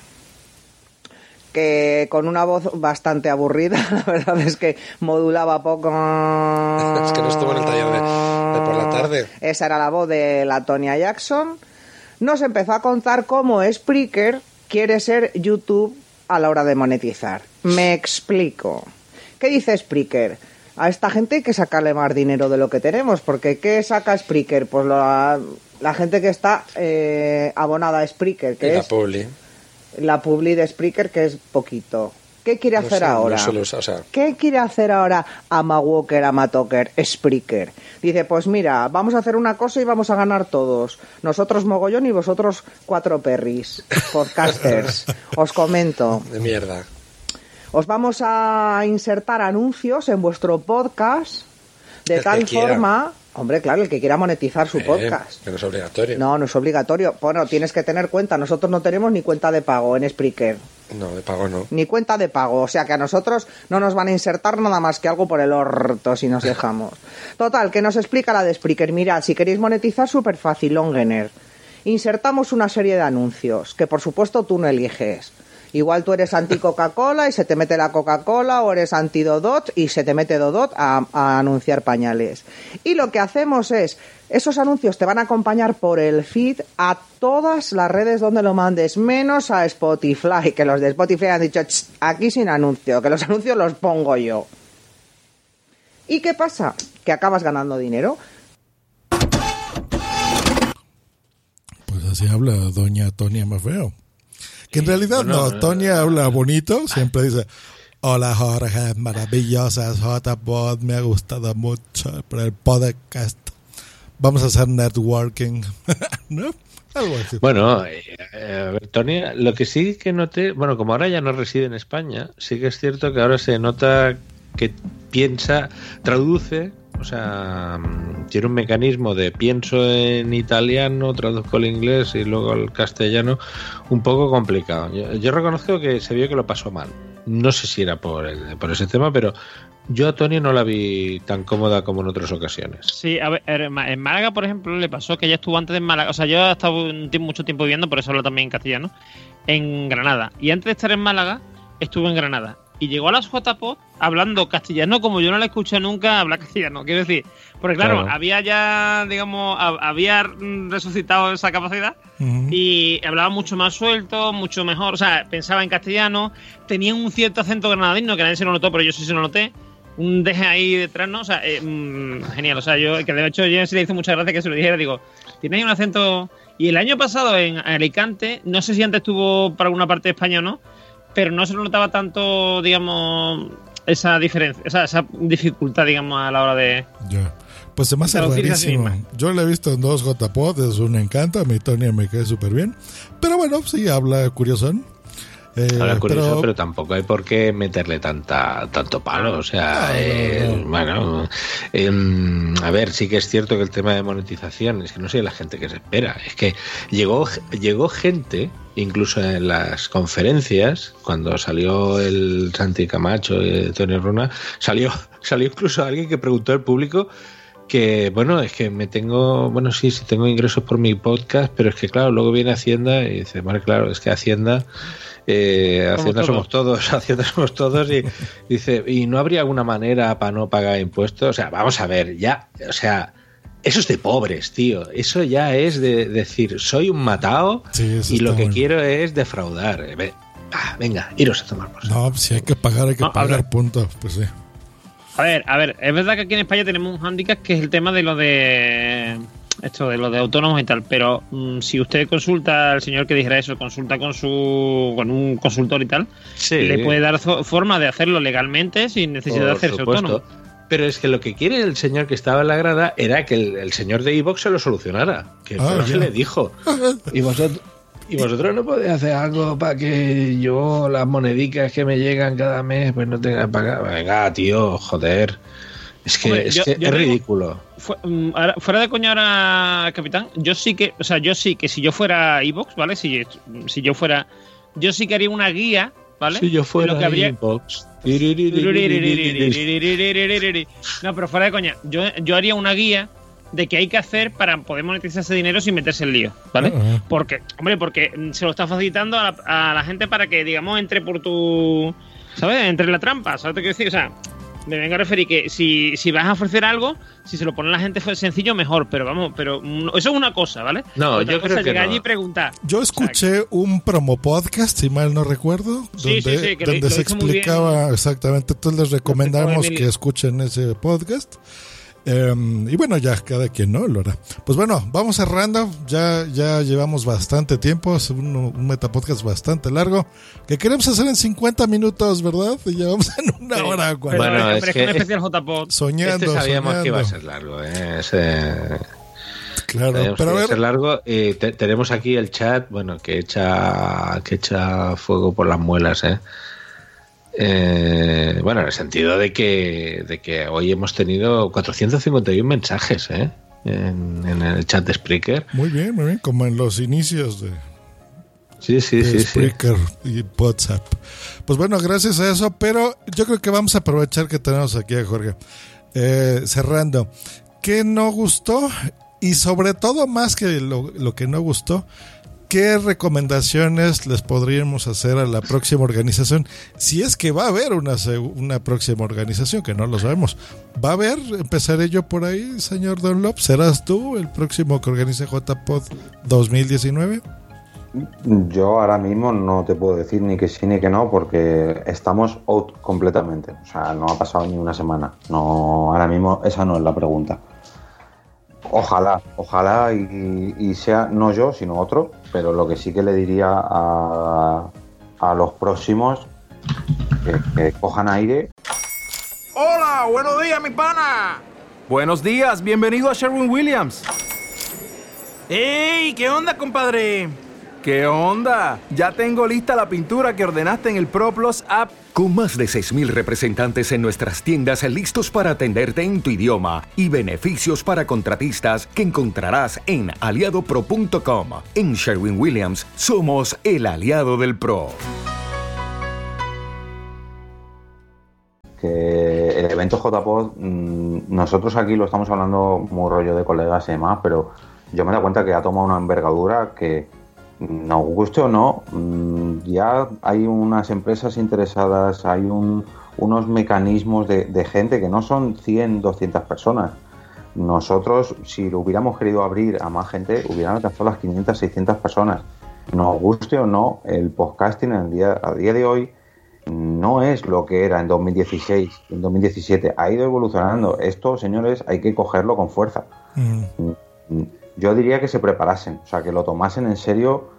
Que con una voz bastante aburrida, la verdad es que modulaba poco. Es que no estuvo en el taller de, de por la tarde. Esa era la voz de la Tonya Jackson. Nos empezó a contar cómo Spreaker quiere ser YouTube a la hora de monetizar. Me explico. ¿Qué dice Spreaker? A esta gente hay que sacarle más dinero de lo que tenemos, porque ¿qué saca Spreaker? Pues la, la gente que está eh, abonada a Spreaker, que Y la es Publi. la publi de Spreaker, que es poquito. ¿Qué quiere No hacer sé, ahora? no solo, o sea, ¿Qué quiere hacer ahora Ama Walker, Ama Talker, Spreaker? Dice, pues mira, vamos a hacer una cosa y vamos a ganar todos. Nosotros mogollón y vosotros cuatro perris, podcasters. Os comento. de mierda. Os vamos a insertar anuncios en vuestro podcast de El que tal quiera. forma... Hombre, claro, el que quiera monetizar su Eh, podcast. que no es obligatorio. No, no es obligatorio. Bueno, tienes que tener cuenta. Nosotros no tenemos ni cuenta de pago en Spreaker. No, de pago no. Ni cuenta de pago. O sea que a nosotros no nos van a insertar nada más que algo por el orto si nos dejamos. Total, que nos explica la de Spreaker. Mirad, si queréis monetizar, súper fácil, Longener. Insertamos una serie de anuncios que por supuesto tú no eliges. Igual tú eres anti Coca-Cola y se te mete la Coca-Cola, o eres anti Dodot y se te mete Dodot a, a anunciar pañales. Y lo que hacemos es, esos anuncios te van a acompañar por el feed a todas las redes donde lo mandes, menos a Spotify, que los de Spotify han dicho, "Ch, aquí sin anuncio, que los anuncios los pongo yo". ¿Y qué pasa? Que acabas ganando dinero. Pues así habla doña Tonia Mafeo. Que en realidad bueno, no, Tonia habla bonito, siempre dice, hola Jorge, maravillosas J-Pod, me ha gustado mucho por el podcast. Vamos a hacer networking, ¿no? Algo así. Bueno, eh, eh, a ver, Tony, lo que sí que noté, bueno, como ahora ya no reside en España, sí que es cierto que ahora se nota que piensa, traduce, o sea, mm, tiene un mecanismo de pienso en italiano, traduzco al inglés y luego al castellano, un poco complicado. Yo, yo reconozco que se vio que lo pasó mal. No sé si era por, el, por ese tema, pero yo a Tony no la vi tan cómoda como en otras ocasiones. Sí, a ver, en Málaga, por ejemplo, le pasó que ella estuvo antes de Málaga. O sea, yo he estado un tiempo, mucho tiempo viviendo, por eso hablo también en castellano, en Granada. Y antes de estar en Málaga, estuve en Granada. Y llegó a las J-Pod hablando castellano como yo no la escuché nunca hablar castellano. Quiero decir, porque claro, Claro. había ya, digamos, a- había resucitado esa capacidad Ujú. y hablaba mucho más suelto, mucho mejor. O sea, pensaba en castellano, tenía un cierto acento granadino que nadie se lo notó, pero yo sí se lo noté. un deje ahí detrás, ¿no? O sea, eh, mmm, genial. O sea, yo, que de hecho, yo se le hizo mucha gracia que se lo dijera. Digo, tiene ahí un acento. Y el año pasado en Alicante, no sé si antes estuvo para alguna parte de España o no, pero no se notaba tanto, digamos, esa diferencia, esa, esa dificultad, digamos, a la hora de. Ya. Pues se me hace rarísimo. Yo lo he visto en dos J P O D, es un encanto. A mí Tony me cae súper bien. Pero bueno, sí, habla curiosón. Eh, Ahora curioso, pero... pero tampoco hay por qué meterle tanta tanto palo, o sea, no, eh, no, no. bueno, eh, a ver, sí que es cierto que el tema de monetización es que no sé la gente que se espera, es que llegó llegó gente, incluso en las conferencias, cuando salió el Santi Camacho y Tony Runa, salió salió incluso alguien que preguntó al público que, bueno, es que me tengo, bueno, sí, sí tengo ingresos por mi podcast, pero es que claro, luego viene Hacienda y dice, bueno, claro, es que Hacienda Eh, Hacienda somos todos, Hacienda somos todos y dice, ¿y no habría alguna manera para no pagar impuestos? O sea, vamos a ver, ya, o sea, eso es de pobres, tío. Eso ya es de decir, soy un matao sí, y lo que bueno. quiero es defraudar. Ah, venga, iros a tomar por No, si hay que pagar, hay que no, pagar, punto. Pues sí. A ver, a ver, es verdad que aquí en España tenemos un hándicap que es el tema de lo de esto de lo de autónomos y tal, pero mmm, si usted consulta al señor que dijera eso, consulta con su con un consultor y tal, sí. le puede dar forma de hacerlo legalmente sin necesidad Por de hacerse supuesto. autónomo. Pero es que lo que quiere el señor que estaba en la grada era que el, el señor de iVoox se lo solucionara, que ah, no se le dijo. Y vosotros y vosotros no podéis hacer algo para que yo las monedicas que me llegan cada mes pues no tenga que pagar. Venga, tío, joder. Es que, Hombre, es, yo, que yo es ridículo. Fu fuera de coña ahora, capitán, yo sí que, o sea, yo sí que si yo fuera iVoox, ¿vale? Si, si yo fuera, yo sí que haría una guía, ¿vale? Si yo fuera lo que habría... iVoox. No, pero fuera de coña, yo, yo haría una guía de qué hay que hacer para poder monetizar ese dinero sin meterse en lío, ¿vale? Uh-huh. Porque, hombre, porque se lo está facilitando a la, a la gente para que, digamos, entre por tu, ¿sabes? Entre en la trampa, ¿sabes lo que quiero decir? O sea, me vengo a referir que si, si vas a ofrecer algo, si se lo pone la gente sencillo, mejor, pero vamos, pero eso es una cosa, ¿vale? No, Otra yo creo que llegar no. allí y preguntar. Yo escuché un promo podcast, si mal no recuerdo, sí, donde, sí, sí, que donde lo, se lo explicaba exactamente, entonces les recomendamos que escuchen ese podcast. Um, y bueno, ya cada quien no lo hará. Pues bueno, vamos cerrando. Ya, ya llevamos bastante tiempo. Es un, un metapodcast bastante largo que queremos hacer en cincuenta minutos, ¿verdad? Y llevamos en una sí. hora. Bueno, bueno es, es que un especial J-Pod. Soñando, este sabíamos soñando. que iba a ser largo, ¿eh? Ese... Claro, sabíamos pero que a ver. Ser largo. Eh, te, tenemos aquí el chat, bueno, que echa, que echa fuego por las muelas, ¿eh? Eh, bueno, en el sentido de que, de que hoy hemos tenido cuatrocientos cincuenta y uno mensajes ¿eh? en, en el chat de Spreaker. Muy bien, muy bien, como en los inicios de, sí, sí, de sí, Spreaker sí. y WhatsApp. Pues bueno, gracias a eso, pero yo creo que vamos a aprovechar que tenemos aquí a Jorge. Eh, cerrando, ¿qué no gustó? Y sobre todo, más que lo, lo que no gustó, ¿qué recomendaciones les podríamos hacer a la próxima organización? Si es que va a haber una, una próxima organización, que no lo sabemos. ¿Va a haber? Empezaré yo por ahí, señor Dunlop. ¿Serás tú el próximo que organice J P O D dos mil diecinueve? Yo ahora mismo no te puedo decir ni que sí ni que no, porque estamos out completamente. O sea, no ha pasado ni una semana. No, ahora mismo esa no es la pregunta. Ojalá, ojalá y, y sea no yo, sino otro, pero lo que sí que le diría a, a los próximos que, que cojan aire. Hola, buenos días, mi pana. Buenos días, bienvenido a Sherwin-Williams. ¡Ey! ¿Qué onda, compadre? ¿Qué onda? Ya tengo lista la pintura que ordenaste en el ProPlus app. Con más de seis mil representantes en nuestras tiendas listos para atenderte en tu idioma y beneficios para contratistas que encontrarás en aliado pro punto com. En Sherwin-Williams somos el aliado del pro. Que el evento J P O D, mmm, nosotros aquí lo estamos hablando muy rollo de colegas y demás, pero yo me he dado cuenta que ha tomado una envergadura que, nos guste o no, ya hay unas empresas interesadas, hay un, unos mecanismos de, de gente que no son cien, doscientas personas. Nosotros, si lo hubiéramos querido abrir a más gente, hubieran alcanzado las quinientas, seiscientas personas. Nos guste o no, el podcasting en el día, a día de hoy no es lo que era en dos mil dieciséis, en dos mil diecisiete, ha ido evolucionando. Esto, señores, hay que cogerlo con fuerza. Mm. Yo diría que se preparasen, o sea, que lo tomasen en serio.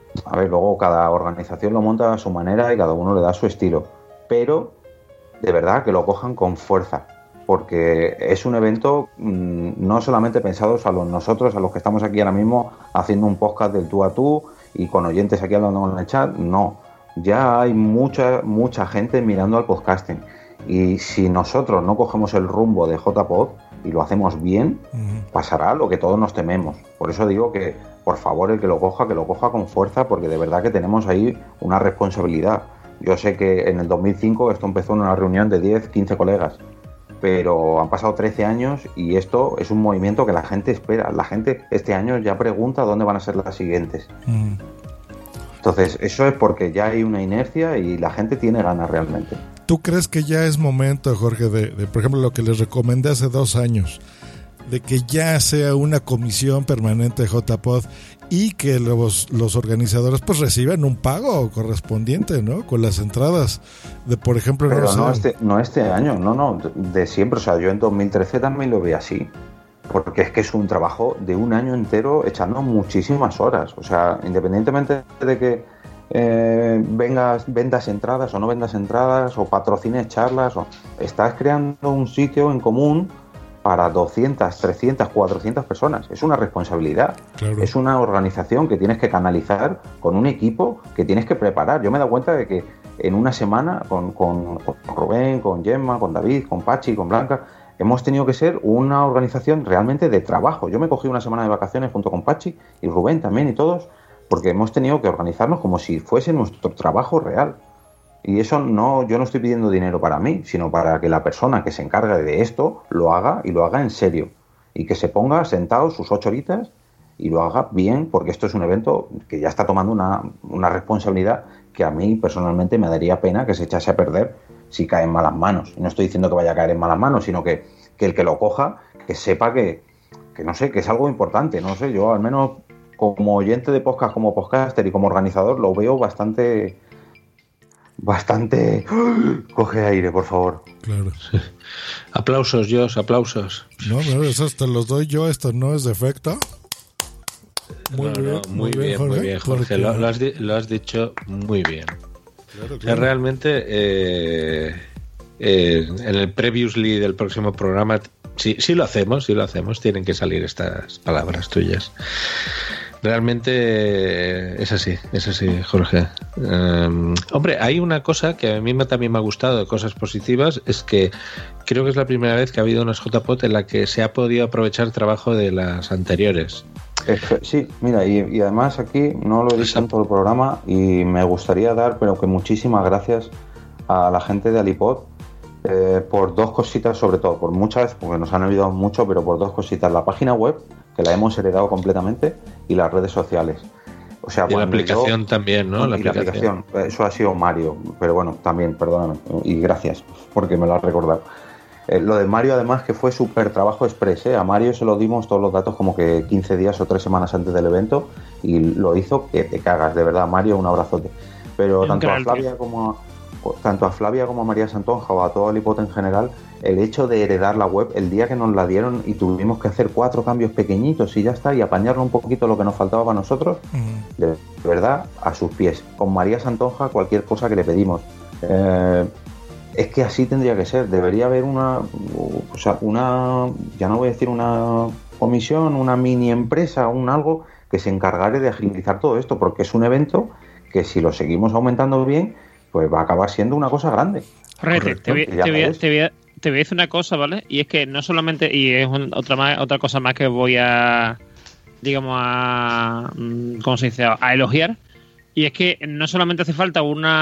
A ver, luego cada organización lo monta a su manera y cada uno le da su estilo, pero de verdad que lo cojan con fuerza, porque es un evento mmm, no solamente pensado a los, nosotros, a los que estamos aquí ahora mismo haciendo un podcast del tú a tú y con oyentes aquí hablando en el chat, no. Ya hay mucha mucha gente mirando al podcasting, y si nosotros no cogemos el rumbo de J Pod y lo hacemos bien, uh-huh. pasará lo que todos nos tememos. Por eso digo que, por favor, el que lo coja, que lo coja con fuerza, porque de verdad que tenemos ahí una responsabilidad. Yo sé que en el dos mil cinco esto empezó en una reunión de diez, quince colegas, pero han pasado trece años y esto es un movimiento que la gente espera. La gente este año ya pregunta dónde van a ser las siguientes. Uh-huh. Entonces, eso es porque ya hay una inercia y la gente tiene ganas realmente. ¿Tú crees que ya es momento, Jorge, de, de por ejemplo, lo que les recomendé hace dos años, de que ya sea una comisión permanente de J Pod y que los, los organizadores pues reciban un pago correspondiente, ¿no? Con las entradas de, por ejemplo... Pero no, no, sé, este, no este año, no, no, de siempre. O sea, yo en dos mil trece también lo vi así. Porque es que es un trabajo de un año entero echando muchísimas horas. O sea, independientemente de que eh, vengas, vendas entradas o no vendas entradas o patrocines charlas, o, estás creando un sitio en común para doscientas, trescientas, cuatrocientas personas. Es una responsabilidad. Claro. Es una organización que tienes que canalizar con un equipo que tienes que preparar. Yo me he dado cuenta de que en una semana con, con, con Rubén, con Gemma, con David, con Pachi, con Blanca... hemos tenido que ser una organización realmente de trabajo. Yo me cogí una semana de vacaciones junto con Pachi y Rubén también y todos, porque hemos tenido que organizarnos como si fuese nuestro trabajo real. Y eso no, yo no estoy pidiendo dinero para mí, sino para que la persona que se encarga de esto lo haga y lo haga en serio. Y que se ponga sentado sus ocho horitas y lo haga bien, porque esto es un evento que ya está tomando una, una responsabilidad que a mí personalmente me daría pena que se echase a perder si cae en malas manos. Y no estoy diciendo que vaya a caer en malas manos, sino que, que el que lo coja, que sepa que, que, no sé, que es algo importante. No sé, yo al menos como oyente de podcast, como podcaster y como organizador, lo veo bastante... Bastante... Coge aire, por favor. Claro. Sí. Aplausos, Josh, aplausos. No, no, esos te los doy yo, esto no es defecto. Muy, no, bien, no, muy, muy bien, bien, Jorge, muy bien, Jorge. Porque... Lo, lo, has di- lo has dicho muy bien. Claro, claro. O sea, realmente eh, eh, en el previously del próximo programa sí, sí lo hacemos, sí lo hacemos, tienen que salir estas palabras tuyas. Realmente eh, es así, es así, Jorge. Um, hombre, hay una cosa que a mí también me ha gustado de cosas positivas, es que creo que es la primera vez que ha habido unas J P O T en la que se ha podido aprovechar el trabajo de las anteriores. Sí, mira, y, y además aquí no lo he dicho en todo el programa y me gustaría dar, pero que muchísimas gracias a la gente de Alipod eh, por dos cositas, sobre todo, por muchas, porque nos han ayudado mucho, pero por dos cositas. La página web, que la hemos heredado completamente, y las redes sociales. O sea, y la aplicación yo, también, ¿no? La aplicación. la aplicación. Eso ha sido Mario, pero bueno, también, perdóname, y gracias, porque me lo has recordado. Eh, lo de Mario, además, que fue súper trabajo express, ¿eh? A Mario se lo dimos todos los datos como que quince días o tres semanas antes del evento y lo hizo que te cagas, de verdad. Mario, un abrazote. Pero es tanto a Flavia como a, tanto a Flavia como a María Santonja o a todo el hipote en general, el hecho de heredar la web, el día que nos la dieron y tuvimos que hacer cuatro cambios pequeñitos y ya está, y apañarlo un poquito lo que nos faltaba para nosotros, uh-huh. de verdad, a sus pies. Con María Santonja, cualquier cosa que le pedimos. Eh, Es que así tendría que ser. Debería haber una, o sea, una, ya no voy a decir una comisión, una mini empresa, un algo que se encargare de agilizar todo esto, porque es un evento que si lo seguimos aumentando bien, pues va a acabar siendo una cosa grande. Correcto. Te, voy, te, voy a, te, voy a, te voy a decir una cosa, ¿vale? Y es que no solamente, y es un, otra más, otra cosa más que voy a, digamos, a, ¿cómo se dice? A elogiar. Y es que no solamente hace falta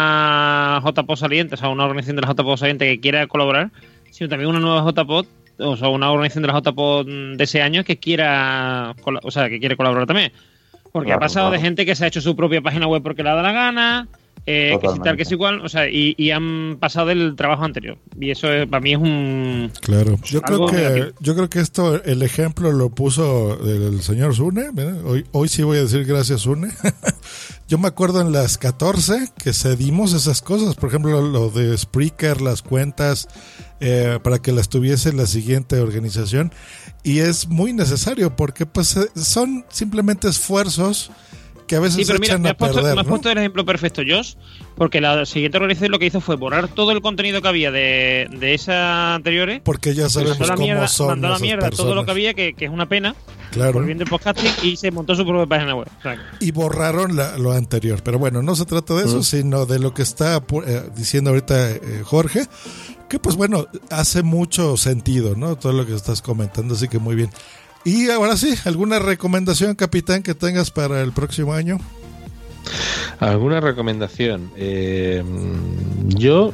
una J P O D saliente, o sea, una organización de la J P O D saliente que quiera colaborar, sino también una nueva J P O D, o sea, una organización de la J P O D de ese año que quiera, o sea, que quiere colaborar también. Porque claro, ha pasado claro. de gente que se ha hecho su propia página web porque le da la gana, eh, que si tal, que si igual, o sea, y, y han pasado del trabajo anterior. Y eso es, para mí es un... Claro, yo creo que negativo. yo creo que esto, el ejemplo lo puso el señor Zune, hoy, hoy sí voy a decir gracias Zune, Yo me acuerdo en las catorce que cedimos esas cosas, por ejemplo lo de Spreaker, las cuentas, eh, para que las tuviese la siguiente organización, y es muy necesario porque pues son simplemente esfuerzos que a veces sí, pero mira, echan me a has puesto, perder, me has ¿no? puesto el ejemplo perfecto, Josh, porque la siguiente organización lo que hizo fue borrar todo el contenido que había de, de esas anteriores. Porque ya sabemos mandó la cómo mierda, son mandó a la esas mierda personas. todo lo que había, que, que es una pena, Claro. por bien del podcasting, y se montó su propia página web. O sea, Y borraron la, lo anterior. Pero bueno, no se trata de eso, Mm. sino de lo que está eh, diciendo ahorita eh, Jorge, que pues bueno, hace mucho sentido, ¿no? Todo lo que estás comentando, así que muy bien. Y ahora sí, ¿alguna recomendación, capitán, que tengas para el próximo año? ¿Alguna recomendación? Eh, yo,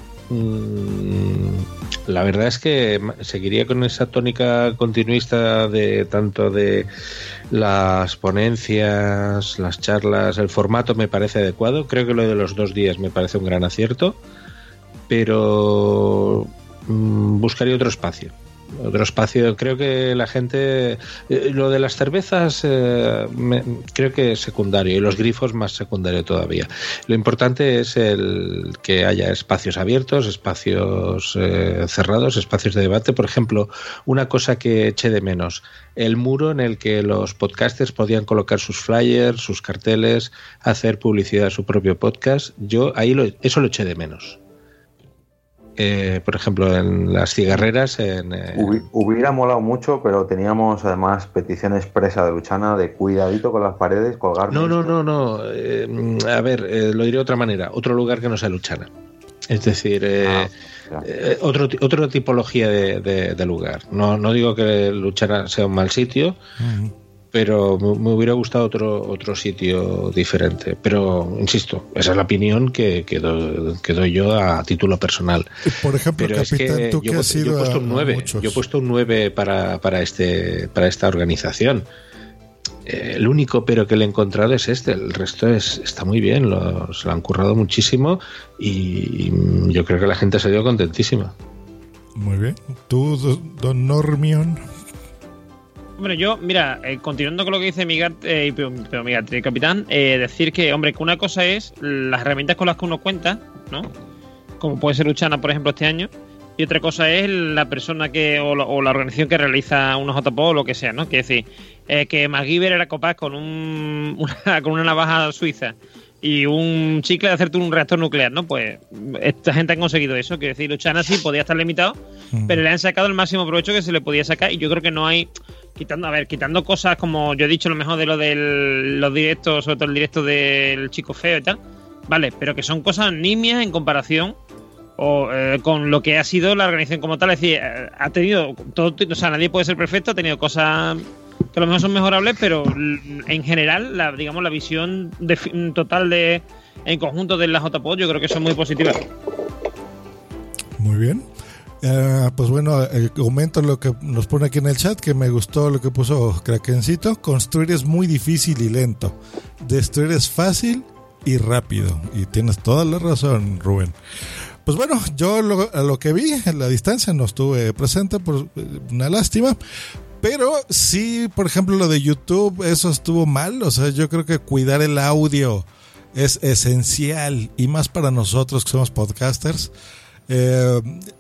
mmm, la verdad es que seguiría con esa tónica continuista de tanto de las ponencias, las charlas, el formato me parece adecuado. Creo que lo de los dos días me parece un gran acierto, pero mmm, buscaría otro espacio. Otro espacio, creo que la gente, eh, lo de las cervezas eh, me, creo que es secundario, y los grifos más secundario todavía. Lo importante es el que haya espacios abiertos, espacios eh, cerrados, espacios de debate. Por ejemplo, una cosa que eché de menos, el muro en el que los podcasters podían colocar sus flyers, sus carteles, hacer publicidad a su propio podcast. Yo ahí lo, eso lo eché de menos. Eh, por ejemplo, en las cigarreras en, eh... Hubi- hubiera molado mucho, pero teníamos además petición expresa de Luchana de cuidadito con las paredes, colgar. No, no, no, no. Eh, a ver, eh, lo diré de otra manera. Otro lugar que no sea Luchana. Es decir, eh, ah, eh, otro, otro tipología de, de, de lugar. No, no digo que Luchana sea un mal sitio, uh-huh. pero me, me hubiera gustado otro otro sitio diferente. Pero, insisto, esa es la opinión que, que, do, que doy yo a título personal. Por ejemplo, pero capitán, es que tú yo, que has sido yo he puesto un nueve. Muchos. Yo he puesto un nueve para, para, este, para esta organización. Eh, el único pero que le he encontrado es este. El resto es, está muy bien. Lo, se lo han currado muchísimo y, y yo creo que la gente ha salido contentísima. Muy bien. ¿Tú, don Normion? Hombre, yo, mira, eh, continuando con lo que dice Miguel, eh, pero, pero Miguel, el capitán, eh, decir que, hombre, que una cosa es las herramientas con las que uno cuenta, ¿no? Como puede ser Luchana, por ejemplo, este año, y otra cosa es la persona que o la, o la organización que realiza unos J P O o lo que sea, ¿no? Quiere decir, eh, que MacGyver era capaz con un una, con una navaja suiza y un chicle de hacerte un reactor nuclear, ¿no? Pues esta gente ha conseguido eso. Quiero decir, Luchana sí podía estar limitado, mm. pero le han sacado el máximo provecho que se le podía sacar, y yo creo que no hay... Quitando, a ver, quitando cosas como yo he dicho, lo mejor de lo de los directos, sobre todo el directo del chico feo y tal, vale, pero que son cosas nimias en comparación o eh, con lo que ha sido la organización como tal. Es decir, eh, ha tenido todo, o sea, nadie puede ser perfecto, ha tenido cosas que a lo mejor son mejorables, pero en general, la, digamos, la visión de, total de en conjunto de la J P O yo creo que son muy positivas. Muy bien. Uh, pues bueno, eh, comento lo que nos pone aquí en el chat, que me gustó lo que puso Krakencito. Construir es muy difícil y lento. Destruir es fácil y rápido. Y tienes toda la razón, Rubén. Pues bueno, yo lo, a lo que vi en la distancia no estuve presente, por una lástima. Pero sí, por ejemplo, lo de YouTube, eso estuvo mal. O sea, yo creo que cuidar el audio es esencial, y más para nosotros que somos podcasters. Eh...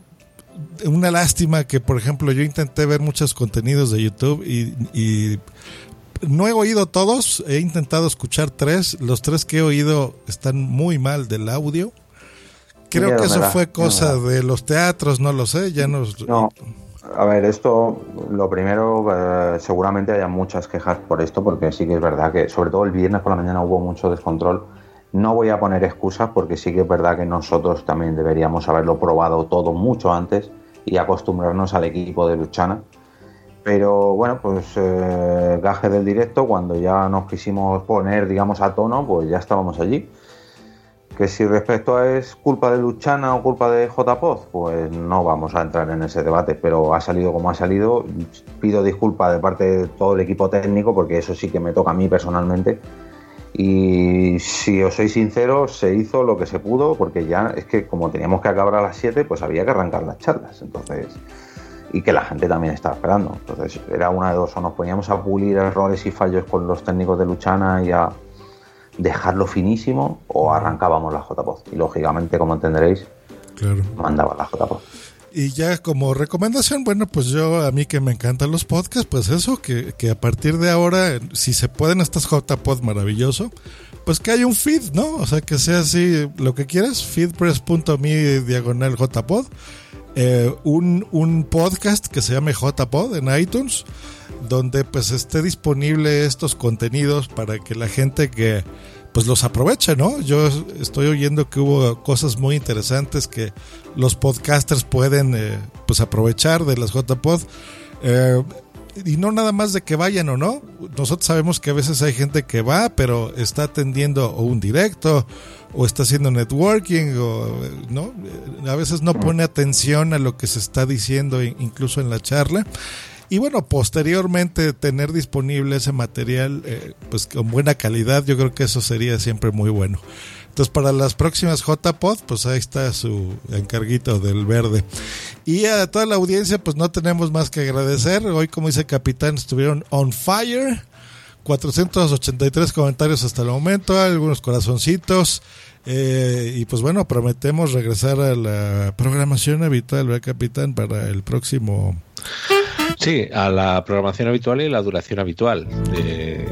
Una lástima que, por ejemplo, yo intenté ver muchos contenidos de YouTube y, y no he oído todos, he intentado escuchar tres, los tres que he oído están muy mal del audio. Creo Miedo que eso da, fue cosa de los teatros, no lo sé, ya nos... No, a ver, esto, lo primero, eh, seguramente haya muchas quejas por esto, porque sí que es verdad que, sobre todo el viernes por la mañana, hubo mucho descontrol. No voy a poner excusas, porque sí que es verdad que nosotros también deberíamos haberlo probado todo mucho antes y acostumbrarnos al equipo de Luchana. Pero bueno, pues eh, gaje del directo, cuando ya nos quisimos poner, digamos, a tono, pues ya estábamos allí. Que si respecto a es culpa de Luchana o culpa de J P O D, pues no vamos a entrar en ese debate, pero ha salido como ha salido. Pido disculpas de parte de todo el equipo técnico, porque eso sí que me toca a mí personalmente. Y si os soy sincero, se hizo lo que se pudo, porque ya es que como teníamos que acabar a las siete, pues había que arrancar las charlas, entonces, y que la gente también estaba esperando. Entonces era una de dos: o nos poníamos a pulir errores y fallos con los técnicos de Luchana y a, dejarlo finísimo o arrancábamos la J P O D. Y lógicamente, como entenderéis, claro, mandaba la J P O D. Y ya como recomendación, bueno, pues yo, a mí que me encantan los podcasts, pues eso, que, que a partir de ahora, si se pueden estas J P O D, maravilloso, pues que haya un feed, ¿no? O sea, que sea así, lo que quieras, feedpress.me diagonal J P O D, eh, un, un podcast que se llame J P O D en iTunes, donde pues esté disponible estos contenidos para que la gente que pues los aproveche, ¿no? Yo estoy oyendo que hubo cosas muy interesantes que los podcasters pueden eh, pues aprovechar de las J P O D, eh, y no nada más de que vayan o no. Nosotros sabemos que a veces hay gente que va pero está atendiendo o un directo o está haciendo networking, o no, a veces no pone atención a lo que se está diciendo incluso en la charla. Y bueno, posteriormente tener disponible ese material eh, pues con buena calidad, yo creo que eso sería siempre muy bueno. Entonces, para las próximas J P O D, pues ahí está su encarguito del verde. Y a toda la audiencia, pues no tenemos más que agradecer. Hoy, como dice Capitán, estuvieron on fire. cuatrocientos ochenta y tres comentarios hasta el momento, algunos corazoncitos. Eh, y pues bueno, prometemos regresar a la programación habitual, ¿verdad, Capitán? Para el próximo... Sí, a la programación habitual y la duración habitual de,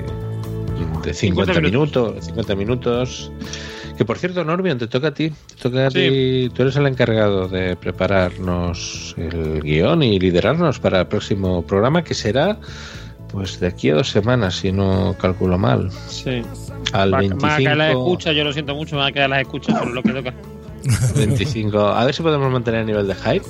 de cincuenta minutos, cincuenta minutos. Que por cierto, Norbion, te toca a ti, te toca a sí. ti. Tú eres el encargado de prepararnos el guión y liderarnos para el próximo programa, que será pues de aquí a dos semanas, si no calculo mal. Sí. Al va, veinticinco. Me van a quedar las escuchas, yo lo siento mucho, me van a quedar las escuchas, pero lo que toca. veinticinco. A ver si podemos mantener el nivel de hype.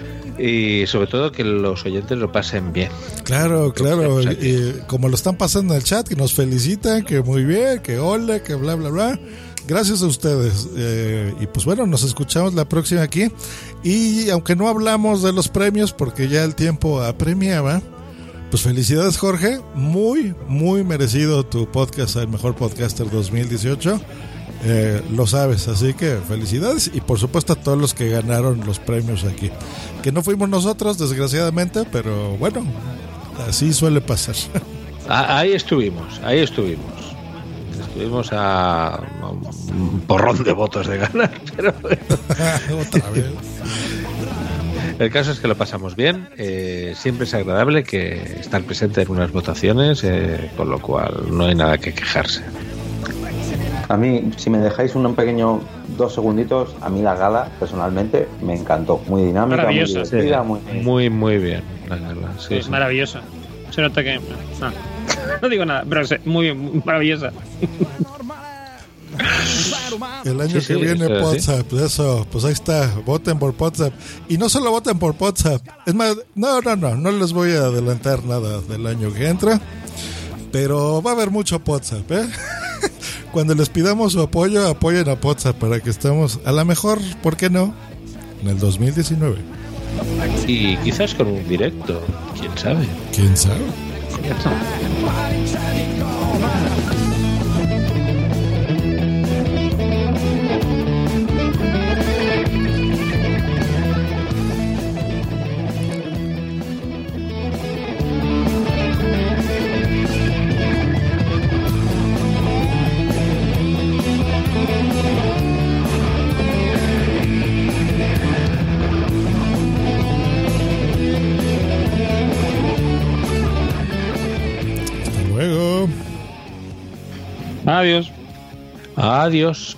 Y sobre todo que los oyentes lo pasen bien. Claro, claro. Y, y como lo están pasando en el chat, que nos felicitan, que muy bien, que hola, que bla, bla, bla. Gracias a ustedes. Eh, y pues bueno, nos escuchamos la próxima aquí. Y aunque no hablamos de los premios, porque ya el tiempo apremiaba, pues felicidades, Jorge. Muy, muy merecido tu podcast, el mejor podcaster dos mil dieciocho. Eh, lo sabes, así que felicidades. Y por supuesto a todos los que ganaron los premios aquí, que no fuimos nosotros desgraciadamente, pero bueno, así suele pasar. Ahí estuvimos, ahí estuvimos estuvimos a, a un porrón de votos de ganar, pero bueno. Otra vez. El caso es que lo pasamos bien, eh, siempre es agradable que estar presente en unas votaciones, eh, con lo cual no hay nada que quejarse. A mí, si me dejáis un pequeño dos segunditos, a mí la gala, personalmente, me encantó. Muy dinámica, muy divertida. Sí. Muy, muy, muy bien la gala. Sí, es sí. maravillosa. Se nota que... No, no digo nada, pero es muy, muy maravillosa. El año sí, que sí, viene eso, WhatsApp, sí. Eso, pues ahí está, voten por WhatsApp. Y no solo voten por WhatsApp, es más, no, no, no, no les voy a adelantar nada del año que entra, pero va a haber mucho WhatsApp, ¿eh? Cuando les pidamos su apoyo, apoyen a WhatsApp para que estemos, a lo mejor, ¿por qué no?, en el dos mil diecinueve. Y quizás con un directo, quién sabe. ¿Quién sabe? ¿Quién sabe? Adiós. Adiós.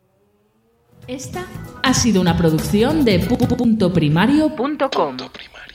Esta ha sido una producción de punto primario punto com.